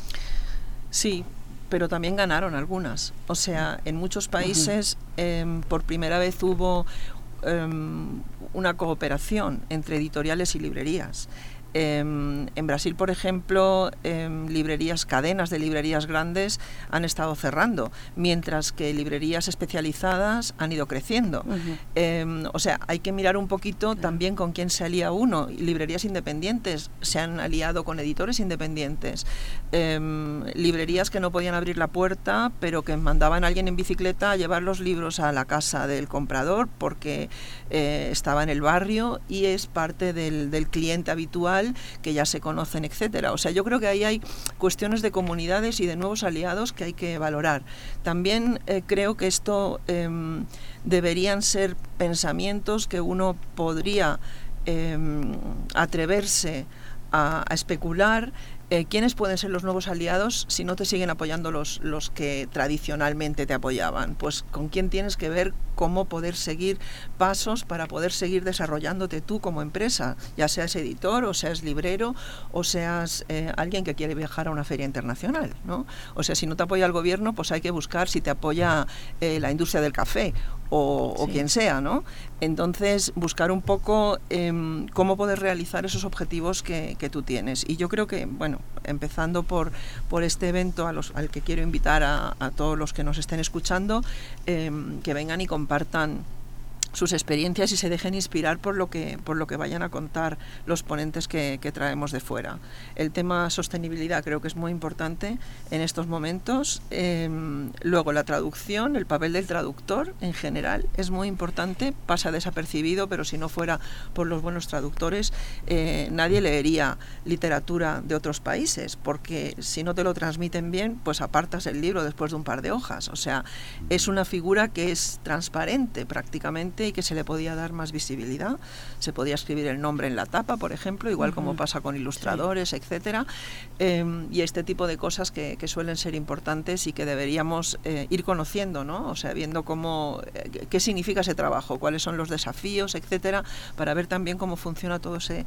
Sí, pero también ganaron algunas. O sea, en muchos países uh-huh. eh, por primera vez hubo eh, una cooperación entre editoriales y librerías. Eh, en Brasil, por ejemplo, eh, librerías, cadenas de librerías grandes han estado cerrando, mientras que librerías especializadas han ido creciendo. Uh-huh. Eh, o sea, hay que mirar un poquito uh-huh. también con quién se alía uno. Librerías independientes se han aliado con editores independientes. Eh, librerías que no podían abrir la puerta, pero que mandaban a alguien en bicicleta a llevar los libros a la casa del comprador porque eh, estaba en el barrio y es parte del, del cliente habitual, que ya se conocen, etcétera. O sea, yo creo que ahí hay cuestiones de comunidades y de nuevos aliados que hay que valorar. También eh, creo que esto eh, deberían ser pensamientos que uno podría eh, atreverse a, a especular. Eh, ¿Quiénes pueden ser los nuevos aliados si no te siguen apoyando los, los que tradicionalmente te apoyaban? Pues con quién tienes que ver cómo poder seguir pasos para poder seguir desarrollándote tú como empresa, ya seas editor o seas librero o seas eh, alguien que quiere viajar a una feria internacional, ¿no? O sea, si no te apoya el gobierno, pues hay que buscar si te apoya eh, la industria del café o, sí. o quien sea, ¿no? Entonces, buscar un poco eh, cómo poder realizar esos objetivos que, que tú tienes. Y yo creo que, bueno, empezando por, por este evento a los, al que quiero invitar a, a todos los que nos estén escuchando, eh, que vengan y compartan sus experiencias y se dejen inspirar por lo que por lo que vayan a contar los ponentes que, que traemos de fuera. El tema sostenibilidad creo que es muy importante en estos momentos. Eh, luego la traducción, el papel del traductor en general es muy importante, pasa desapercibido, pero si no fuera por los buenos traductores, eh, nadie leería literatura de otros países, porque si no te lo transmiten bien, pues apartas el libro después de un par de hojas. O sea, es una figura que es transparente prácticamente y que se le podía dar más visibilidad. Se podía escribir el nombre en la tapa, por ejemplo, igual uh-huh. como pasa con ilustradores, sí. etcétera. Eh, y este tipo de cosas que, que suelen ser importantes y que deberíamos eh, ir conociendo, ¿no? O sea, viendo cómo, eh, qué significa ese trabajo, cuáles son los desafíos, etcétera, para ver también cómo funciona todo ese,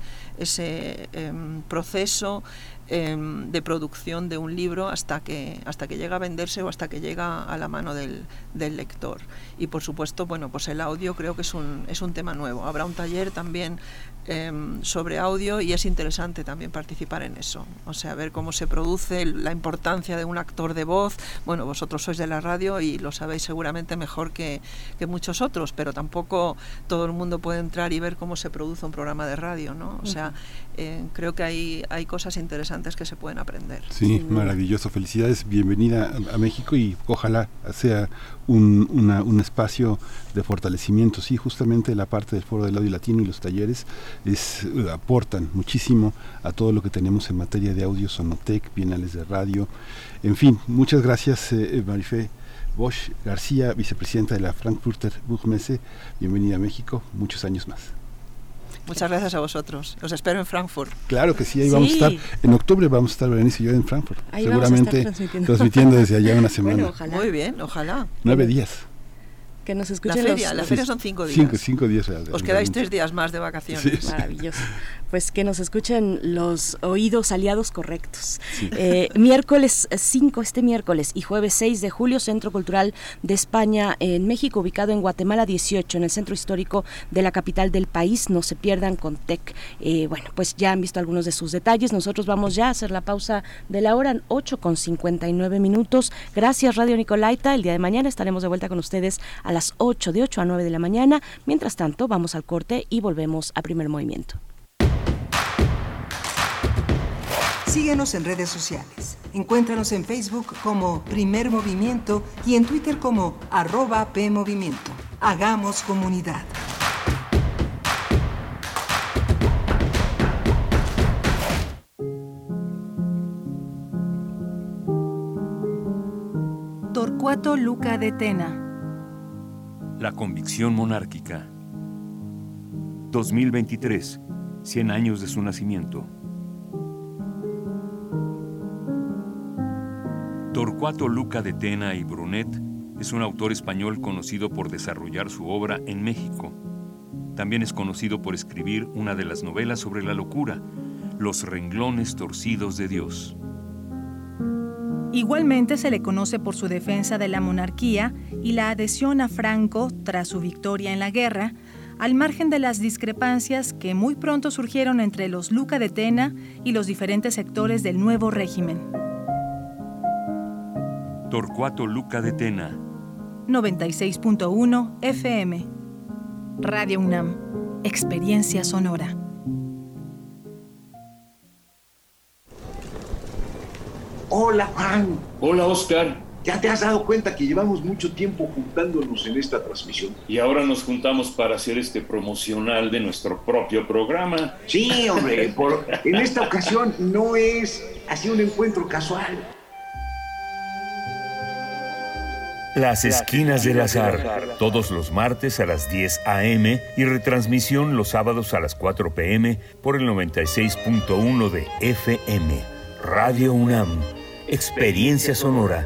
ese eh, proceso eh, de producción de un libro hasta que hasta que llega a venderse o hasta que llega a la mano del, del lector. Y por supuesto, bueno, pues el audio creo que es un es un tema nuevo. Habrá un taller también eh, sobre audio y es interesante también participar en eso. O sea, ver cómo se produce, la importancia de un actor de voz. Bueno, vosotros sois de la radio y lo sabéis seguramente mejor que, que muchos otros, pero tampoco todo el mundo puede entrar y ver cómo se produce un programa de radio, ¿no? O sea, eh, creo que hay, hay cosas interesantes importantes que se pueden aprender. Sí, maravilloso. Felicidades, bienvenida a, a México y ojalá sea un, una, un espacio de fortalecimiento. Sí, justamente la parte del Foro del Audio Latino y los talleres es, uh, aportan muchísimo a todo lo que tenemos en materia de audio, Sonotec, bienales de radio. En fin, muchas gracias, eh, Marifé Bosch García, vicepresidenta de la Frankfurter Buchmesse. Bienvenida a México, muchos años más. Muchas gracias a vosotros. Os espero en Frankfurt. Claro que sí, ahí sí. vamos a estar. En octubre vamos a estar Berenice y yo en Frankfurt. Ahí seguramente transmitiendo. transmitiendo desde allá una semana. Bueno, ojalá. Muy bien, ojalá. Nueve días. Que nos escuchen la feria, los, la feria son cinco días. Cinco, cinco días. Os quedáis tres días más de vacaciones. Sí, sí. Maravilloso. Pues que nos escuchen los oídos aliados correctos. Sí. Eh, miércoles cinco, este miércoles, y jueves seis de julio, Centro Cultural de España en México, ubicado en Guatemala dieciocho, en el centro histórico de la capital del país. No se pierdan con T E C. Eh, bueno, pues ya han visto algunos de sus detalles. Nosotros vamos ya a hacer la pausa de la hora, ocho con cincuenta y nueve minutos. Gracias, Radio Nicolaita. El día de mañana estaremos de vuelta con ustedes a las ocho, de ocho a nueve de la mañana. Mientras tanto, vamos al corte y volvemos a Primer Movimiento. Síguenos en redes sociales. Encuéntranos en Facebook como Primer Movimiento y en Twitter como arroba PMovimiento. Hagamos comunidad. Torcuato Luca de Tena. La convicción monárquica. dos mil veintitrés, cien años de su nacimiento. Torcuato Luca de Tena y Brunet es un autor español conocido por desarrollar su obra en México. También es conocido por escribir una de las novelas sobre la locura, Los renglones torcidos de Dios. Igualmente se le conoce por su defensa de la monarquía y la adhesión a Franco tras su victoria en la guerra, al margen de las discrepancias que muy pronto surgieron entre los Luca de Tena y los diferentes sectores del nuevo régimen. Torcuato Luca de Tena. noventa y seis punto uno F M. Radio UNAM. Experiencia sonora. Hola, Juan. Hola, Oscar. ¿Ya te has dado cuenta que llevamos mucho tiempo juntándonos en esta transmisión? Y ahora nos juntamos para hacer este promocional de nuestro propio programa. Sí, hombre. Por, en esta ocasión no es así un encuentro casual. Las Esquinas del Azar, todos los martes a las diez a eme y retransmisión los sábados a las cuatro pe eme por el noventa y seis punto uno de F M. Radio UNAM, experiencia sonora.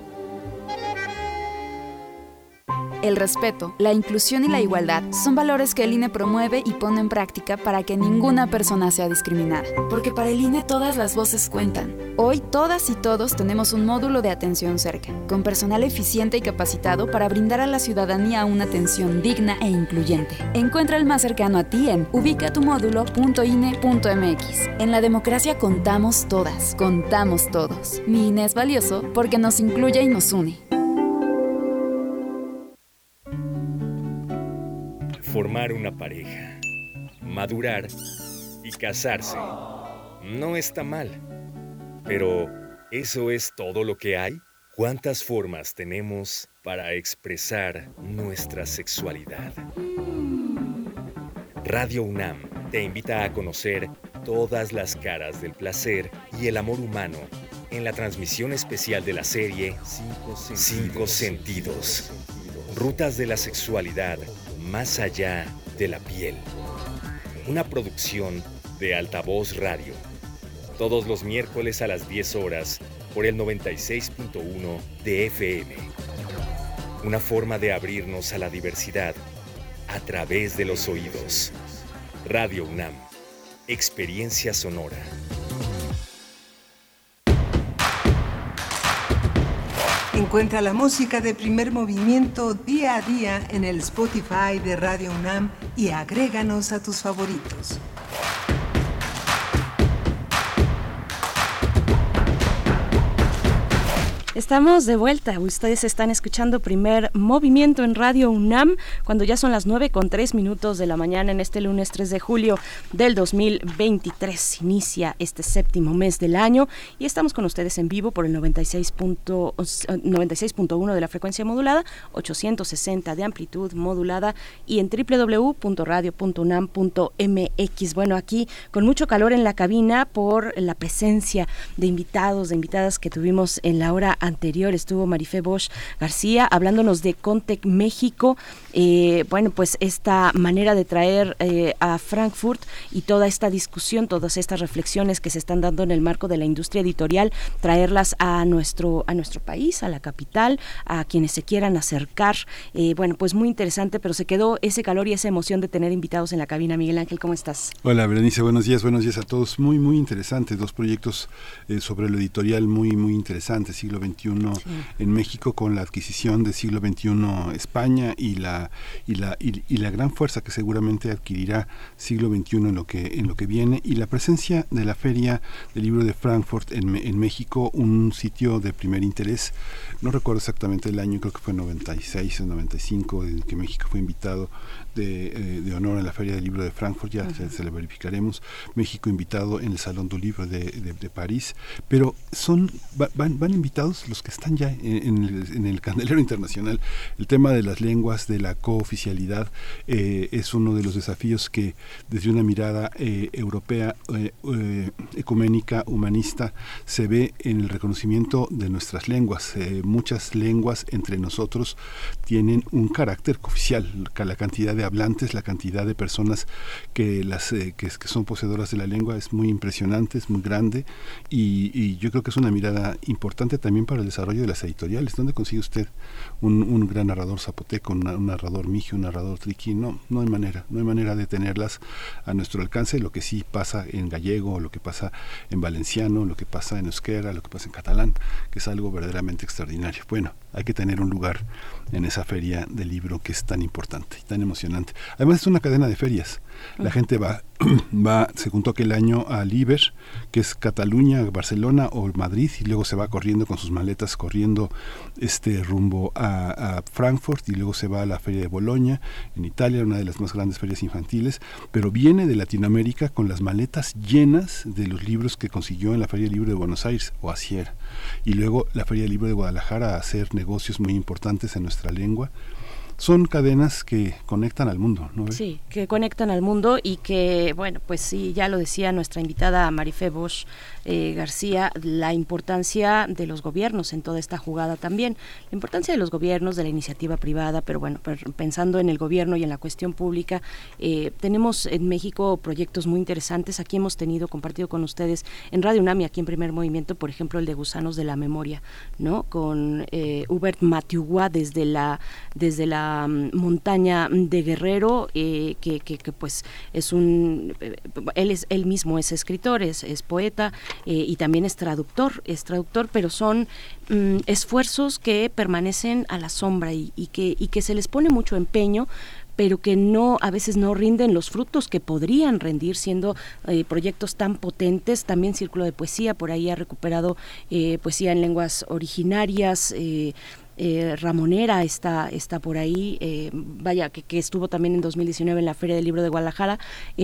El respeto, la inclusión y la igualdad son valores que el I N E promueve y pone en práctica para que ninguna persona sea discriminada. Porque para el I N E todas las voces cuentan. Hoy todas y todos tenemos un módulo de atención cerca, con personal eficiente y capacitado para brindar a la ciudadanía una atención digna e incluyente. Encuentra el más cercano a ti en ubica tu módulo punto i n e punto m x. En la democracia contamos todas, contamos todos. Mi I N E es valioso porque nos incluye y nos une. Formar una pareja, madurar y casarse. No está mal. Pero, ¿eso es todo lo que hay? ¿Cuántas formas tenemos para expresar nuestra sexualidad? Radio UNAM te invita a conocer todas las caras del placer y el amor humano en la transmisión especial de la serie Cinco Sentidos. Cinco Sentidos. Rutas de la sexualidad más allá de la piel. Una producción de Altavoz Radio. Todos los miércoles a las diez horas por el noventa y seis punto uno de F M. Una forma de abrirnos a la diversidad a través de los oídos. Radio UNAM. Experiencia sonora. Encuentra la música de Primer Movimiento día a día en el Spotify de Radio UNAM y agréganos a tus favoritos. Estamos de vuelta. Ustedes están escuchando Primer Movimiento en Radio UNAM, cuando ya son las nueve con tres minutos de la mañana en este lunes tres de julio del dos mil veintitrés. Inicia este séptimo mes del año y estamos con ustedes en vivo por el noventa y seis punto uno de la frecuencia modulada, ochocientos sesenta de amplitud modulada y en doble u doble u doble u punto radio punto unam punto m x. Bueno, aquí con mucho calor en la cabina por la presencia de invitados, de invitadas que tuvimos en la hora anterior. Estuvo Marifé Bosch García hablándonos de Contec México, eh, bueno, pues esta manera de traer eh, a Frankfurt y toda esta discusión, todas estas reflexiones que se están dando en el marco de la industria editorial, traerlas a nuestro, a nuestro país, a la capital, a quienes se quieran acercar. Eh, bueno, pues muy interesante, pero se quedó ese calor y esa emoción de tener invitados en la cabina. Miguel Ángel, ¿cómo estás? Hola, Berenice, buenos días, buenos días a todos. Muy, muy interesantes, dos proyectos eh, sobre lo editorial muy, muy interesantes. Siglo veintiuno sí. en México, con la adquisición de Siglo veintiuno España y la y la y, y la gran fuerza que seguramente adquirirá Siglo veintiuno en lo que en lo que viene, y la presencia de la Feria del Libro de Frankfurt en, en México, un sitio de primer interés. No recuerdo exactamente el año, creo que fue noventa y seis o noventa y cinco en que México fue invitado de, eh, de honor a la Feria del Libro de Frankfurt, ya uh-huh. se, se le verificaremos. México invitado en el Salón du Livre de, de, de París, pero son van, van invitados los que están ya en, en, el, en el candelero internacional. El tema de las lenguas, de la cooficialidad, eh, es uno de los desafíos que desde una mirada eh, europea, eh, eh, ecuménica, humanista, se ve en el reconocimiento de nuestras lenguas. Eh, muchas lenguas entre nosotros tienen un carácter cooficial. La cantidad de hablantes, la cantidad de personas que las eh, que, que son poseedoras de la lengua es muy impresionante, es muy grande, y, y yo creo que es una mirada importante también para el desarrollo de las editoriales. ¿Dónde consigue usted un, un gran narrador zapoteco, un, un narrador mije, un narrador triqui? No, no hay manera, no hay manera de tenerlas a nuestro alcance. Lo que sí pasa en gallego, lo que pasa en valenciano, lo que pasa en euskera, lo que pasa en catalán, que es algo verdaderamente extraordinario. Bueno, hay que tener un lugar en esa feria del libro que es tan importante y tan emocionante. Además es una cadena de ferias. La uh-huh. gente va, va, se juntó aquel año a Liber, que es Cataluña, Barcelona o Madrid, y luego se va corriendo con sus maletas, corriendo este rumbo a, a Frankfurt, y luego se va a la Feria de Bolonia, en Italia, una de las más grandes ferias infantiles, pero viene de Latinoamérica con las maletas llenas de los libros que consiguió en la Feria del Libro de Buenos Aires, o así era. Y luego la Feria del Libro de Guadalajara a hacer negocios muy importantes en nuestra lengua. Son cadenas que conectan al mundo, ¿no? Sí, que conectan al mundo y que, bueno, pues sí, ya lo decía nuestra invitada Marifé Bosch eh, García, la importancia de los gobiernos en toda esta jugada también, la importancia de los gobiernos, de la iniciativa privada, pero bueno, pensando en el gobierno y en la cuestión pública, eh, tenemos en México proyectos muy interesantes. Aquí hemos tenido, compartido con ustedes en Radio UNAM y aquí en Primer Movimiento, por ejemplo, el de Gusanos de la Memoria, ¿no? Con eh, Hubert Matiugua desde la, desde la montaña de Guerrero, eh, que, que, que pues es un eh, él es él mismo es escritor, es, es poeta eh, y también es traductor, es traductor, pero son mm, esfuerzos que permanecen a la sombra y, y que y que se les pone mucho empeño, pero que no, a veces no rinden los frutos que podrían rendir siendo eh, proyectos tan potentes. También Círculo de Poesía por ahí ha recuperado eh, poesía en lenguas originarias. eh, Eh, Ramonera está está por ahí, eh, vaya, que, que estuvo también en dos mil diecinueve en la Feria del Libro de Guadalajara. Eh,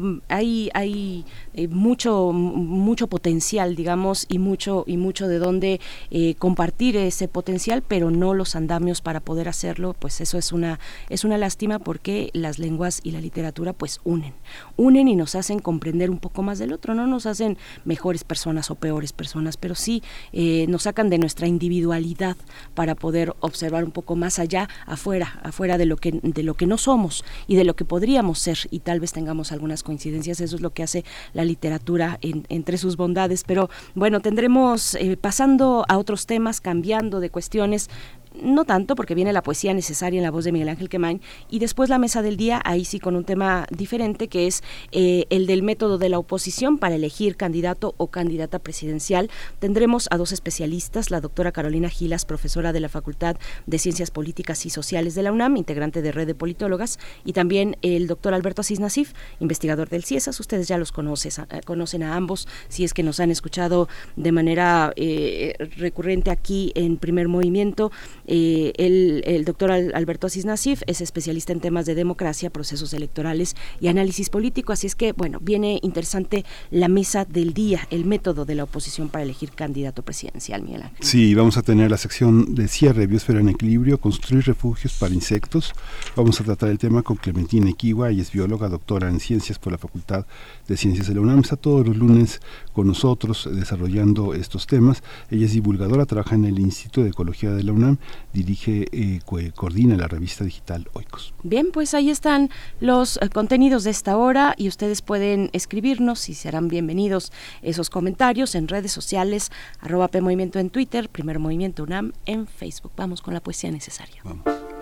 hay hay eh, mucho mucho potencial, digamos, y mucho y mucho de dónde eh, compartir ese potencial, pero no los andamios para poder hacerlo. Pues eso es una es una lástima, porque las lenguas y la literatura pues unen, unen y nos hacen comprender un poco más del otro. No nos hacen mejores personas o peores personas, pero sí eh, nos sacan de nuestra individualidad para poder observar un poco más allá, afuera, afuera de lo que de lo que no somos y de lo que podríamos ser, y tal vez tengamos algunas coincidencias. Eso es lo que hace la literatura en, entre sus bondades. Pero bueno, tendremos, eh, pasando a otros temas, cambiando de cuestiones, no tanto, porque viene la poesía necesaria en la voz de Miguel Ángel Quemain, y después la mesa del día, ahí sí con un tema diferente, que es eh, el del método de la oposición para elegir candidato o candidata presidencial. Tendremos a dos especialistas, la doctora Carolina Gilas, profesora de la Facultad de Ciencias Políticas y Sociales de la UNAM, integrante de Red de Politólogas, y también el doctor Alberto Asís Nasif, investigador del CIESAS. Ustedes ya los conocen, conocen a ambos, si es que nos han escuchado de manera eh, recurrente aquí en Primer Movimiento. Eh, el, el doctor Alberto Asís Nasif es especialista en temas de democracia, procesos electorales y análisis político, así es que, bueno, viene interesante la mesa del día, el método de la oposición para elegir candidato presidencial, Miguel Ángel. Sí, vamos a tener la sección de cierre, Biosfera en Equilibrio, construir refugios para insectos. Vamos a tratar el tema con Clementina Equigua, ella es bióloga, doctora en ciencias por la Facultad de Ciencias de la UNAM, está todos los lunes con nosotros desarrollando estos temas. Ella es divulgadora, trabaja en el Instituto de Ecología de la UNAM, dirige, eh, coordina la revista digital Oikos. Bien, pues ahí están los eh, contenidos de esta hora y ustedes pueden escribirnos y serán bienvenidos esos comentarios en redes sociales, arroba P Movimiento en Twitter, Primer Movimiento UNAM en Facebook. Vamos con la poesía necesaria. Vamos.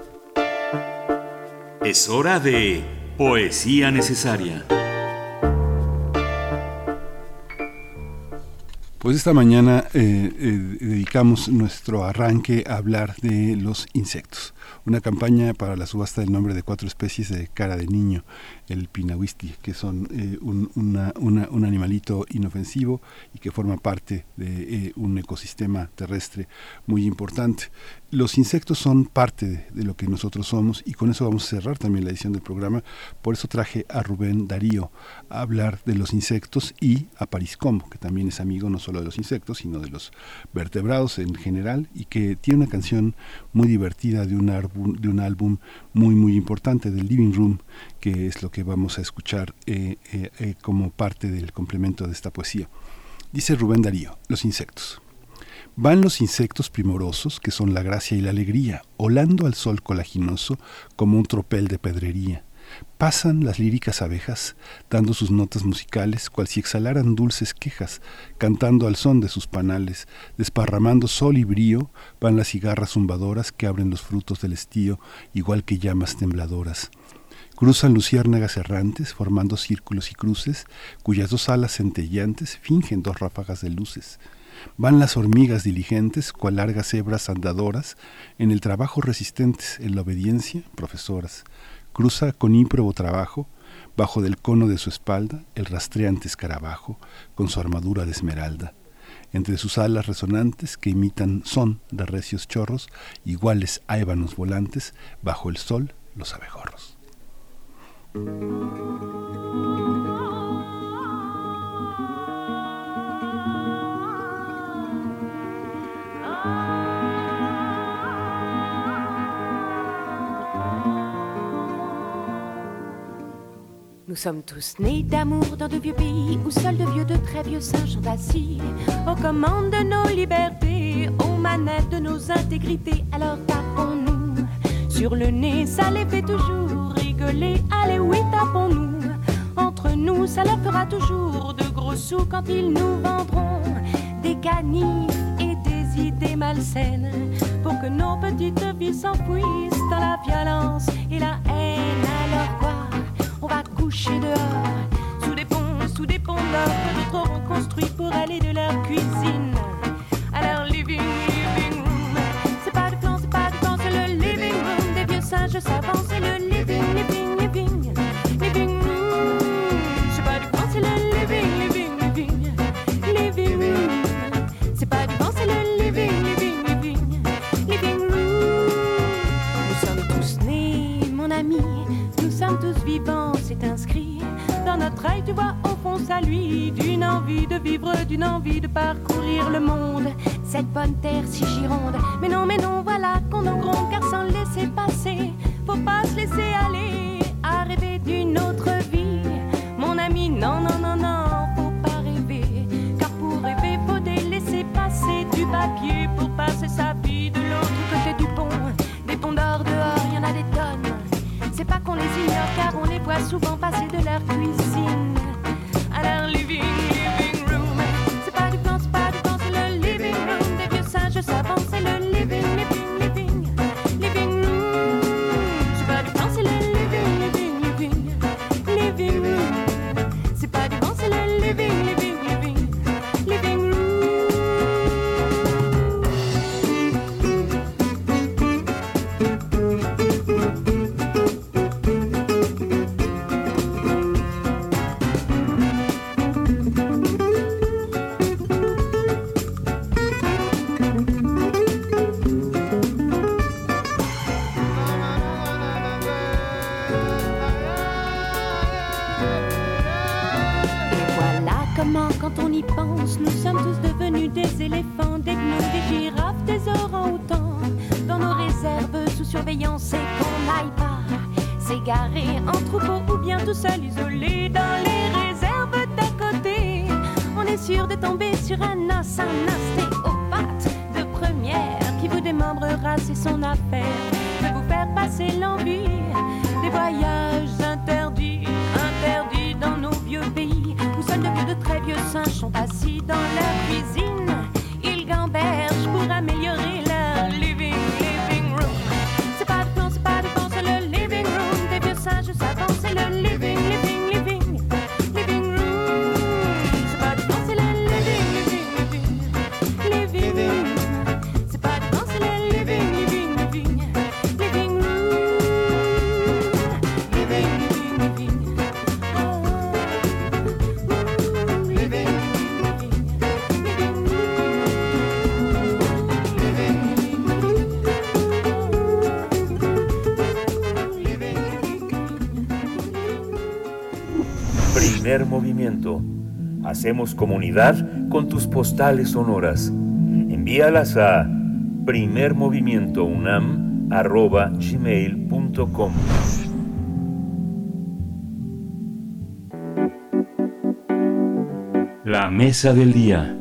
Es hora de Poesía Necesaria. Pues esta mañana eh, eh, dedicamos nuestro arranque a hablar de los insectos. Una campaña para la subasta del nombre de cuatro especies de cara de niño, el pinahuisti, que son eh, un, una, una, un animalito inofensivo y que forma parte de eh, un ecosistema terrestre muy importante. Los insectos son parte de, de lo que nosotros somos y con eso vamos a cerrar también la edición del programa. Por eso traje a Rubén Darío a hablar de los insectos y a París Combo, que también es amigo no solo de los insectos, sino de los vertebrados en general y que tiene una canción muy divertida de un álbum, de un álbum muy muy importante del Living Room, que es lo que vamos a escuchar eh, eh, eh, como parte del complemento de esta poesía. Dice Rubén Darío, los insectos. Van los insectos primorosos, que son la gracia y la alegría, holando al sol colaginoso como un tropel de pedrería. Pasan las líricas abejas, dando sus notas musicales, cual si exhalaran dulces quejas, cantando al son de sus panales, desparramando sol y brío, van las cigarras zumbadoras que abren los frutos del estío, igual que llamas tembladoras. Cruzan luciérnagas errantes, formando círculos y cruces, cuyas dos alas centelleantes fingen dos ráfagas de luces. Van las hormigas diligentes, cual largas hebras andadoras, en el trabajo resistentes, en la obediencia, profesoras. Cruza con ímprobo trabajo, bajo del cono de su espalda, el rastreante escarabajo, con su armadura de esmeralda. Entre sus alas resonantes, que imitan son de recios chorros, iguales a ébanos volantes, bajo el sol, los abejorros. Nous sommes tous nés d'amour dans de vieux pays où seuls de vieux, de très vieux singes sont assis aux commandes de nos libertés, aux manettes de nos intégrités. Alors tapons-nous sur le nez, ça les fait toujours rigoler. Allez oui, tapons-nous entre nous, ça leur fera toujours de gros sous quand ils nous vendront des canifs et des idées malsaines pour que nos petites vies s'enfouissent dans la violence et la haine. Alors quoi? On va coucher dehors, sous des ponts, sous des ponts d'or que d'autres auront construits pour aller de leur cuisine à leur living, living room. C'est pas du plan, c'est pas du plan, c'est le living room des vieux singes savants, c'est le living, living, living, living room. C'est pas du plan, c'est le living, living, living, living room. C'est pas du plan, c'est le living, living, living, living room. Nous sommes tous nés, mon ami, nous sommes tous vivants, c'est inscrit dans notre œil, tu vois au fond ça lui, d'une envie de vivre, d'une envie de parcourir le monde, cette bonne terre si gironde. Mais non, mais non, voilà qu'on en gronde, car sans laisser passer, faut pas se laisser aller à rêver d'une autre vie. Mon ami, non, non, non, non, faut pas rêver, car pour rêver, faut délaisser passer du papier pour passer sa vie de l'autre côté du pont. Des ponts d'or dehors, y en a des tonnes. C'est pas qu'on les ignore car on les voit souvent passer de leur cuisine à leur living, living room. C'est pas du plan, c'est pas du plan, c'est le living room des vieux singes savants, c'est le living, living, living, Comment, quand on y pense, nous sommes tous devenus des éléphants, des gnous, des girafes, des orang-outans. Dans nos réserves sous surveillance et qu'on n'aille pas s'égarer en troupeau ou bien tout seul isolé dans les réserves d'à côté. On est sûr de tomber sur un os, un ostéopathe de première qui vous démembrera, c'est son affaire, de vous faire passer l'envie des voyages interdits, interdits dans nos vieux pays où seuls de vieux, de très vieux singes sont assis dans leur cuisine. Ils gambergent pour améliorer leur living, living room. C'est pas de plan, c'est pas de plan, c'est le living room des vieux singes savants, c'est le living, living, living, living room. C'est pas de plan, c'est le living, living, living, living room. C'est pas de plan, c'est le living, living, living, living room. Living, living, living, oh, living, living, Primer movimiento. Hacemos comunidad con tus postales sonoras. Envíalas a primermovimientounam arroba gmail punto com. La mesa del día.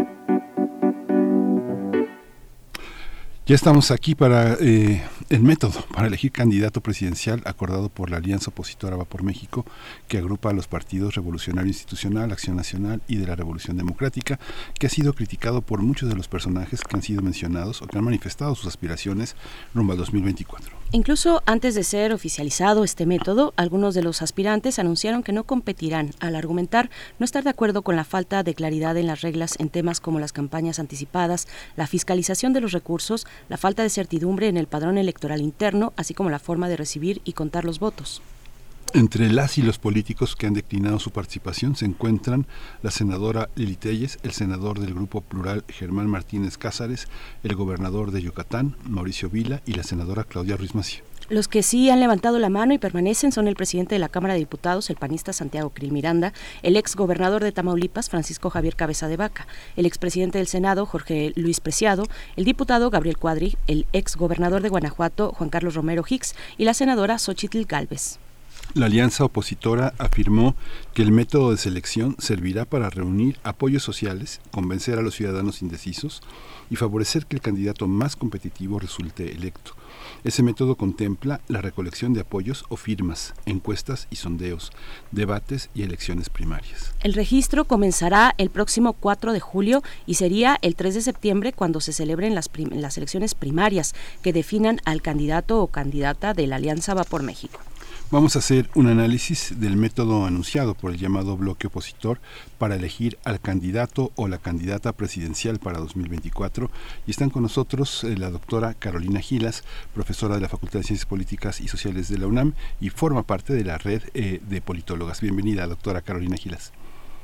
Ya estamos aquí para eh, el método para elegir candidato presidencial acordado por la Alianza Opositora Va por México, que agrupa a los partidos Revolucionario Institucional, Acción Nacional y de la Revolución Democrática, que ha sido criticado por muchos de los personajes que han sido mencionados o que han manifestado sus aspiraciones rumbo al dos mil veinticuatro. Incluso antes de ser oficializado este método, algunos de los aspirantes anunciaron que no competirán al argumentar no estar de acuerdo con la falta de claridad en las reglas en temas como las campañas anticipadas, la fiscalización de los recursos, la falta de certidumbre en el padrón electoral interno, así como la forma de recibir y contar los votos. Entre las y los políticos que han declinado su participación se encuentran la senadora Lili Telles, el senador del Grupo Plural Germán Martínez Cázares, el gobernador de Yucatán, Mauricio Vila, y la senadora Claudia Ruiz Massieu. Los que sí han levantado la mano y permanecen son el presidente de la Cámara de Diputados, el panista Santiago Krill Miranda, el ex gobernador de Tamaulipas, Francisco Javier Cabeza de Vaca, el expresidente del Senado, Jorge Luis Preciado, el diputado Gabriel Cuadri, el ex gobernador de Guanajuato, Juan Carlos Romero Hicks, y la senadora Xóchitl Gálvez. La alianza opositora afirmó que el método de selección servirá para reunir apoyos sociales, convencer a los ciudadanos indecisos y favorecer que el candidato más competitivo resulte electo. Ese método contempla la recolección de apoyos o firmas, encuestas y sondeos, debates y elecciones primarias. El registro comenzará el próximo cuatro de julio y sería el tres de septiembre cuando se celebren las, prim- las elecciones primarias que definan al candidato o candidata de la Alianza Va por México. Vamos a hacer un análisis del método anunciado por el llamado bloque opositor para elegir al candidato o la candidata presidencial para dos mil veinticuatro. Y están con nosotros eh, la doctora Carolina Gilas, profesora de la Facultad de Ciencias Políticas y Sociales de la UNAM y forma parte de la red eh, de politólogas. Bienvenida, doctora Carolina Gilas.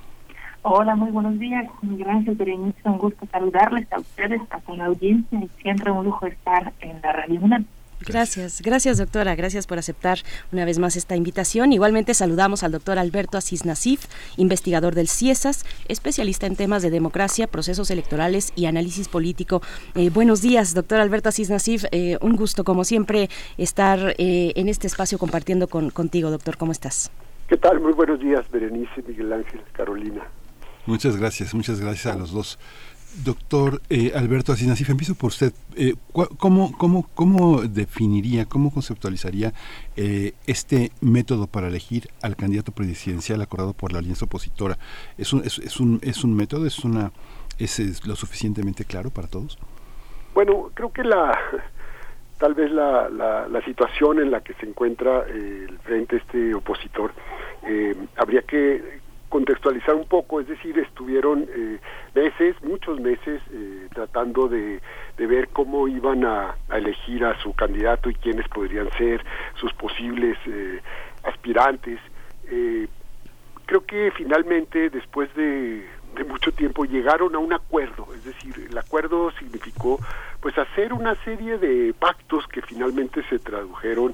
Hola, muy buenos días. Gracias, Berenice. Un gusto saludarles a ustedes, a toda la audiencia. Y siempre un lujo estar en la Radio UNAM. Gracias, gracias doctora, gracias por aceptar una vez más esta invitación. Igualmente saludamos al doctor Alberto Asís Nasif, investigador del CIESAS, especialista en temas de democracia, procesos electorales y análisis político. Eh, buenos días, doctor Alberto Asís Nasif, eh, un gusto como siempre estar eh, en este espacio compartiendo con, contigo, doctor, ¿cómo estás? ¿Qué tal? Muy buenos días, Berenice, Miguel Ángel, Carolina. Muchas gracias, muchas gracias a los dos. Doctor eh, Alberto Asís Nasif, empiezo por usted. Eh, ¿cómo, cómo, ¿Cómo definiría, cómo conceptualizaría eh, este método para elegir al candidato presidencial acordado por la alianza opositora? ¿Es un, es, es un, es un método? ¿Es, una, es, ¿Es lo suficientemente claro para todos? Bueno, creo que la tal vez la, la, la situación en la que se encuentra eh, el frente este opositor eh, habría que contextualizar un poco, es decir, estuvieron eh, meses, muchos meses, eh, tratando de, de ver cómo iban a, a elegir a su candidato y quiénes podrían ser sus posibles eh, aspirantes. Eh, creo que finalmente, después de, de mucho tiempo, llegaron a un acuerdo, es decir, el acuerdo significó pues hacer una serie de pactos que finalmente se tradujeron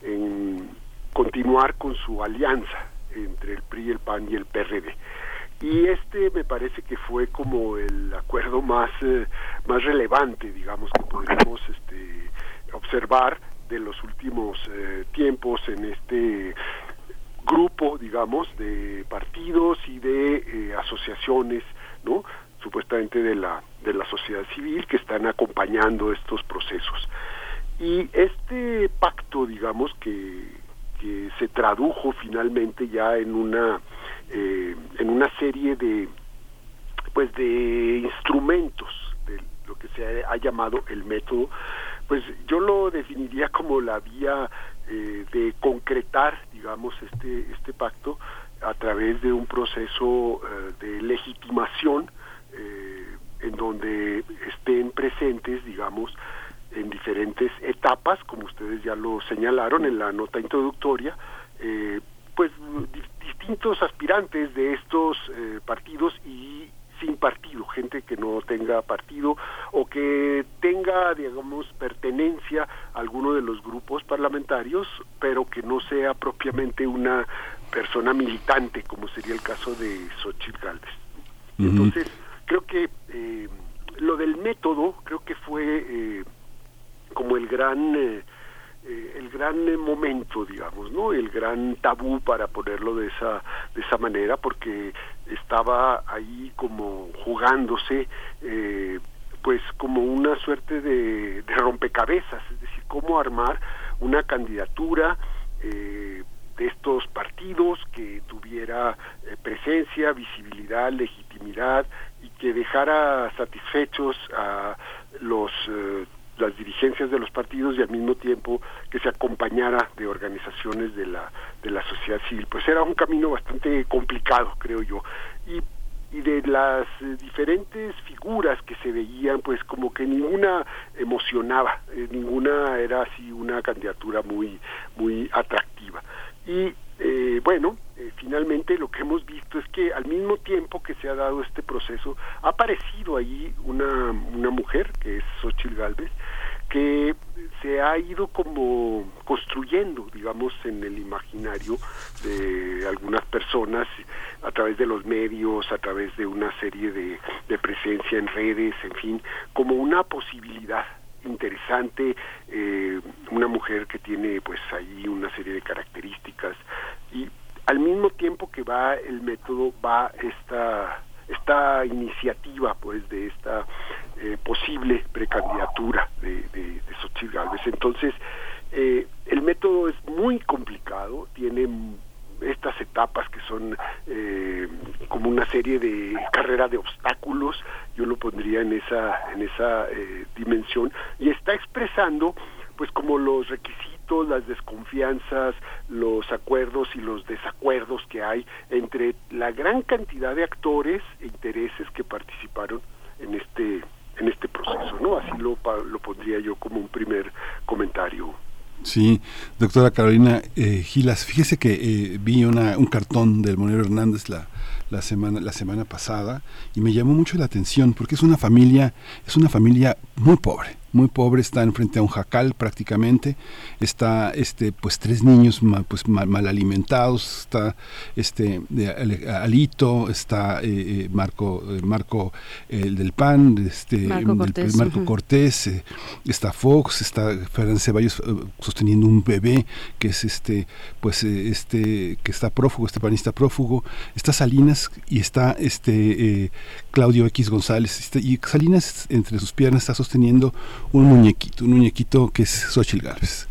en continuar con su alianza entre el P R I, el P A N y el P R D. Y Y este me parece que fue como el acuerdo más eh, más relevante, digamos, que podríamos este, observar de los últimos eh, tiempos en este grupo, digamos, de partidos y de eh, asociaciones, ¿no?, supuestamente de la de la sociedad civil, que están acompañando estos procesos. Y este pacto, digamos, que, que se tradujo finalmente ya en una eh, en una serie de pues de instrumentos de lo que se ha, ha llamado el método, pues yo lo definiría como la vía eh, de concretar, digamos, este este pacto a través de un proceso eh, de legitimación eh, en donde estén presentes, digamos, en diferentes etapas, como ustedes ya lo señalaron en la nota introductoria, eh, pues di- distintos aspirantes de estos eh, partidos y sin partido, gente que no tenga partido o que tenga, digamos, pertenencia a alguno de los grupos parlamentarios, pero que no sea propiamente una persona militante, como sería el caso de Xóchitl Gálvez. Uh-huh. Entonces, creo que eh, lo del método, creo que fue eh, como el gran eh, eh, el gran eh, momento, digamos, ¿no? El gran tabú, para ponerlo de esa de esa manera, porque estaba ahí como jugándose eh, pues como una suerte de, de rompecabezas, es decir, cómo armar una candidatura eh, de estos partidos que tuviera eh, presencia, visibilidad, legitimidad y que dejara satisfechos a los eh, las dirigencias de los partidos y al mismo tiempo que se acompañara de organizaciones de la de la sociedad civil. Pues era un camino bastante complicado, creo yo. Y y de las eh, diferentes figuras que se veían, pues como que ninguna emocionaba, eh, ninguna era así una candidatura muy muy atractiva. Y eh, bueno, eh, finalmente lo que hemos visto es que al mismo tiempo que se ha dado este proceso, ha aparecido ahí una, una mujer, que es Xóchitl Gálvez, que se ha ido como construyendo, digamos, en el imaginario de algunas personas, a través de los medios, a través de una serie de, de presencia en redes, en fin, como una posibilidad interesante, eh, una mujer que tiene pues ahí una serie de características, y al mismo tiempo que va el método, va esta esta iniciativa pues de esta eh, posible precandidatura de, de, de Xóchitl Gálvez. Entonces eh, el método es muy complicado, tiene estas etapas que son eh, como una serie de carrera de obstáculos, yo lo pondría en esa en esa eh, dimensión, y está expresando pues como los requisitos, las desconfianzas, los acuerdos y los desacuerdos que hay entre la gran cantidad de actores e intereses que participaron en este en este proceso, ¿no? Así lo lo pondría yo como un primer comentario. Sí, doctora Carolina eh, Gilas, fíjese que eh, vi una, un cartón del Monero Hernández la, la semana la semana pasada y me llamó mucho la atención porque es una familia es una familia muy pobre. muy pobre, están frente a un jacal prácticamente, está este pues tres niños mal, pues mal, mal alimentados, está este de, Alito, está eh, Marco eh, Marco el del P A N, este Marco Cortés, del, Marco uh-huh. Cortés eh, está Fox, está Fernández Ceballos eh, sosteniendo un bebé que es este pues eh, este que está prófugo, este panista prófugo, está Salinas y está este eh, Claudio X González, este, y Salinas entre sus piernas está sosteniendo un muñequito, un muñequito que es Xóchitl Gálvez.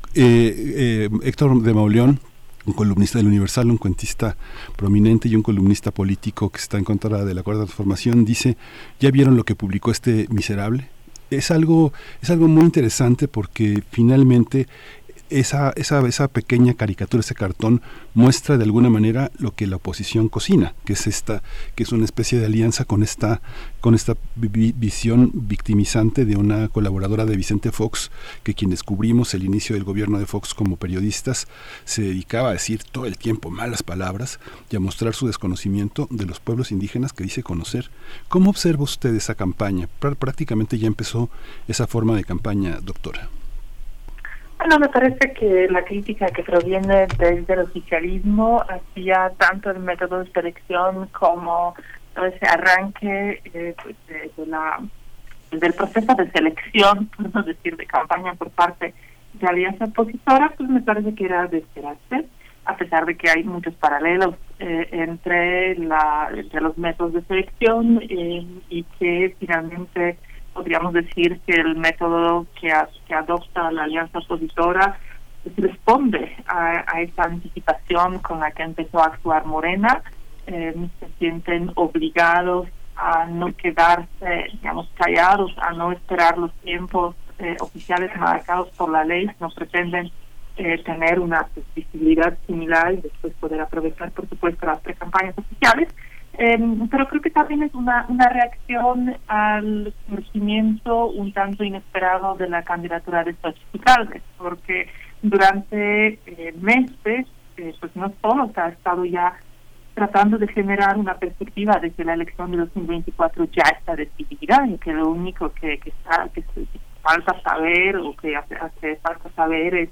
Eh, eh, Héctor de Mauleón, un columnista del Universal, un cuentista prominente y un columnista político que está en contra de la Cuarta Transformación, dice, ¿ya vieron lo que publicó este miserable? Es algo, es algo muy interesante porque finalmente esa, esa, esa pequeña caricatura, ese cartón, muestra de alguna manera lo que la oposición cocina, que es esta, que es una especie de alianza con esta, con esta vi- visión victimizante de una colaboradora de Vicente Fox, que quien descubrimos el inicio del gobierno de Fox como periodistas, se dedicaba a decir todo el tiempo malas palabras y a mostrar su desconocimiento de los pueblos indígenas que dice conocer. ¿Cómo observa usted esa campaña? Pr- prácticamente ya empezó esa forma de campaña, doctora. Bueno, me parece que la crítica que proviene desde el oficialismo hacia tanto el método de selección como ese arranque eh, pues, de, de la, del proceso de selección, por no decir de campaña por parte de Alianza Opositora, pues me parece que era de esperarse, a pesar de que hay muchos paralelos eh, entre, la, entre los métodos de selección eh, y que finalmente podríamos decir que el método que, a, que adopta la Alianza Opositora pues, responde a, a esa anticipación con la que empezó a actuar Morena. Eh, se sienten obligados a no quedarse, digamos, callados, a no esperar los tiempos eh, oficiales marcados por la ley, no pretenden eh, tener una accesibilidad similar y después poder aprovechar, por supuesto, las precampañas oficiales. Eh, pero creo que también es una, una reacción al surgimiento un tanto inesperado de la candidatura de Xochitl Gálvez, porque durante eh, meses, eh, pues no solo se ha estado ya tratando de generar una perspectiva de que la elección de dos mil veinticuatro ya está decidida y que lo único que, que, está, que falta saber o que hace, hace falta saber es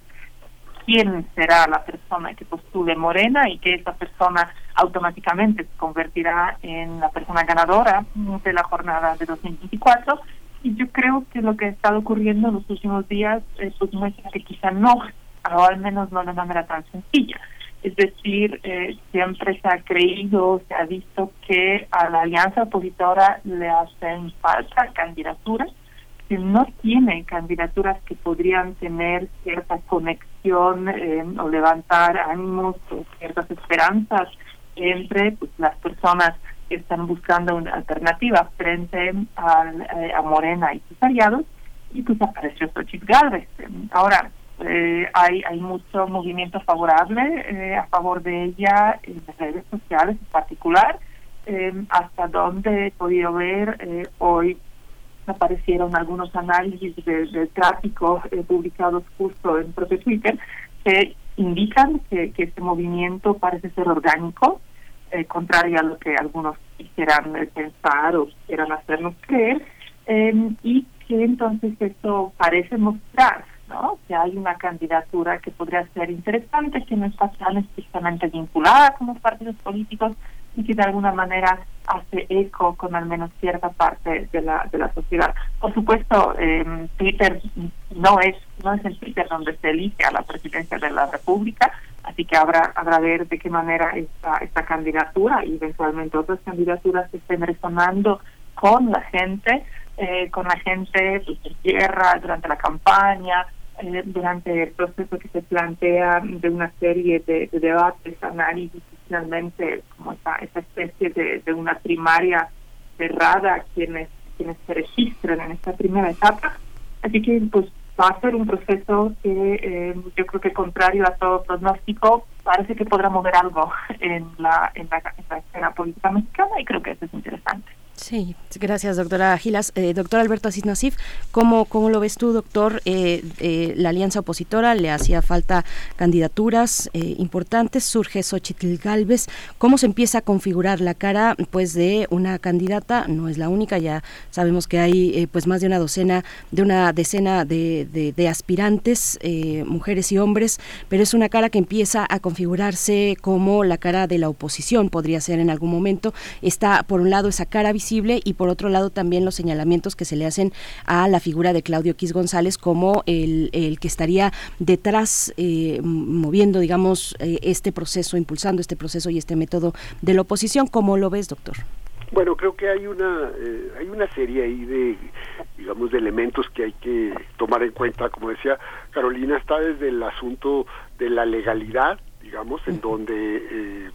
quién será la persona que postule Morena y que esa persona automáticamente se convertirá en la persona ganadora de la jornada de dos mil veinticuatro. Y yo creo que lo que ha estado ocurriendo en los últimos días eh, pues muestra que quizá no, o al menos no de manera tan sencilla. Es decir, eh, siempre se ha creído, se ha visto que a la alianza opositora le hacen falta candidaturas, que no tiene candidaturas que podrían tener cierta conexión eh, o levantar ánimos o ciertas esperanzas entre pues, las personas que están buscando una alternativa frente al, eh, a Morena y sus aliados, y pues apareció Xochitl Gálvez. Ahora, eh, hay hay mucho movimiento favorable eh, a favor de ella en las redes sociales en particular, eh, hasta donde he podido ver eh, hoy aparecieron algunos análisis de, de tráfico eh, publicados justo en propio Twitter que indican que, que este movimiento parece ser orgánico, eh, contrario a lo que algunos quisieran eh, pensar o quisieran hacernos creer, eh, y que entonces esto parece mostrar, ¿no?, que hay una candidatura que podría ser interesante, que no está tan estrictamente vinculada con los partidos políticos y que de alguna manera hace eco con al menos cierta parte de la de la sociedad. Por supuesto, eh, Twitter no es no es el Twitter donde se elige a la presidencia de la República, así que habrá habrá ver de qué manera esta esta candidatura y eventualmente otras candidaturas estén resonando con la gente, eh, con la gente pues, en tierra, durante la campaña, eh, durante el proceso que se plantea de una serie de, de debates, análisis, finalmente como esa, esa especie de, de una primaria cerrada a quienes quienes se registren en esta primera etapa. Así que pues va a ser un proceso que eh, yo creo que contrario a todo pronóstico parece que podrá mover algo en la en la, en la escena política mexicana, y creo que eso es interesante. Sí, gracias, doctora Gilas. Eh, doctor Alberto Asís Nasif, ¿cómo, ¿cómo lo ves tú, doctor? Eh, eh, la alianza opositora le hacía falta candidaturas eh, importantes, surge Xochitl Gálvez. ¿Cómo se empieza a configurar la cara pues de una candidata? No es la única, ya sabemos que hay eh, pues más de una docena, de una decena de, de, de aspirantes, eh, mujeres y hombres, pero es una cara que empieza a configurarse como la cara de la oposición, podría ser en algún momento. Está por un lado esa cara visible y por otro lado también los señalamientos que se le hacen a la figura de Claudio X González como el, el que estaría detrás eh, moviendo, digamos, eh, este proceso, impulsando este proceso y este método de la oposición. ¿Cómo lo ves, doctor? Bueno, creo que hay una eh, hay una serie ahí de, digamos, de elementos que hay que tomar en cuenta. Como decía Carolina, está desde el asunto de la legalidad, digamos, en donde eh,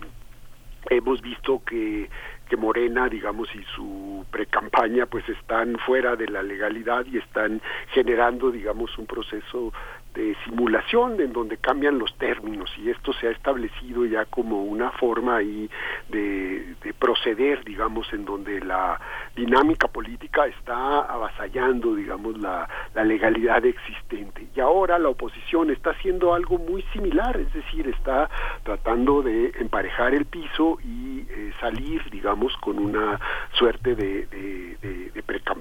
hemos visto que que Morena, digamos, y su precampaña pues están fuera de la legalidad y están generando, digamos, un proceso de simulación en donde cambian los términos, y esto se ha establecido ya como una forma ahí de, de proceder, digamos, en donde la dinámica política está avasallando, digamos, la, la legalidad existente. Y ahora la oposición está haciendo algo muy similar, es decir, está tratando de emparejar el piso y eh, salir, digamos, con una suerte de, de, de, de precampaña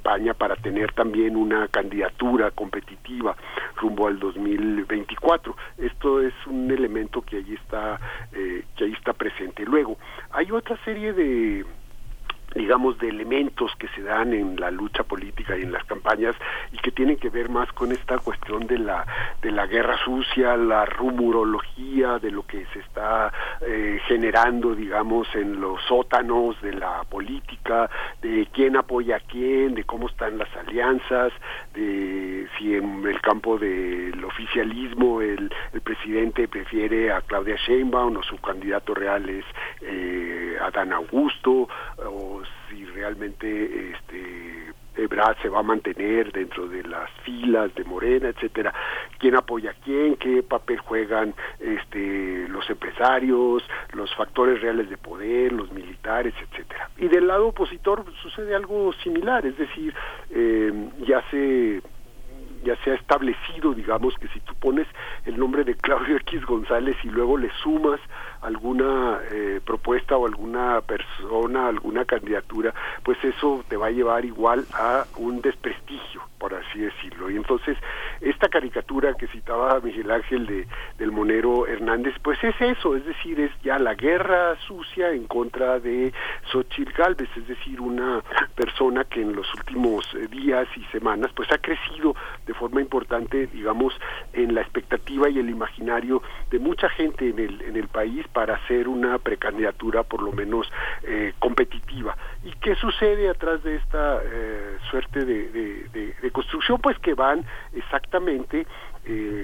campaña para tener también una candidatura competitiva rumbo al dos mil veinticuatro. Esto es un elemento que ahí está, eh, que ahí está presente. Luego, hay otra serie de digamos de elementos que se dan en la lucha política y en las campañas y que tienen que ver más con esta cuestión de la de la guerra sucia, la rumorología de lo que se está eh, generando, digamos, en los sótanos de la política, de quién apoya a quién, de cómo están las alianzas, de si en el campo del oficialismo el, el presidente prefiere a Claudia Sheinbaum o su candidato real es eh, Adán Augusto, o si realmente este Ebrard se va a mantener dentro de las filas de Morena, etcétera, quién apoya a quién, qué papel juegan este los empresarios, los factores reales de poder, los militares, etcétera. Y del lado opositor sucede algo similar, es decir, eh, ya se ya se ha establecido, digamos, que si tú pones el nombre de Claudio X González y luego le sumas alguna eh, propuesta o alguna persona, alguna candidatura, pues eso te va a llevar igual a un desprestigio, por así decirlo. Y entonces, esta caricatura que citaba Miguel Ángel de del Monero Hernández, pues es eso, es decir, es ya la guerra sucia en contra de Xóchitl Gálvez, es decir, una persona que en los últimos días y semanas, pues ha crecido de forma importante, digamos, en la expectativa y el imaginario de mucha gente en el en el país para hacer una precandidatura por lo menos eh, competitiva. ¿Y qué sucede atrás de esta eh, suerte de, de, de, de construcción? Pues que van exactamente eh,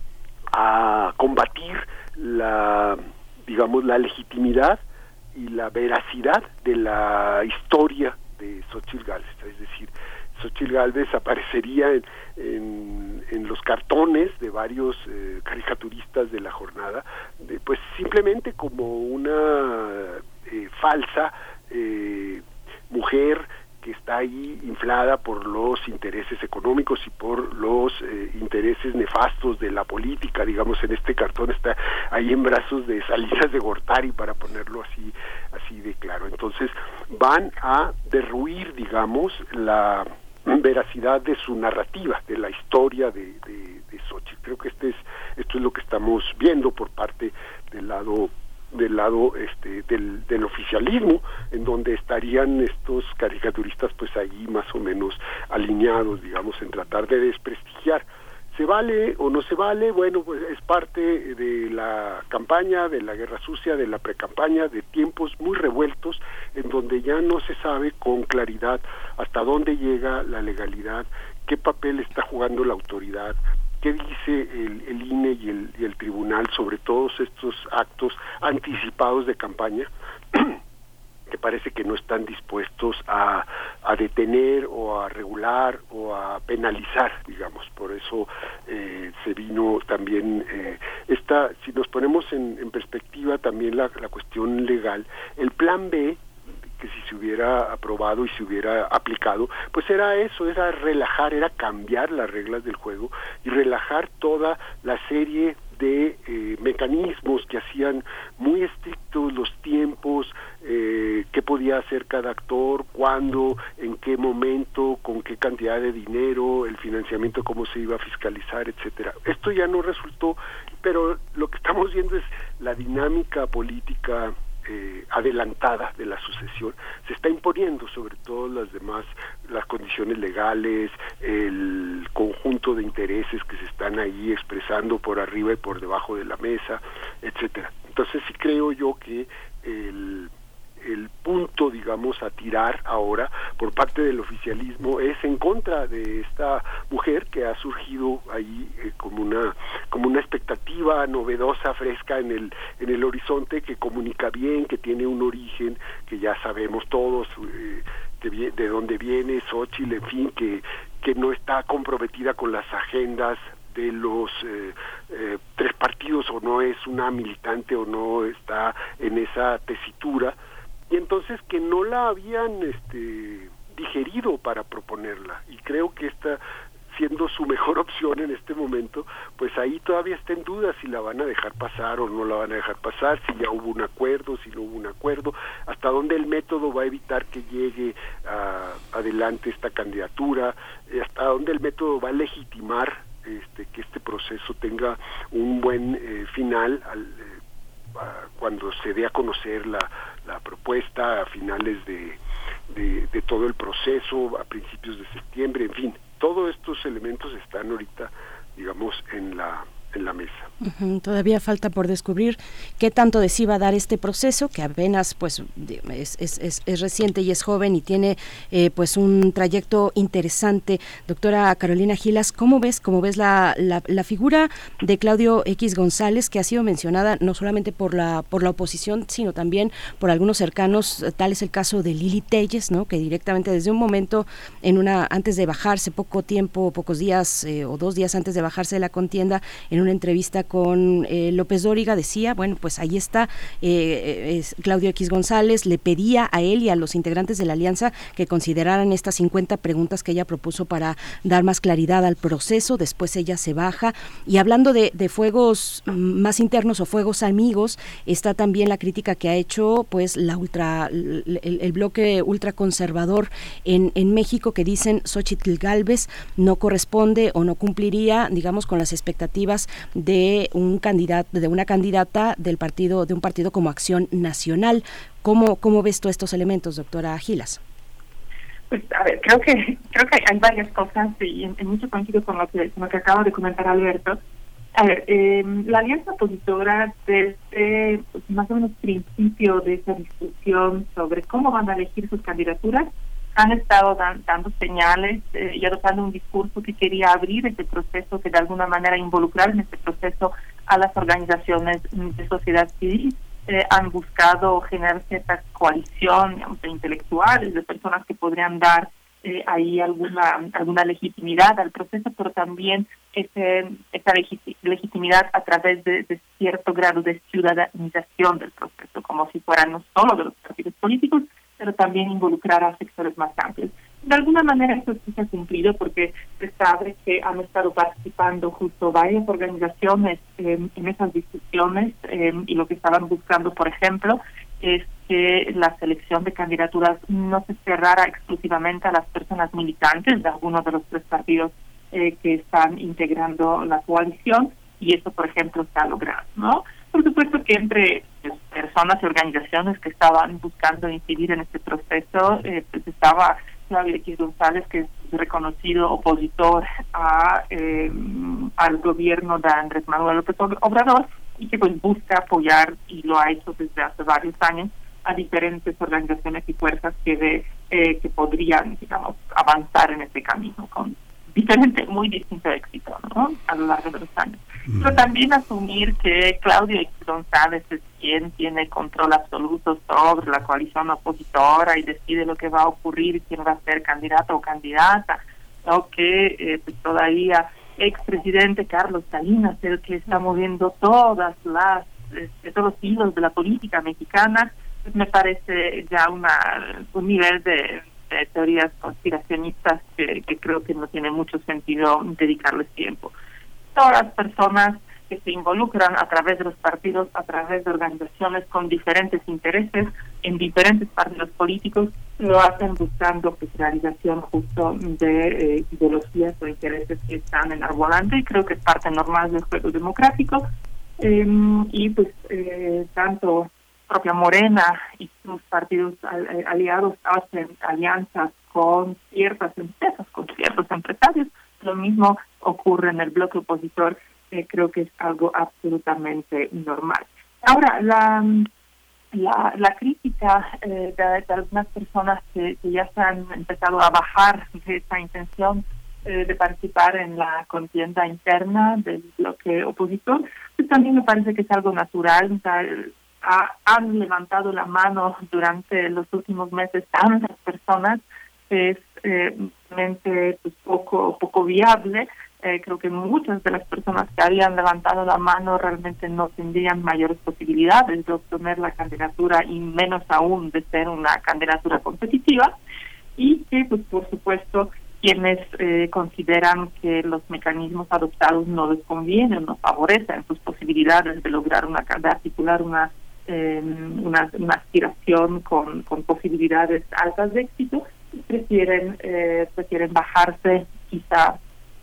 a combatir la, digamos, la legitimidad y la veracidad de la historia de Xóchitl Gálvez, es decir, Xóchitl Gálvez aparecería en, en, en los cartones de varios eh, caricaturistas de la jornada, de, pues simplemente como una eh, falsa eh, mujer que está ahí inflada por los intereses económicos y por los eh, intereses nefastos de la política. Digamos, en este cartón está ahí en brazos de Salinas de Gortari, para ponerlo así, así de claro. Entonces van a derruir, digamos, la veracidad de su narrativa, de la historia de, de, de Xóchitl. Creo que este es, esto es lo que estamos viendo por parte del lado del lado este del, del oficialismo, en donde estarían estos caricaturistas pues ahí más o menos alineados, digamos, en tratar de desprestigiar. ¿Se vale o no se vale? Bueno, pues es parte de la campaña, de la guerra sucia, de la precampaña, de tiempos muy revueltos, en donde ya no se sabe con claridad hasta dónde llega la legalidad, qué papel está jugando la autoridad, qué dice el, el I N E y el, y el tribunal sobre todos estos actos anticipados de campaña, que parece que no están dispuestos a, a detener o a regular o a penalizar, digamos. Por eso eh, se vino también eh, esta, si nos ponemos en, en perspectiva también la, la cuestión legal, el plan B, que si se hubiera aprobado y se hubiera aplicado, pues era eso, era relajar, era cambiar las reglas del juego y relajar toda la serie de eh, mecanismos que hacían muy estrictos los tiempos, eh, qué podía hacer cada actor, cuándo, en qué momento, con qué cantidad de dinero, el financiamiento, cómo se iba a fiscalizar, etcétera. Esto ya no resultó, pero lo que estamos viendo es la dinámica política Eh, adelantada de la sucesión, se está imponiendo sobre todo las demás, las condiciones legales, el conjunto de intereses que se están ahí expresando por arriba y por debajo de la mesa, etcétera. Entonces sí creo yo que el el punto, digamos, a tirar ahora por parte del oficialismo es en contra de esta mujer que ha surgido ahí eh, como una como una expectativa novedosa, fresca en el en el horizonte, que comunica bien, que tiene un origen que ya sabemos todos eh, que vie- de dónde viene Xóchitl, en fin, que que no está comprometida con las agendas de los eh, eh, tres partidos, o no es una militante o no está en esa tesitura, y entonces que no la habían este digerido para proponerla, y creo que esta siendo su mejor opción en este momento, pues ahí todavía está en duda si la van a dejar pasar o no la van a dejar pasar, si ya hubo un acuerdo, si no hubo un acuerdo, hasta dónde el método va a evitar que llegue a, a adelante esta candidatura, eh, hasta dónde el método va a legitimar este, que este proceso tenga un buen eh, final al, eh, a, cuando se dé a conocer la, la propuesta a finales de, de, de todo el proceso, a principios de septiembre, en fin, todos estos elementos están ahorita, digamos, en la en la mesa. Uh-huh. Todavía falta por descubrir qué tanto de sí va a dar este proceso, que apenas pues es, es, es, es reciente y es joven y tiene eh, pues un trayecto interesante. Doctora Carolina Gilas, ¿cómo ves, cómo ves la, la, la figura de Claudio X González, que ha sido mencionada no solamente por la por la oposición, sino también por algunos cercanos? Tal es el caso de Lili Telles, ¿no?, que directamente desde un momento, en una antes de bajarse, poco tiempo, pocos días eh, o dos días antes de bajarse de la contienda, en una entrevista con eh, López Dóriga decía, bueno, pues ahí está eh, es Claudio X González, le pedía a él y a los integrantes de la alianza que consideraran estas cincuenta preguntas que ella propuso para dar más claridad al proceso. Después ella se baja, y hablando de, de fuegos más internos o fuegos amigos, está también la crítica que ha hecho pues la ultra el, el bloque ultraconservador en, en México, que dicen Xóchitl Gálvez no corresponde o no cumpliría, digamos, con las expectativas de un candidato, de una candidata del partido, de un partido como Acción Nacional. ¿Cómo, cómo ves todos estos elementos, doctora Gilas? Pues a ver, creo que creo que hay varias cosas y en, en mucho coincido con lo que con lo que acaba de comentar Alberto. A ver, eh, la alianza opositora desde pues, más o menos principio de esa discusión sobre cómo van a elegir sus candidaturas, han estado dan, dando señales eh, y adoptando un discurso que quería abrir este proceso, que de alguna manera involucrar en este proceso a las organizaciones de sociedad civil. Eh, han buscado generar cierta coalición, digamos, de intelectuales, de personas que podrían dar eh, ahí alguna alguna legitimidad al proceso, pero también ese, esa legit- legitimidad a través de, de cierto grado de ciudadanización del proceso, como si fuera no solo de los partidos políticos, pero también involucrar a sectores más amplios. De alguna manera esto sí se ha cumplido, porque se sabe que han estado participando justo varias organizaciones eh, en esas discusiones eh, y lo que estaban buscando, por ejemplo, es que la selección de candidaturas no se cerrara exclusivamente a las personas militantes de algunos de los tres partidos eh, que están integrando la coalición, y eso, por ejemplo, se ha logrado, ¿no? Por supuesto que entre pues, personas y organizaciones que estaban buscando incidir en este proceso, eh, pues estaba Claudio X González, que es reconocido opositor a eh, al gobierno de Andrés Manuel López Obrador, y que pues busca apoyar, y lo ha hecho desde hace varios años, a diferentes organizaciones y fuerzas que de, eh, que podrían, digamos, avanzar en este camino con diferente, muy distinto éxito, ¿no?, a lo largo de los años. Mm. Pero también asumir que Claudio X González es quien tiene control absoluto sobre la coalición opositora y decide lo que va a ocurrir, quién va a ser candidato o candidata, o que eh, pues todavía expresidente Carlos Salinas es el que está moviendo todas las este, todos los hilos de la política mexicana, pues me parece ya una un nivel de de teorías conspiracionistas que, que creo que no tiene mucho sentido dedicarles tiempo. Todas las personas que se involucran a través de los partidos, a través de organizaciones con diferentes intereses en diferentes partidos políticos, lo hacen buscando pues, realización justo de eh, ideologías o intereses que están enarbolando, y creo que es parte normal del juego democrático. Eh, y pues eh, tanto propia Morena y sus partidos aliados hacen alianzas con ciertas empresas, con ciertos empresarios. Lo mismo ocurre en el bloque opositor, eh, creo que es algo absolutamente normal. Ahora, la la, la crítica eh, de, de algunas personas que, que ya se han empezado a bajar de esa intención eh, de participar en la contienda interna del bloque opositor, pues también me parece que es algo natural. O sea, Ha, han levantado la mano durante los últimos meses tantas personas, es eh, realmente pues, poco poco viable. Eh, creo que muchas de las personas que habían levantado la mano realmente no tendrían mayores posibilidades de obtener la candidatura, y menos aún de ser una candidatura competitiva, y que pues por supuesto quienes eh, consideran que los mecanismos adoptados no les convienen, no favorecen sus posibilidades de lograr una de articular una Eh, una, una aspiración con, con posibilidades altas de éxito, prefieren, eh, prefieren bajarse, quizá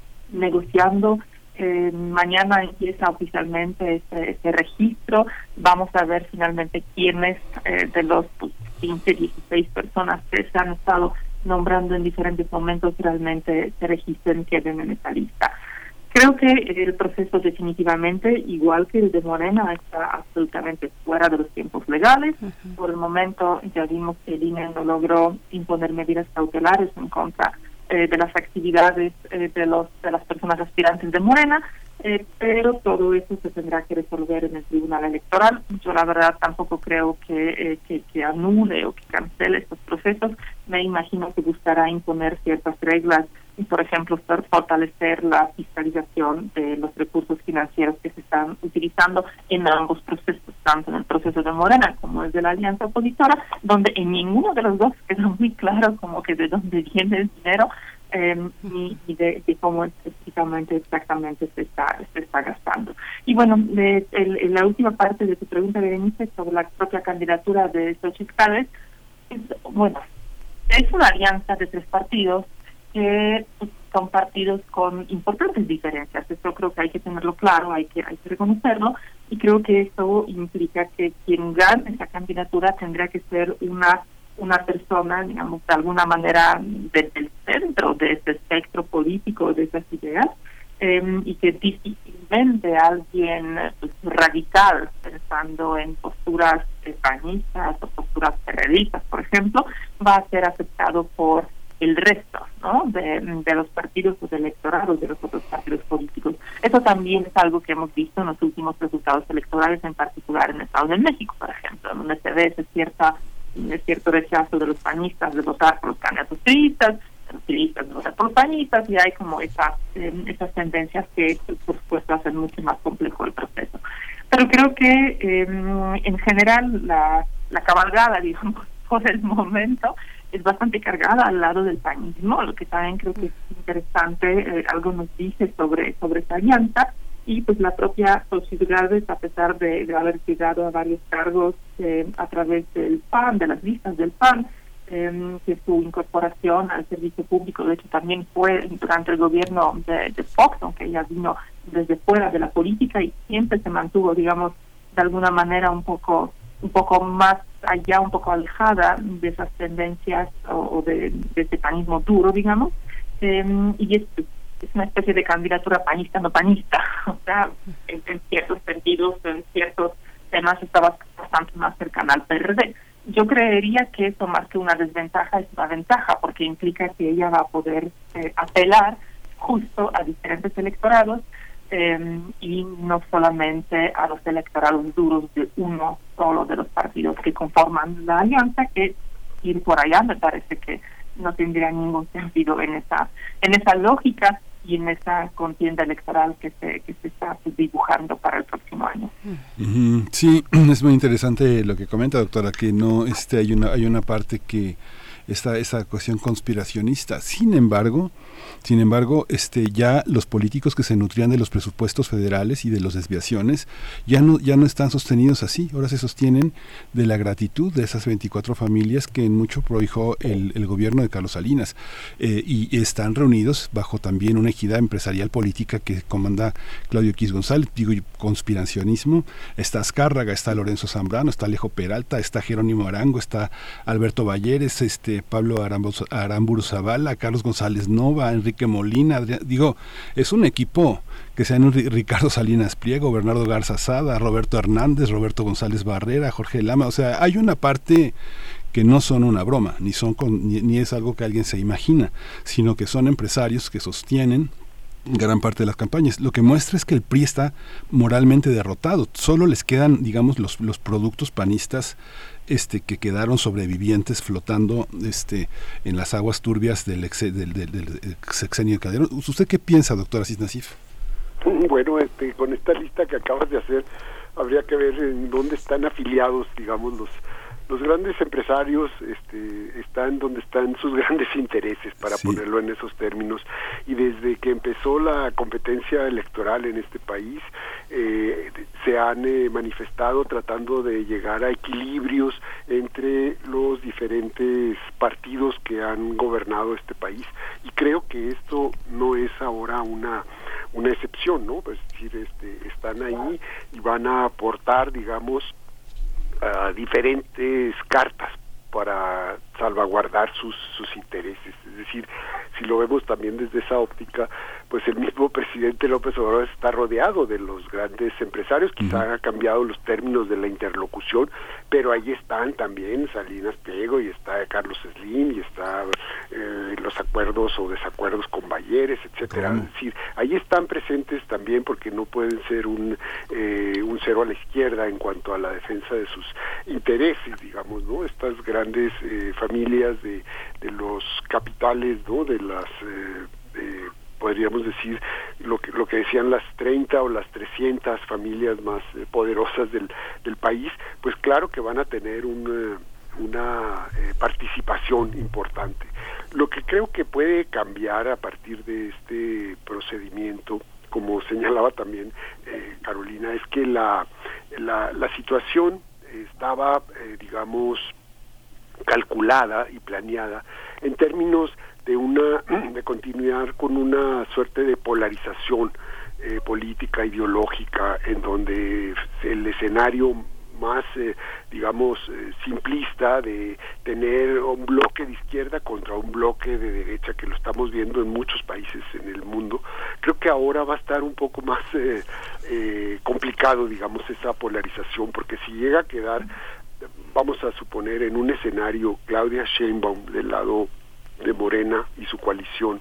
negociando. Eh, mañana empieza oficialmente este, este registro. Vamos a ver finalmente quiénes eh, de los pues, quince, dieciséis personas que se han estado nombrando en diferentes momentos realmente se registren, queden en esta lista. Creo que el proceso definitivamente, igual que el de Morena, está absolutamente fuera de los tiempos legales. Uh-huh. Por el momento ya vimos que el I N E no logró imponer medidas cautelares en contra Eh, de las actividades eh, de los de las personas aspirantes de Morena, eh, pero todo eso se tendrá que resolver en el Tribunal Electoral. Yo la verdad tampoco creo que, eh, que, que anule o que cancele estos procesos. Me imagino que buscará imponer ciertas reglas y, por ejemplo, fortalecer la fiscalización de los recursos financieros que se están utilizando en ambos procesos, tanto en el proceso de Morena como el de la alianza opositora, donde en ninguno de los dos queda muy claro como que de dónde viene el dinero eh, y, y de, de cómo específicamente exactamente se está se está gastando. Y bueno, de, el, en la última parte de tu pregunta, Berenice, sobre la propia candidatura de Xochitl Gálvez, es, bueno, es una alianza de tres partidos que son partidos con importantes diferencias. Esto creo que hay que tenerlo claro, hay que hay que reconocerlo, y creo que eso implica que quien gane esa candidatura tendrá que ser una una persona, digamos, de alguna manera desde el centro de ese espectro político, de esas ideas, eh, y que difícilmente alguien pues, radical, pensando en posturas españistas o posturas perredistas, por ejemplo, va a ser aceptado por el resto, ¿no?, de, de los partidos o de electorados de los otros partidos políticos. Eso también es algo que hemos visto en los últimos resultados electorales, en particular en el Estado de México, por ejemplo, donde se ve ese cierta, ese cierto rechazo de los panistas de votar por los candidatos priistas, de los priistas de votar por los panistas, y hay como esas, eh, esas tendencias que, por supuesto, hacen mucho más complejo el proceso. Pero creo que, eh, en general, la, la cabalgada, digamos, por el momento, es bastante cargada al lado del panismo, lo que también creo que es interesante, eh, algo nos dice sobre sobre esta alianza, y pues la propia Xochitl Gálvez, a pesar de, de haber llegado a varios cargos eh, a través del P A N, de las listas del P A N, eh, que su incorporación al servicio público, de hecho, también fue durante el gobierno de, de Fox, aunque ella vino desde fuera de la política y siempre se mantuvo, digamos, de alguna manera un poco un poco más allá, un poco alejada de esas tendencias o, o de, de ese panismo duro, digamos, eh, y es, es una especie de candidatura panista no panista, o sea, en, en ciertos sentidos, en ciertos temas estaba bastante más cercana al P R D. Yo creería que eso, más que una desventaja, es una ventaja, porque implica que ella va a poder eh, apelar justo a diferentes electorados, Eh, y no solamente a los electorados duros de uno solo de los partidos que conforman la alianza, que ir por allá me parece que no tendría ningún sentido en esa en esa lógica y en esa contienda electoral que se que se está dibujando para el próximo año. Sí, es muy interesante lo que comenta, doctora, que no este hay una hay una parte que esta esa cuestión conspiracionista. Sin embargo, Sin embargo, este ya los políticos que se nutrían de los presupuestos federales y de las desviaciones ya no ya no están sostenidos así. Ahora se sostienen de la gratitud de esas veinticuatro familias que en mucho prohijó el, el gobierno de Carlos Salinas, eh, y están reunidos bajo también una ejida empresarial política que comanda Claudio X González. Digo, conspiracionismo. Está Azcárraga, está Lorenzo Zambrano, está Alejo Peralta, está Jerónimo Arango, está Alberto Balleres, este Pablo Aramburu Zavala, Carlos González Nova, Enrique Molina, Adrián, digo, es un equipo que sean Ricardo Salinas Pliego, Bernardo Garza Sada, Roberto Hernández, Roberto González Barrera, Jorge Lama. O sea, hay una parte que no son una broma, ni son con, ni, ni es algo que alguien se imagina, sino que son empresarios que sostienen gran parte de las campañas. Lo que muestra es que el P R I está moralmente derrotado. Solo les quedan, digamos, los, los productos panistas este que quedaron sobrevivientes flotando este en las aguas turbias del, ex, del, del, del sexenio de Calderón. ¿Usted qué piensa, doctora Asís Nasif? Bueno, este, con esta lista que acabas de hacer, habría que ver en dónde están afiliados, digamos, los los grandes empresarios este, están donde están sus grandes intereses, para sí. ponerlo en esos términos, y desde que empezó la competencia electoral en este país, eh, se han eh, manifestado tratando de llegar a equilibrios entre los diferentes partidos que han gobernado este país, y creo que esto no es ahora una una excepción, ¿no? Es decir, este, están ahí y van a aportar, digamos, uh, diferentes cartas para salvaguardar sus sus intereses. Es decir, si lo vemos también desde esa óptica, pues el mismo presidente López Obrador está rodeado de los grandes empresarios, quizá uh-huh. ha cambiado los términos de la interlocución, pero ahí están también Salinas Pliego y está Carlos Slim y está eh, los acuerdos o desacuerdos con Bayeres, etcétera. Uh-huh. Es decir, ahí están presentes también porque no pueden ser un eh, un cero a la izquierda en cuanto a la defensa de sus intereses, digamos, ¿no? Estas grandes eh, familias de, de los capitales, ¿no? De las eh, eh, podríamos decir lo que lo que decían las treinta o las trescientas familias más eh, poderosas del del país, pues claro que van a tener un, eh, una eh, participación importante. Lo que creo que puede cambiar a partir de este procedimiento, como señalaba también eh, Carolina, es que la la, la situación estaba, eh, digamos, calculada y planeada en términos de una de continuar con una suerte de polarización eh, política, ideológica, en donde el escenario más, eh, digamos, eh, simplista de tener un bloque de izquierda contra un bloque de derecha, que lo estamos viendo en muchos países en el mundo, creo que ahora va a estar un poco más eh, eh, complicado, digamos, esa polarización, porque si llega a quedar, vamos a suponer, en un escenario Claudia Sheinbaum del lado de Morena y su coalición,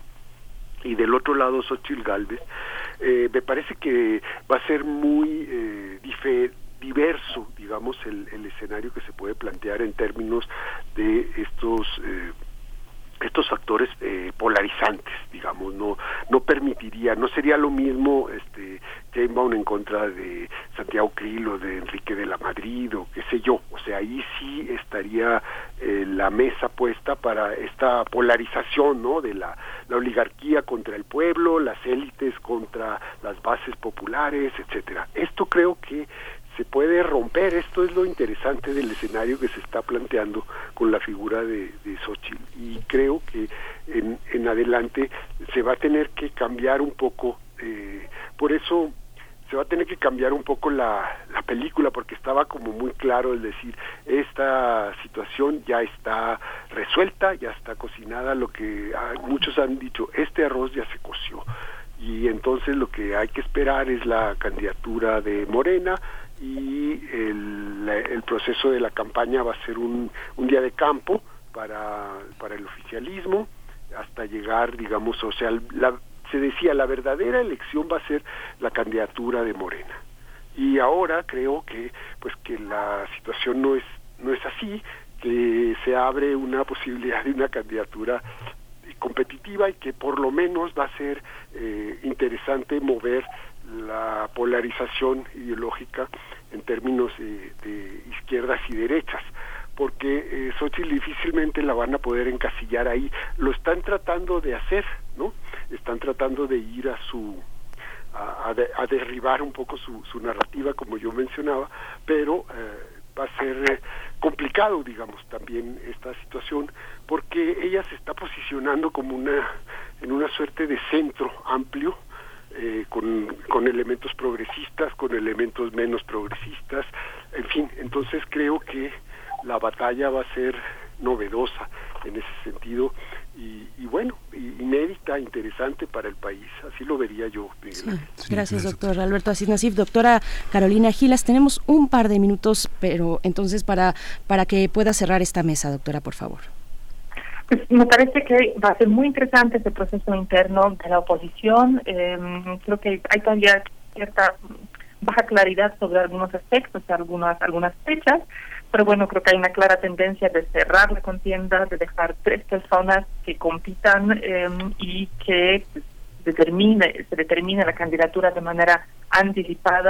y del otro lado Xóchitl Gálvez, eh, me parece que va a ser muy eh, dife, diverso, digamos, el, el escenario que se puede plantear en términos de estos eh, estos factores eh, polarizantes, digamos. No no permitiría, no sería lo mismo este Sheinbaum en contra de Santiago Krill o de Enrique de la Madrid o qué sé yo. O sea, ahí sí estaría eh, la mesa puesta para esta polarización, ¿no? De la, la oligarquía contra el pueblo, las élites contra las bases populares, etcétera. Esto creo que se puede romper. Esto es lo interesante del escenario que se está planteando con la figura de, de Xóchitl, y creo que en, en adelante se va a tener que cambiar un poco, eh, por eso se va a tener que cambiar un poco la, la película, porque estaba como muy claro el decir, esta situación ya está resuelta, ya está cocinada, lo que ah, muchos han dicho, este arroz ya se coció, y entonces lo que hay que esperar es la candidatura de Morena, y el, el proceso de la campaña va a ser un, un día de campo para, para el oficialismo, hasta llegar, digamos, o sea, la, se decía, la verdadera elección va a ser la candidatura de Morena, y ahora creo que pues que la situación no es no es así, que se abre una posibilidad de una candidatura competitiva, y que por lo menos va a ser eh, interesante mover la polarización ideológica en términos de, de izquierdas y derechas, porque eh, Xóchitl difícilmente la van a poder encasillar ahí. Lo están tratando de hacer, ¿no? Están tratando de ir a su a, a, de, a derribar un poco su, su narrativa, como yo mencionaba, pero eh, va a ser eh, complicado, digamos, también esta situación, porque ella se está posicionando como una en una suerte de centro amplio, Eh, con, con elementos progresistas, con elementos menos progresistas, en fin. Entonces creo que la batalla va a ser novedosa en ese sentido, y, y bueno, inédita, interesante para el país, así lo vería yo. Sí. Sí, gracias, doctor Alberto Asís Nasif. Doctora Carolina Gilas, tenemos un par de minutos, pero entonces para, para que pueda cerrar esta mesa, doctora, por favor. Pues me parece que va a ser muy interesante este proceso interno de la oposición. Eh, creo que hay todavía cierta baja claridad sobre algunos aspectos, algunas algunas fechas, pero bueno, creo que hay una clara tendencia de cerrar la contienda, de dejar tres personas que compitan eh, y que pues, determine, se determine la candidatura de manera anticipada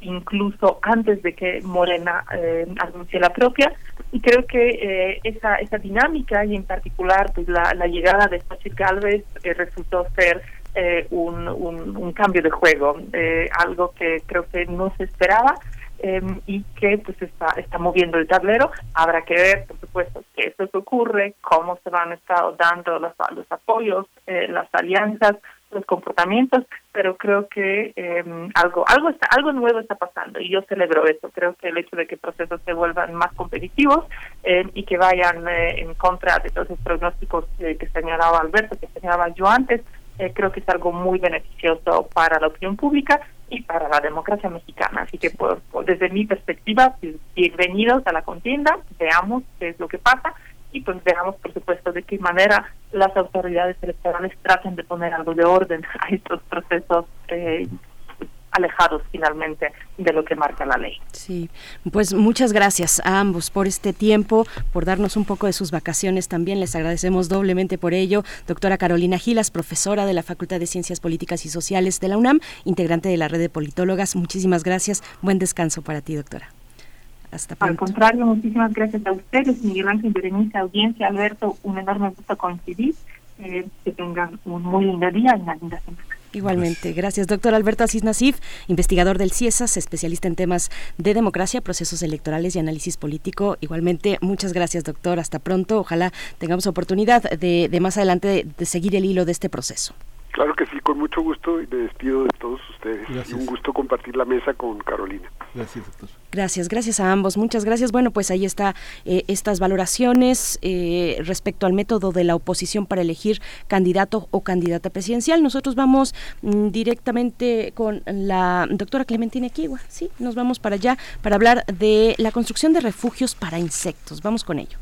incluso antes de que Morena eh, anuncie la propia, y creo que eh, esa esa dinámica y en particular pues la, la llegada de Xochitl Gálvez eh, resultó ser eh, un, un, un cambio de juego, eh, algo que creo que no se esperaba. Eh, y que pues está está moviendo el tablero. Habrá que ver, por supuesto, qué es lo que ocurre, cómo se van a estar dando los, los apoyos, eh, las alianzas, los comportamientos, pero creo que eh, algo algo está algo nuevo está pasando y yo celebro eso. Creo que el hecho de que procesos se vuelvan más competitivos eh, y que vayan eh, en contra de todos los pronósticos eh, que señalaba Alberto, que señalaba yo antes, eh, creo que es algo muy beneficioso para la opinión pública y para la democracia mexicana. Así que por, por, desde mi perspectiva, bienvenidos a la contienda, veamos qué es lo que pasa y pues veamos, por supuesto, de qué manera las autoridades electorales traten de poner algo de orden a estos procesos eh, alejados finalmente de lo que marca la ley. Sí, pues muchas gracias a ambos por este tiempo, por darnos un poco de sus vacaciones también, les agradecemos doblemente por ello. Doctora Carolina Gilas, profesora de la Facultad de Ciencias Políticas y Sociales de la UNAM, integrante de la red de politólogas, muchísimas gracias, buen descanso para ti, doctora. Hasta pronto. Al contrario, muchísimas gracias a ustedes, Miguel Ángel, Berenice, audiencia, Alberto, un enorme gusto coincidir, eh, que tengan un muy lindo día y una linda semana. Igualmente, gracias. Doctor Alberto Asís Nasif, investigador del CIESAS, especialista en temas de democracia, procesos electorales y análisis político. Igualmente, muchas gracias, doctor. Hasta pronto. Ojalá tengamos oportunidad de, de más adelante de, de seguir el hilo de este proceso. Claro que sí, con mucho gusto y me despido de todos ustedes. Gracias. Y un gusto compartir la mesa con Carolina. Gracias, doctor. Gracias, gracias a ambos. Muchas gracias. Bueno, pues ahí está eh, estas valoraciones eh, respecto al método de la oposición para elegir candidato o candidata presidencial. Nosotros vamos mm, directamente con la doctora Clementina Equigua. Sí, nos vamos para allá para hablar de la construcción de refugios para insectos. Vamos con ello.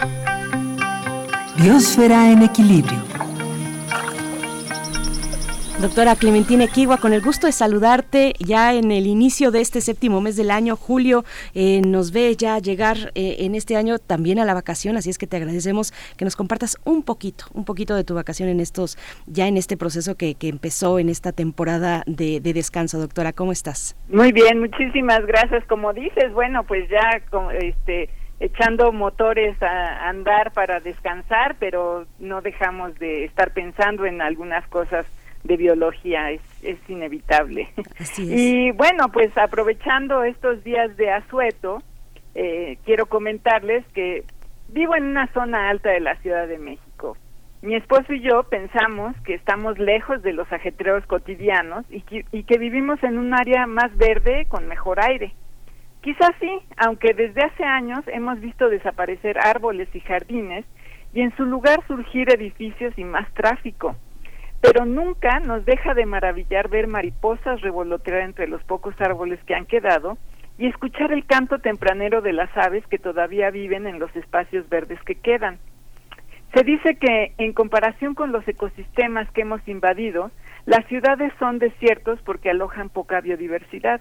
Biosfera en equilibrio. Doctora Clementina Equigua, con el gusto de saludarte ya en el inicio de este séptimo mes del año. Julio eh, nos ve ya llegar eh, en este año también a la vacación, así es que te agradecemos que nos compartas un poquito, un poquito de tu vacación en estos, ya en este proceso que, que empezó en esta temporada de, de descanso. Doctora, ¿cómo estás? Muy bien, muchísimas gracias. Como dices, bueno, pues ya con, este echando motores a andar para descansar, pero no dejamos de estar pensando en algunas cosas de biología, es, es inevitable. Así es. Y bueno, pues aprovechando estos días de asueto, eh, quiero comentarles que vivo en una zona alta de la Ciudad de México. Mi esposo y yo pensamos que estamos lejos de los ajetreos cotidianos y que, y que vivimos en un área más verde con mejor aire. Quizás sí, aunque desde hace años hemos visto desaparecer árboles y jardines y en su lugar surgir edificios y más tráfico. Pero nunca nos deja de maravillar ver mariposas revolotear entre los pocos árboles que han quedado y escuchar el canto tempranero de las aves que todavía viven en los espacios verdes que quedan. Se dice que, en comparación con los ecosistemas que hemos invadido, las ciudades son desiertos porque alojan poca biodiversidad.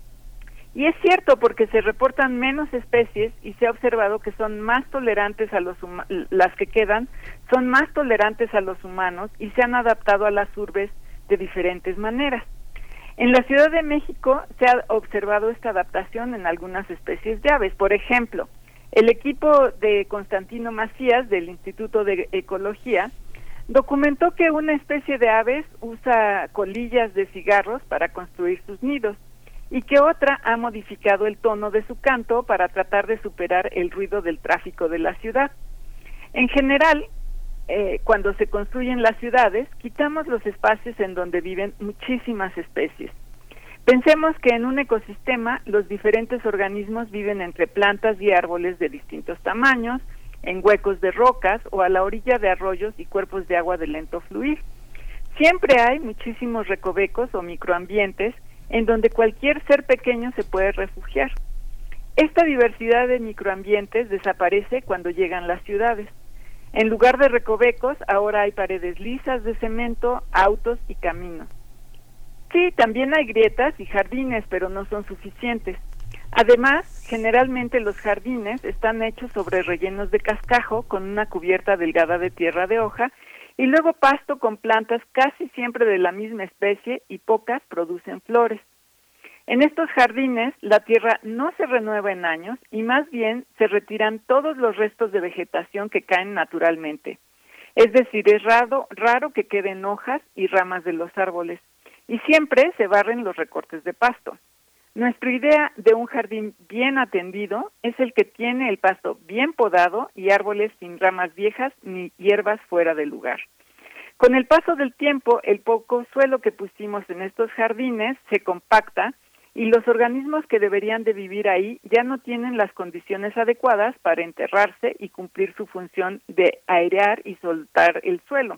Y es cierto porque se reportan menos especies y se ha observado que son más tolerantes a los huma- las que quedan, son más tolerantes a los humanos y se han adaptado a las urbes de diferentes maneras. En la Ciudad de México se ha observado esta adaptación en algunas especies de aves. Por ejemplo, el equipo de Constantino Macías del Instituto de Ecología documentó que una especie de aves usa colillas de cigarros para construir sus nidos, y que otra ha modificado el tono de su canto para tratar de superar el ruido del tráfico de la ciudad. En general, eh, cuando se construyen las ciudades, quitamos los espacios en donde viven muchísimas especies. Pensemos que en un ecosistema los diferentes organismos viven entre plantas y árboles de distintos tamaños, en huecos de rocas o a la orilla de arroyos y cuerpos de agua de lento fluir. Siempre hay muchísimos recovecos o microambientes en donde cualquier ser pequeño se puede refugiar. Esta diversidad de microambientes desaparece cuando llegan las ciudades. En lugar de recovecos, ahora hay paredes lisas de cemento, autos y caminos. Sí, también hay grietas y jardines, pero no son suficientes. Además, generalmente los jardines están hechos sobre rellenos de cascajo con una cubierta delgada de tierra de hoja y luego pasto con plantas casi siempre de la misma especie y pocas producen flores. En estos jardines, la tierra no se renueva en años y más bien se retiran todos los restos de vegetación que caen naturalmente. Es decir, es raro, raro que queden hojas y ramas de los árboles, y siempre se barren los recortes de pasto. Nuestra idea de un jardín bien atendido es el que tiene el pasto bien podado y árboles sin ramas viejas ni hierbas fuera de lugar. Con el paso del tiempo, el poco suelo que pusimos en estos jardines se compacta y los organismos que deberían de vivir ahí ya no tienen las condiciones adecuadas para enterrarse y cumplir su función de airear y soltar el suelo.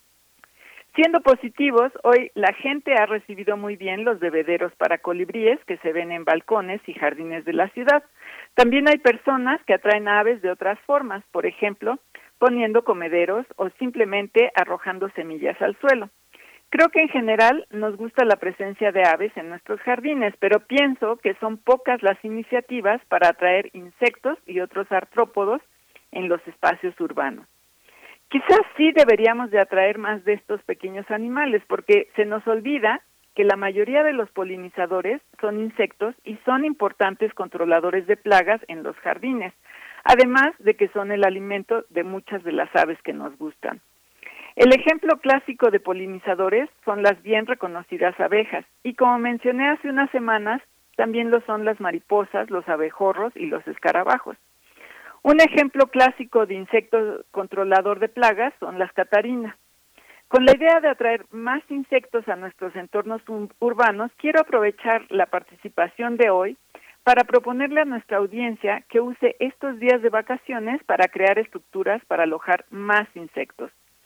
Siendo positivos, hoy la gente ha recibido muy bien los bebederos para colibríes que se ven en balcones y jardines de la ciudad. También hay personas que atraen aves de otras formas, por ejemplo, poniendo comederos o simplemente arrojando semillas al suelo. Creo que en general nos gusta la presencia de aves en nuestros jardines, pero pienso que son pocas las iniciativas para atraer insectos y otros artrópodos en los espacios urbanos. Quizás sí deberíamos de atraer más de estos pequeños animales, porque se nos olvida que la mayoría de los polinizadores son insectos y son importantes controladores de plagas en los jardines, además de que son el alimento de muchas de las aves que nos gustan. El ejemplo clásico de polinizadores son las bien reconocidas abejas, y como mencioné hace unas semanas, también lo son las mariposas, los abejorros y los escarabajos. Un ejemplo clásico de insecto controlador de plagas son las catarinas. Con la idea de atraer más insectos a nuestros entornos urbanos, quiero aprovechar la participación de hoy para proponerle a nuestra audiencia que use estos días de vacaciones para crear estructuras para alojar más insectos.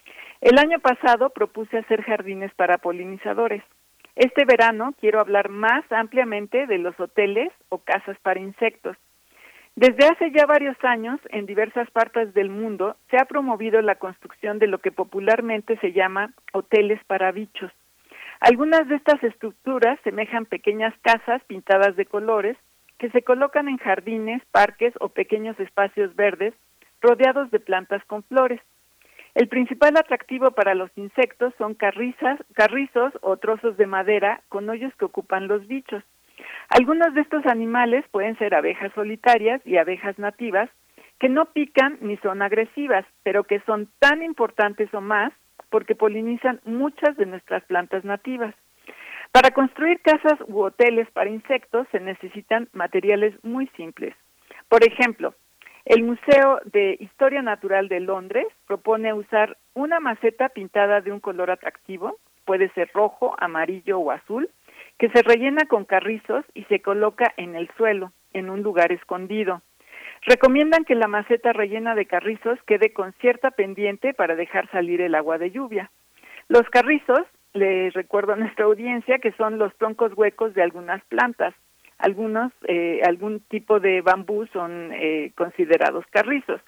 El año pasado propuse hacer jardines para polinizadores. Este verano quiero hablar más ampliamente de los hoteles o casas para insectos. Desde hace ya varios años, en diversas partes del mundo, se ha promovido la construcción de lo que popularmente se llama hoteles para bichos. Algunas de estas estructuras semejan pequeñas casas pintadas de colores que se colocan en jardines, parques o pequeños espacios verdes rodeados de plantas con flores. El principal atractivo para los insectos son carrizas, carrizos o trozos de madera con hoyos que ocupan los bichos. Algunos de estos animales pueden ser abejas solitarias y abejas nativas que no pican ni son agresivas, pero que son tan importantes o más porque polinizan muchas de nuestras plantas nativas. Para construir casas u hoteles para insectos se necesitan materiales muy simples. Por ejemplo, el Museo de Historia Natural de Londres propone usar una maceta pintada de un color atractivo, puede ser rojo, amarillo o azul, que se rellena con carrizos y se coloca en el suelo, en un lugar escondido. Recomiendan que la maceta rellena de carrizos quede con cierta pendiente para dejar salir el agua de lluvia. Los carrizos, les recuerdo a nuestra audiencia, que son los troncos huecos de algunas plantas. Algunos, eh, algún tipo de bambú son eh, considerados carrizos.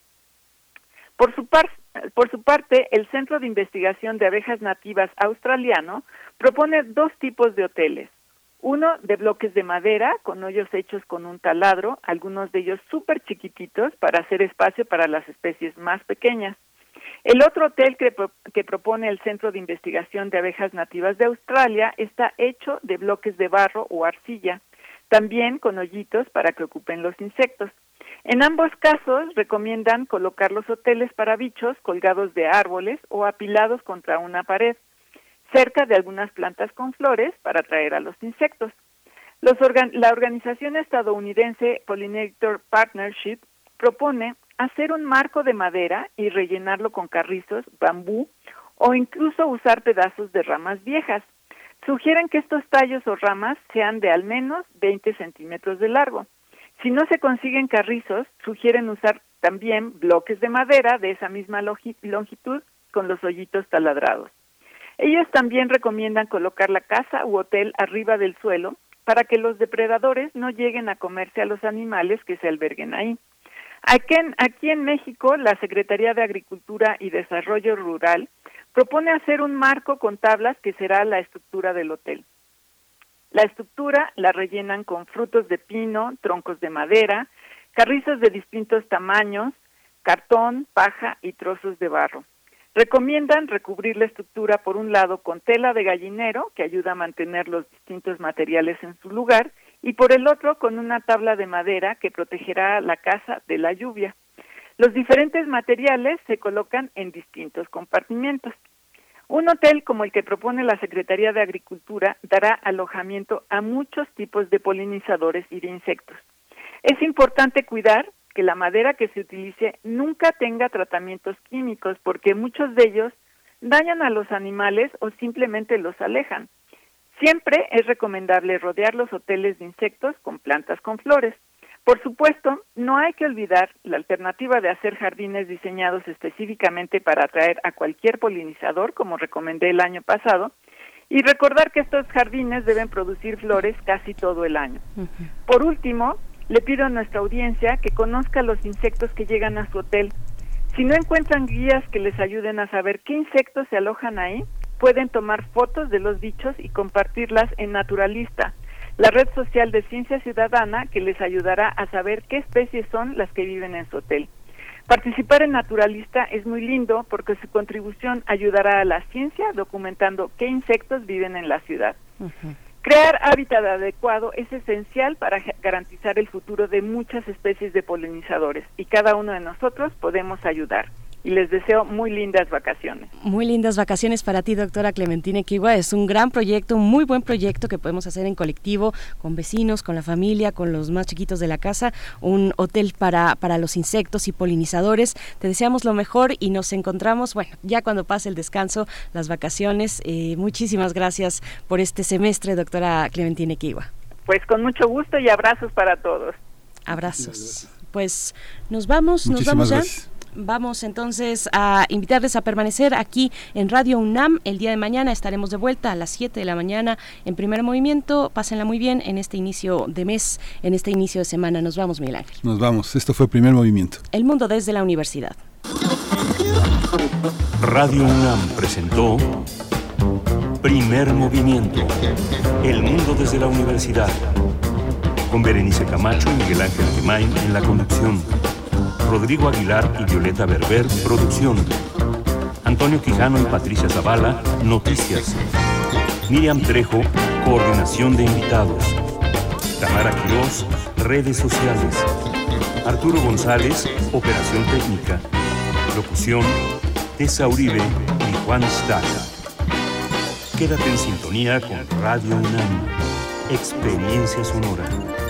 Por su, par por su parte, el Centro de Investigación de Abejas Nativas australiano propone dos tipos de hoteles. Uno de bloques de madera con hoyos hechos con un taladro, algunos de ellos súper chiquititos para hacer espacio para las especies más pequeñas. El otro hotel que, pro que propone el Centro de Investigación de Abejas Nativas de Australia está hecho de bloques de barro o arcilla, también con hoyitos para que ocupen los insectos. En ambos casos recomiendan colocar los hoteles para bichos colgados de árboles o apilados contra una pared, cerca de algunas plantas con flores para atraer a los insectos. Los organ la organización estadounidense Pollinator Partnership propone hacer un marco de madera y rellenarlo con carrizos, bambú o incluso usar pedazos de ramas viejas. Sugieren que estos tallos o ramas sean de al menos veinte centímetros de largo. Si no se consiguen carrizos, sugieren usar también bloques de madera de esa misma longitud con los hoyitos taladrados. Ellos también recomiendan colocar la casa u hotel arriba del suelo para que los depredadores no lleguen a comerse a los animales que se alberguen ahí. Aquí en, aquí en México, la Secretaría de Agricultura y Desarrollo Rural propone hacer un marco con tablas que será la estructura del hotel. La estructura la rellenan con frutos de pino, troncos de madera, carrizos de distintos tamaños, cartón, paja y trozos de barro. Recomiendan recubrir la estructura por un lado con tela de gallinero, que ayuda a mantener los distintos materiales en su lugar, y por el otro con una tabla de madera que protegerá la casa de la lluvia. Los diferentes materiales se colocan en distintos compartimentos. Un hotel como el que propone la Secretaría de Agricultura dará alojamiento a muchos tipos de polinizadores y de insectos. Es importante cuidar que la madera que se utilice nunca tenga tratamientos químicos, porque muchos de ellos dañan a los animales o simplemente los alejan. Siempre es recomendable rodear los hoteles de insectos con plantas con flores. Por supuesto, no hay que olvidar la alternativa de hacer jardines diseñados específicamente para atraer a cualquier polinizador, como recomendé el año pasado, y recordar que estos jardines deben producir flores casi todo el año. Uh-huh. Por último, le pido a nuestra audiencia que conozca los insectos que llegan a su hotel. Si no encuentran guías que les ayuden a saber qué insectos se alojan ahí, pueden tomar fotos de los bichos y compartirlas en Naturalista, la red social de ciencia ciudadana que les ayudará a saber qué especies son las que viven en su hotel. Participar en Naturalista es muy lindo porque su contribución ayudará a la ciencia documentando qué insectos viven en la ciudad. Uh-huh. Crear hábitat adecuado es esencial para garantizar el futuro de muchas especies de polinizadores y cada uno de nosotros podemos ayudar. Y les deseo muy lindas vacaciones. Muy lindas vacaciones para ti, doctora Clementina Equihua. Es un gran proyecto, un muy buen proyecto que podemos hacer en colectivo, con vecinos, con la familia, con los más chiquitos de la casa. Un hotel para, para los insectos y polinizadores. Te deseamos lo mejor y nos encontramos, bueno, ya cuando pase el descanso, las vacaciones. Eh, muchísimas gracias por este semestre, doctora Clementina Equihua. Pues con mucho gusto y abrazos para todos. Abrazos. Pues nos vamos, Muchísimas nos vamos ya. Gracias. Vamos entonces a invitarles a permanecer aquí en Radio UNAM. El día de mañana estaremos de vuelta a las siete de la mañana en Primer Movimiento. Pásenla muy bien en este inicio de mes, en este inicio de semana. Nos vamos, Miguel Ángel. Nos vamos. Esto fue Primer Movimiento. El mundo desde la universidad. Radio UNAM presentó Primer Movimiento. El mundo desde la universidad. Con Berenice Camacho y Miguel Ángel Gemain en la conducción. Rodrigo Aguilar y Violeta Berber, producción. Antonio Quijano y Patricia Zavala, noticias. Miriam Trejo, coordinación de invitados. Tamara Quirós, redes sociales. Arturo González, operación técnica. Locución, Tessa Uribe y Juan Staca. Quédate en sintonía con Radio UNAM. Experiencia sonora.